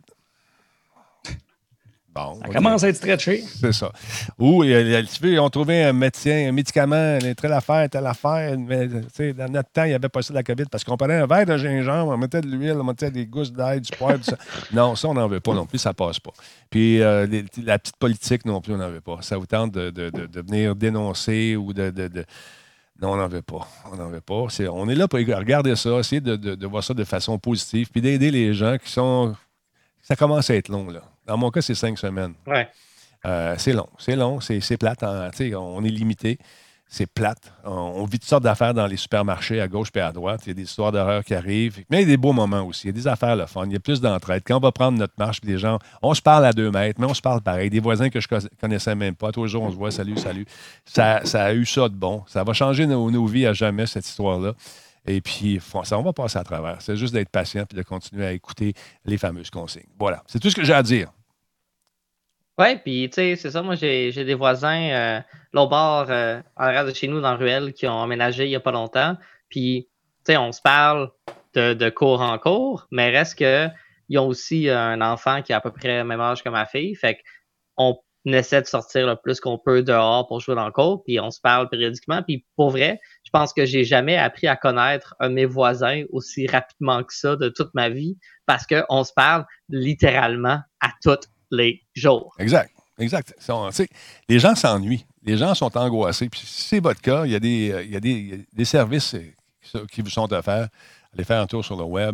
Bon, ça commence à être stretché. C'est ça. Ou, ils ont trouvé un médecin, un médicament, telle affaire, telle affaire. Mais, dans notre temps, il n'y avait pas ça de la COVID parce qu'on prenait un verre de gingembre, on mettait de l'huile, on mettait des gousses d'ail, du poivre, ça. Non, ça, on n'en veut pas non plus, ça passe pas. Puis, euh, les, la petite politique non plus, on n'en veut pas. Ça vous tente de, de, de, de venir dénoncer ou de... de, de... Non, on n'en veut pas. On n'en veut pas. C'est, on est là pour regarder ça, essayer de, de, de voir ça de façon positive, puis d'aider les gens qui sont... Ça commence à être long, là. Dans mon cas, c'est cinq semaines. Ouais. Euh, c'est long, c'est long, c'est, c'est plate. Hein, on est limité, c'est plate. On, on vit toutes sortes d'affaires dans les supermarchés à gauche et à droite. Il y a des histoires d'horreur qui arrivent. Mais il y a des beaux moments aussi. Il y a des affaires le fun. Il y a plus d'entraide. Quand on va prendre notre marche, les gens, on se parle à deux mètres, mais on se parle pareil. Des voisins que je connaissais même pas. Tous les jours, on se voit, salut, salut. Ça, ça a eu ça de bon. Ça va changer nos, nos vies à jamais, cette histoire-là. Et puis, ça, on va passer à travers. C'est juste d'être patient et de continuer à écouter les fameuses consignes. Voilà. C'est tout ce que j'ai à dire. Oui, puis tu sais, c'est ça, moi j'ai, j'ai des voisins euh, l'autre bord, euh, en arrière de chez nous, dans la ruelle, qui ont emménagé il n'y a pas longtemps. Puis, tu sais, on se parle de, de cours en cours, mais reste que ils ont aussi un enfant qui a à peu près le même âge que ma fille. Fait qu'on essaie de sortir le plus qu'on peut dehors pour jouer dans le cours, puis on se parle périodiquement. Puis pour vrai, je pense que j'ai jamais appris à connaître un de mes voisins aussi rapidement que ça de toute ma vie, parce qu'on se parle littéralement à toutes les jours. Exact, exact. On, les gens s'ennuient. Les gens sont angoissés. Puis si c'est votre cas, il y a des, il y a des, il y a des services qui vous sont offerts. Allez faire un tour sur le web.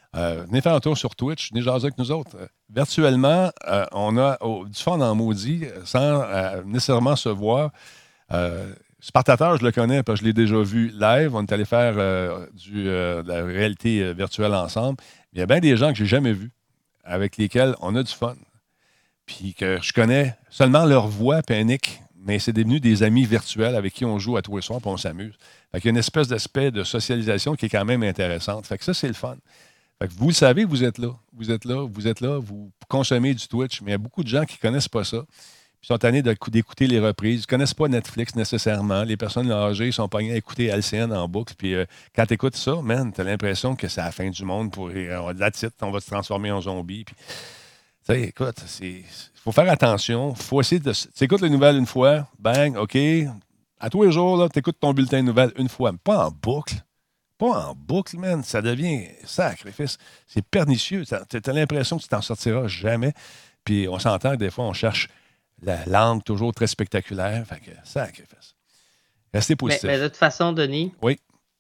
Euh, venez faire un tour sur Twitch, venez jaser avec nous autres. Euh, virtuellement, euh, on a oh, du fun en maudit sans euh, nécessairement se voir. Euh, Spartateur, je le connais parce que je l'ai déjà vu live. On est allé faire euh, du, euh, de la réalité euh, virtuelle ensemble. Il y a bien des gens que je n'ai jamais vus avec lesquels on a du fun. Puis que je connais seulement leur voix puis un nick, mais c'est devenu des amis virtuels avec qui on joue à tous les soirs puis on s'amuse. Fait qu'il y a une espèce d'aspect de socialisation qui est quand même intéressante. Fait que ça, c'est le fun. Fait que vous le savez, vous êtes là. Vous êtes là, vous êtes là, vous consommez du Twitch, mais il y a beaucoup de gens qui ne connaissent pas ça. Ils sont tannés d'écouter les reprises. Ils ne connaissent pas Netflix nécessairement. Les personnes âgées sont pognées à écouter L C N en boucle. Puis euh, quand tu écoutes ça, man, tu as l'impression que c'est la fin du monde. Pour euh, la titre, on va se transformer en zombie. Puis, tu sais, écoute, il faut faire attention. Il faut essayer de. Tu écoutes les nouvelles une fois, bang, OK. À tous les jours, tu écoutes ton bulletin de nouvelles une fois, mais pas en boucle. Pas en boucle, man. Ça devient sacrifice. C'est pernicieux. Tu as l'impression que tu t'en sortiras jamais. Puis on s'entend que des fois, on cherche la langue toujours très spectaculaire. Fait que sacrifice. Restez positif. Mais, mais de toute façon, Denis, oui.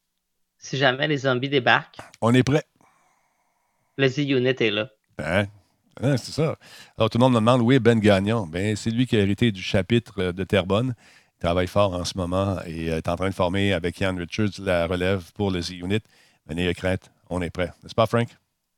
Si jamais les zombies débarquent, on est prêt. Le Z-Unit est là. Hein? Hein, c'est ça. Alors, tout le monde me demande où est Ben Gagnon. Ben, c'est lui qui a hérité du chapitre de Terrebonne. Il travaille fort en ce moment et est en train de former avec Ian Richards la relève pour le Z-Unit. Venez, crainte, on est prêt. N'est-ce pas, Frank?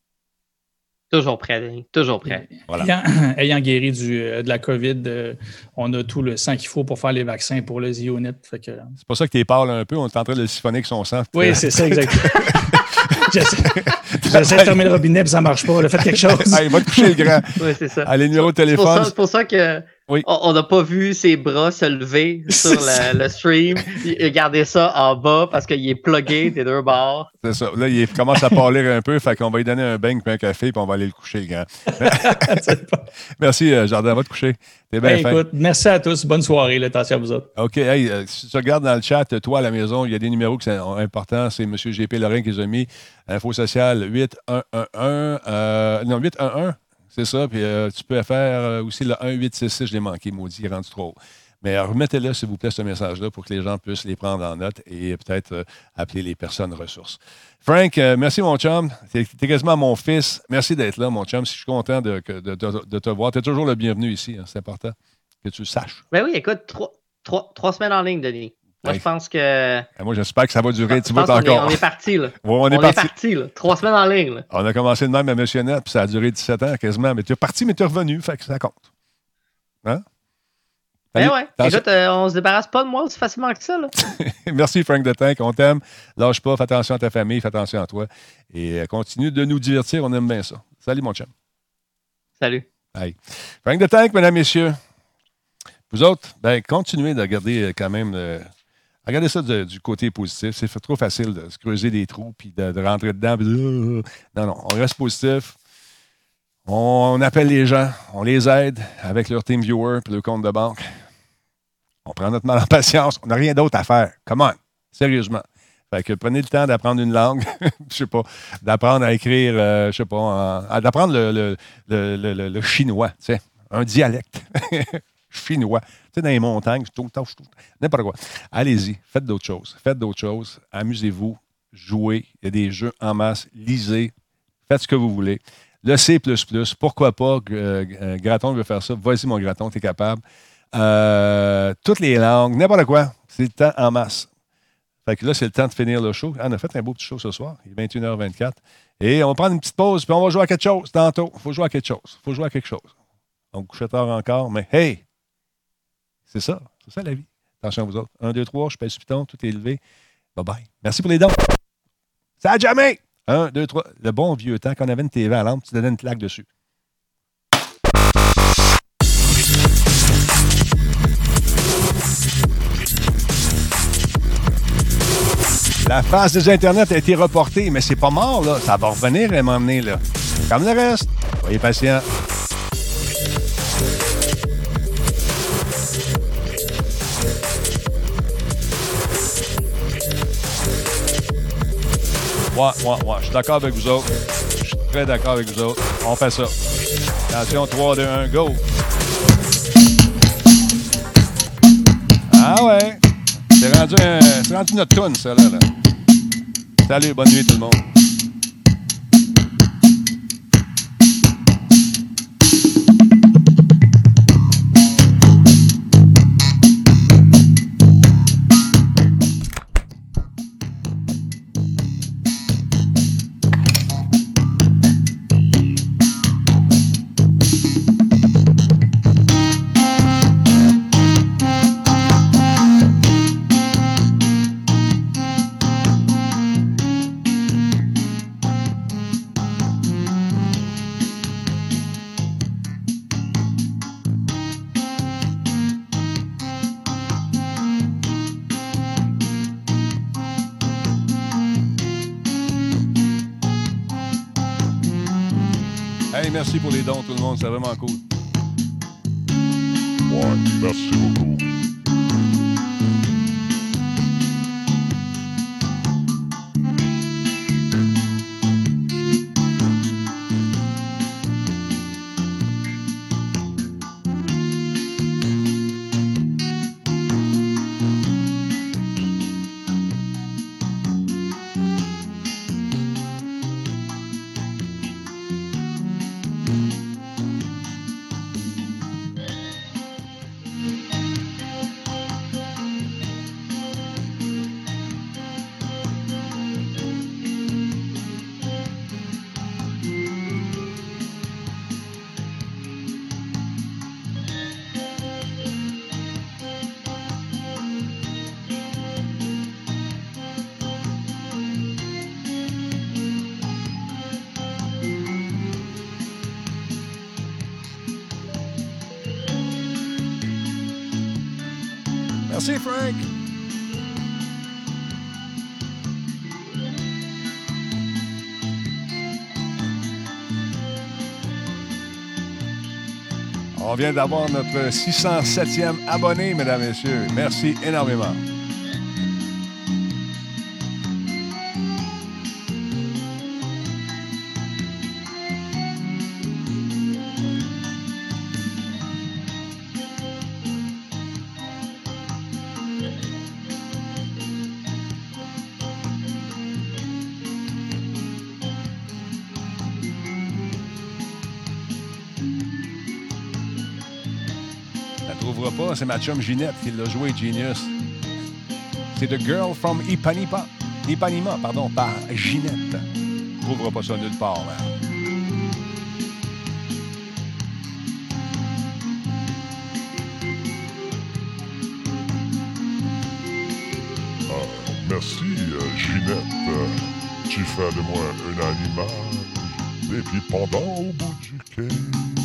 Toujours prêt, Denis. Toujours prêt. Voilà. Ayant, ayant guéri du, de la COVID, euh, on a tout le sang qu'il faut pour faire les vaccins pour le Z-Unit. Que... C'est pour ça que tu parles un peu. On est en train de le siphonner avec son sang. Oui, c'est ça, exactement. J'essaie, j'essaie de fermer le robinet et ça ne marche pas. Là, faites quelque chose. Allez, va te coucher, le grand. Oui, c'est ça. Allez, numéro de téléphone. C'est pour ça, c'est pour ça que oui. on n'a pas vu ses bras se lever sur le, le stream. Il a gardé ça en bas parce qu'il est plugué des deux bords. C'est ça. Là, il commence à parler un peu. Fait qu'on va lui donner un bang et un café puis on va aller le coucher, le grand. Merci, Jardin. Va te coucher. T'es bien hey, écoute, merci à tous. Bonne soirée. Là, attention à vous autres. OK. Hey, euh, si tu regardes dans le chat, toi à la maison, il y a des numéros qui sont importants. C'est M. G P Lorrain qui les a mis. Info sociale huit un un un. Euh, non, huit un un. C'est ça. Puis euh, tu peux faire euh, aussi le un huit six six. Je l'ai manqué, maudit. Il est rendu trop haut. Mais euh, remettez-le, s'il vous plaît, ce message-là pour que les gens puissent les prendre en note et peut-être euh, appeler les personnes ressources. Frank, euh, merci, mon chum. T'es, t'es quasiment mon fils. Merci d'être là, mon chum. Je suis content de, de, de, de te voir. Tu es toujours le bienvenu ici. Hein. C'est important que tu le saches. Ben oui, écoute, trois, trois, trois semaines en ligne, Denis. Moi, ouais. je pense que... Moi, j'espère que ça va durer. Je tu pense vas qu'on encore. Est, on est parti, là. Ouais, on est on parti. est parti, là. Trois semaines en ligne, là. On a commencé de même à Monsieur Net, puis ça a duré dix-sept ans quasiment. Mais tu es parti, mais tu es revenu. Fait que ça compte. Hein? Ben ouais. Écoute, euh, on se débarrasse pas de moi aussi facilement que ça, là. Merci, Frank de Tank. On t'aime. Lâche pas. Fais attention à ta famille. Fais attention à toi. Et euh, continue de nous divertir. On aime bien ça. Salut, mon chum. Salut. Hey. Frank de Tank, mesdames, messieurs. Vous autres, ben, continuez de regarder quand même... Euh, regardez ça de, du côté positif. C'est trop facile de se creuser des trous puis de, de rentrer dedans. Puis de, euh, non, non. On reste positif. On, on appelle les gens. On les aide avec leur TeamViewer puis leur compte de banque. On prend notre mal en patience. On n'a rien d'autre à faire. Come on. Sérieusement. Fait que prenez le temps d'apprendre une langue. Je sais pas. D'apprendre à écrire, euh, je sais pas. En, d'apprendre le, le, le, le, le, le chinois. Tu sais, un dialecte. Chinois. Tu sais, dans les montagnes, tout, tout, tout, n'importe quoi. Allez-y. Faites d'autres choses. Faites d'autres choses. Amusez-vous. Jouez. Il y a des jeux en masse. Lisez. Faites ce que vous voulez. Le C plus plus, pourquoi pas? Euh, Graton veut faire ça. Vas-y, mon Graton, t'es capable. Euh, toutes les langues, n'importe quoi. C'est le temps en masse. Fait que là, c'est le temps de finir le show. Ah, on a fait un beau petit show ce soir. Il est vingt et une heures vingt-quatre. Et on va prendre une petite pause, puis on va jouer à quelque chose tantôt. Il faut jouer à quelque chose. Il faut jouer à quelque chose. On couche tard encore, mais hey! C'est ça. C'est ça la vie. Attention à vous autres. Un, deux, trois, je pèse sur piton, tout est élevé. Bye-bye. Merci pour les dons. Ça a jamais! Un, deux, trois. Le bon vieux temps, quand on avait une T V à lampe, tu donnais une claque dessus. La phase des Internet a été reportée, mais c'est pas mort, là. Ça va revenir à un moment donné, là. Comme le reste. Soyez patients. Ouais, ouais, ouais. Je suis d'accord avec vous autres. Je suis très d'accord avec vous autres. On fait ça. Attention, trois, deux, un, go! Ah ouais! C'est rendu, un, c'est rendu notre toune, ça, là, là. Salut, bonne nuit tout le monde. Hey, merci pour les dons, tout le monde. C'est vraiment cool. Ouais, merci beaucoup. Merci, Frank. On vient d'avoir notre six cent septième abonné, mesdames et messieurs. Merci énormément. Pas, c'est ma chum Ginette qui l'a joué, Genius. C'est The Girl from Ipanema, Ipanema, pardon, par Ginette. Tu trouveras pas ça nulle part, man. Ah, merci, euh, Ginette. Euh, tu fais de moi un animal, les pieds pendants au bout du quai.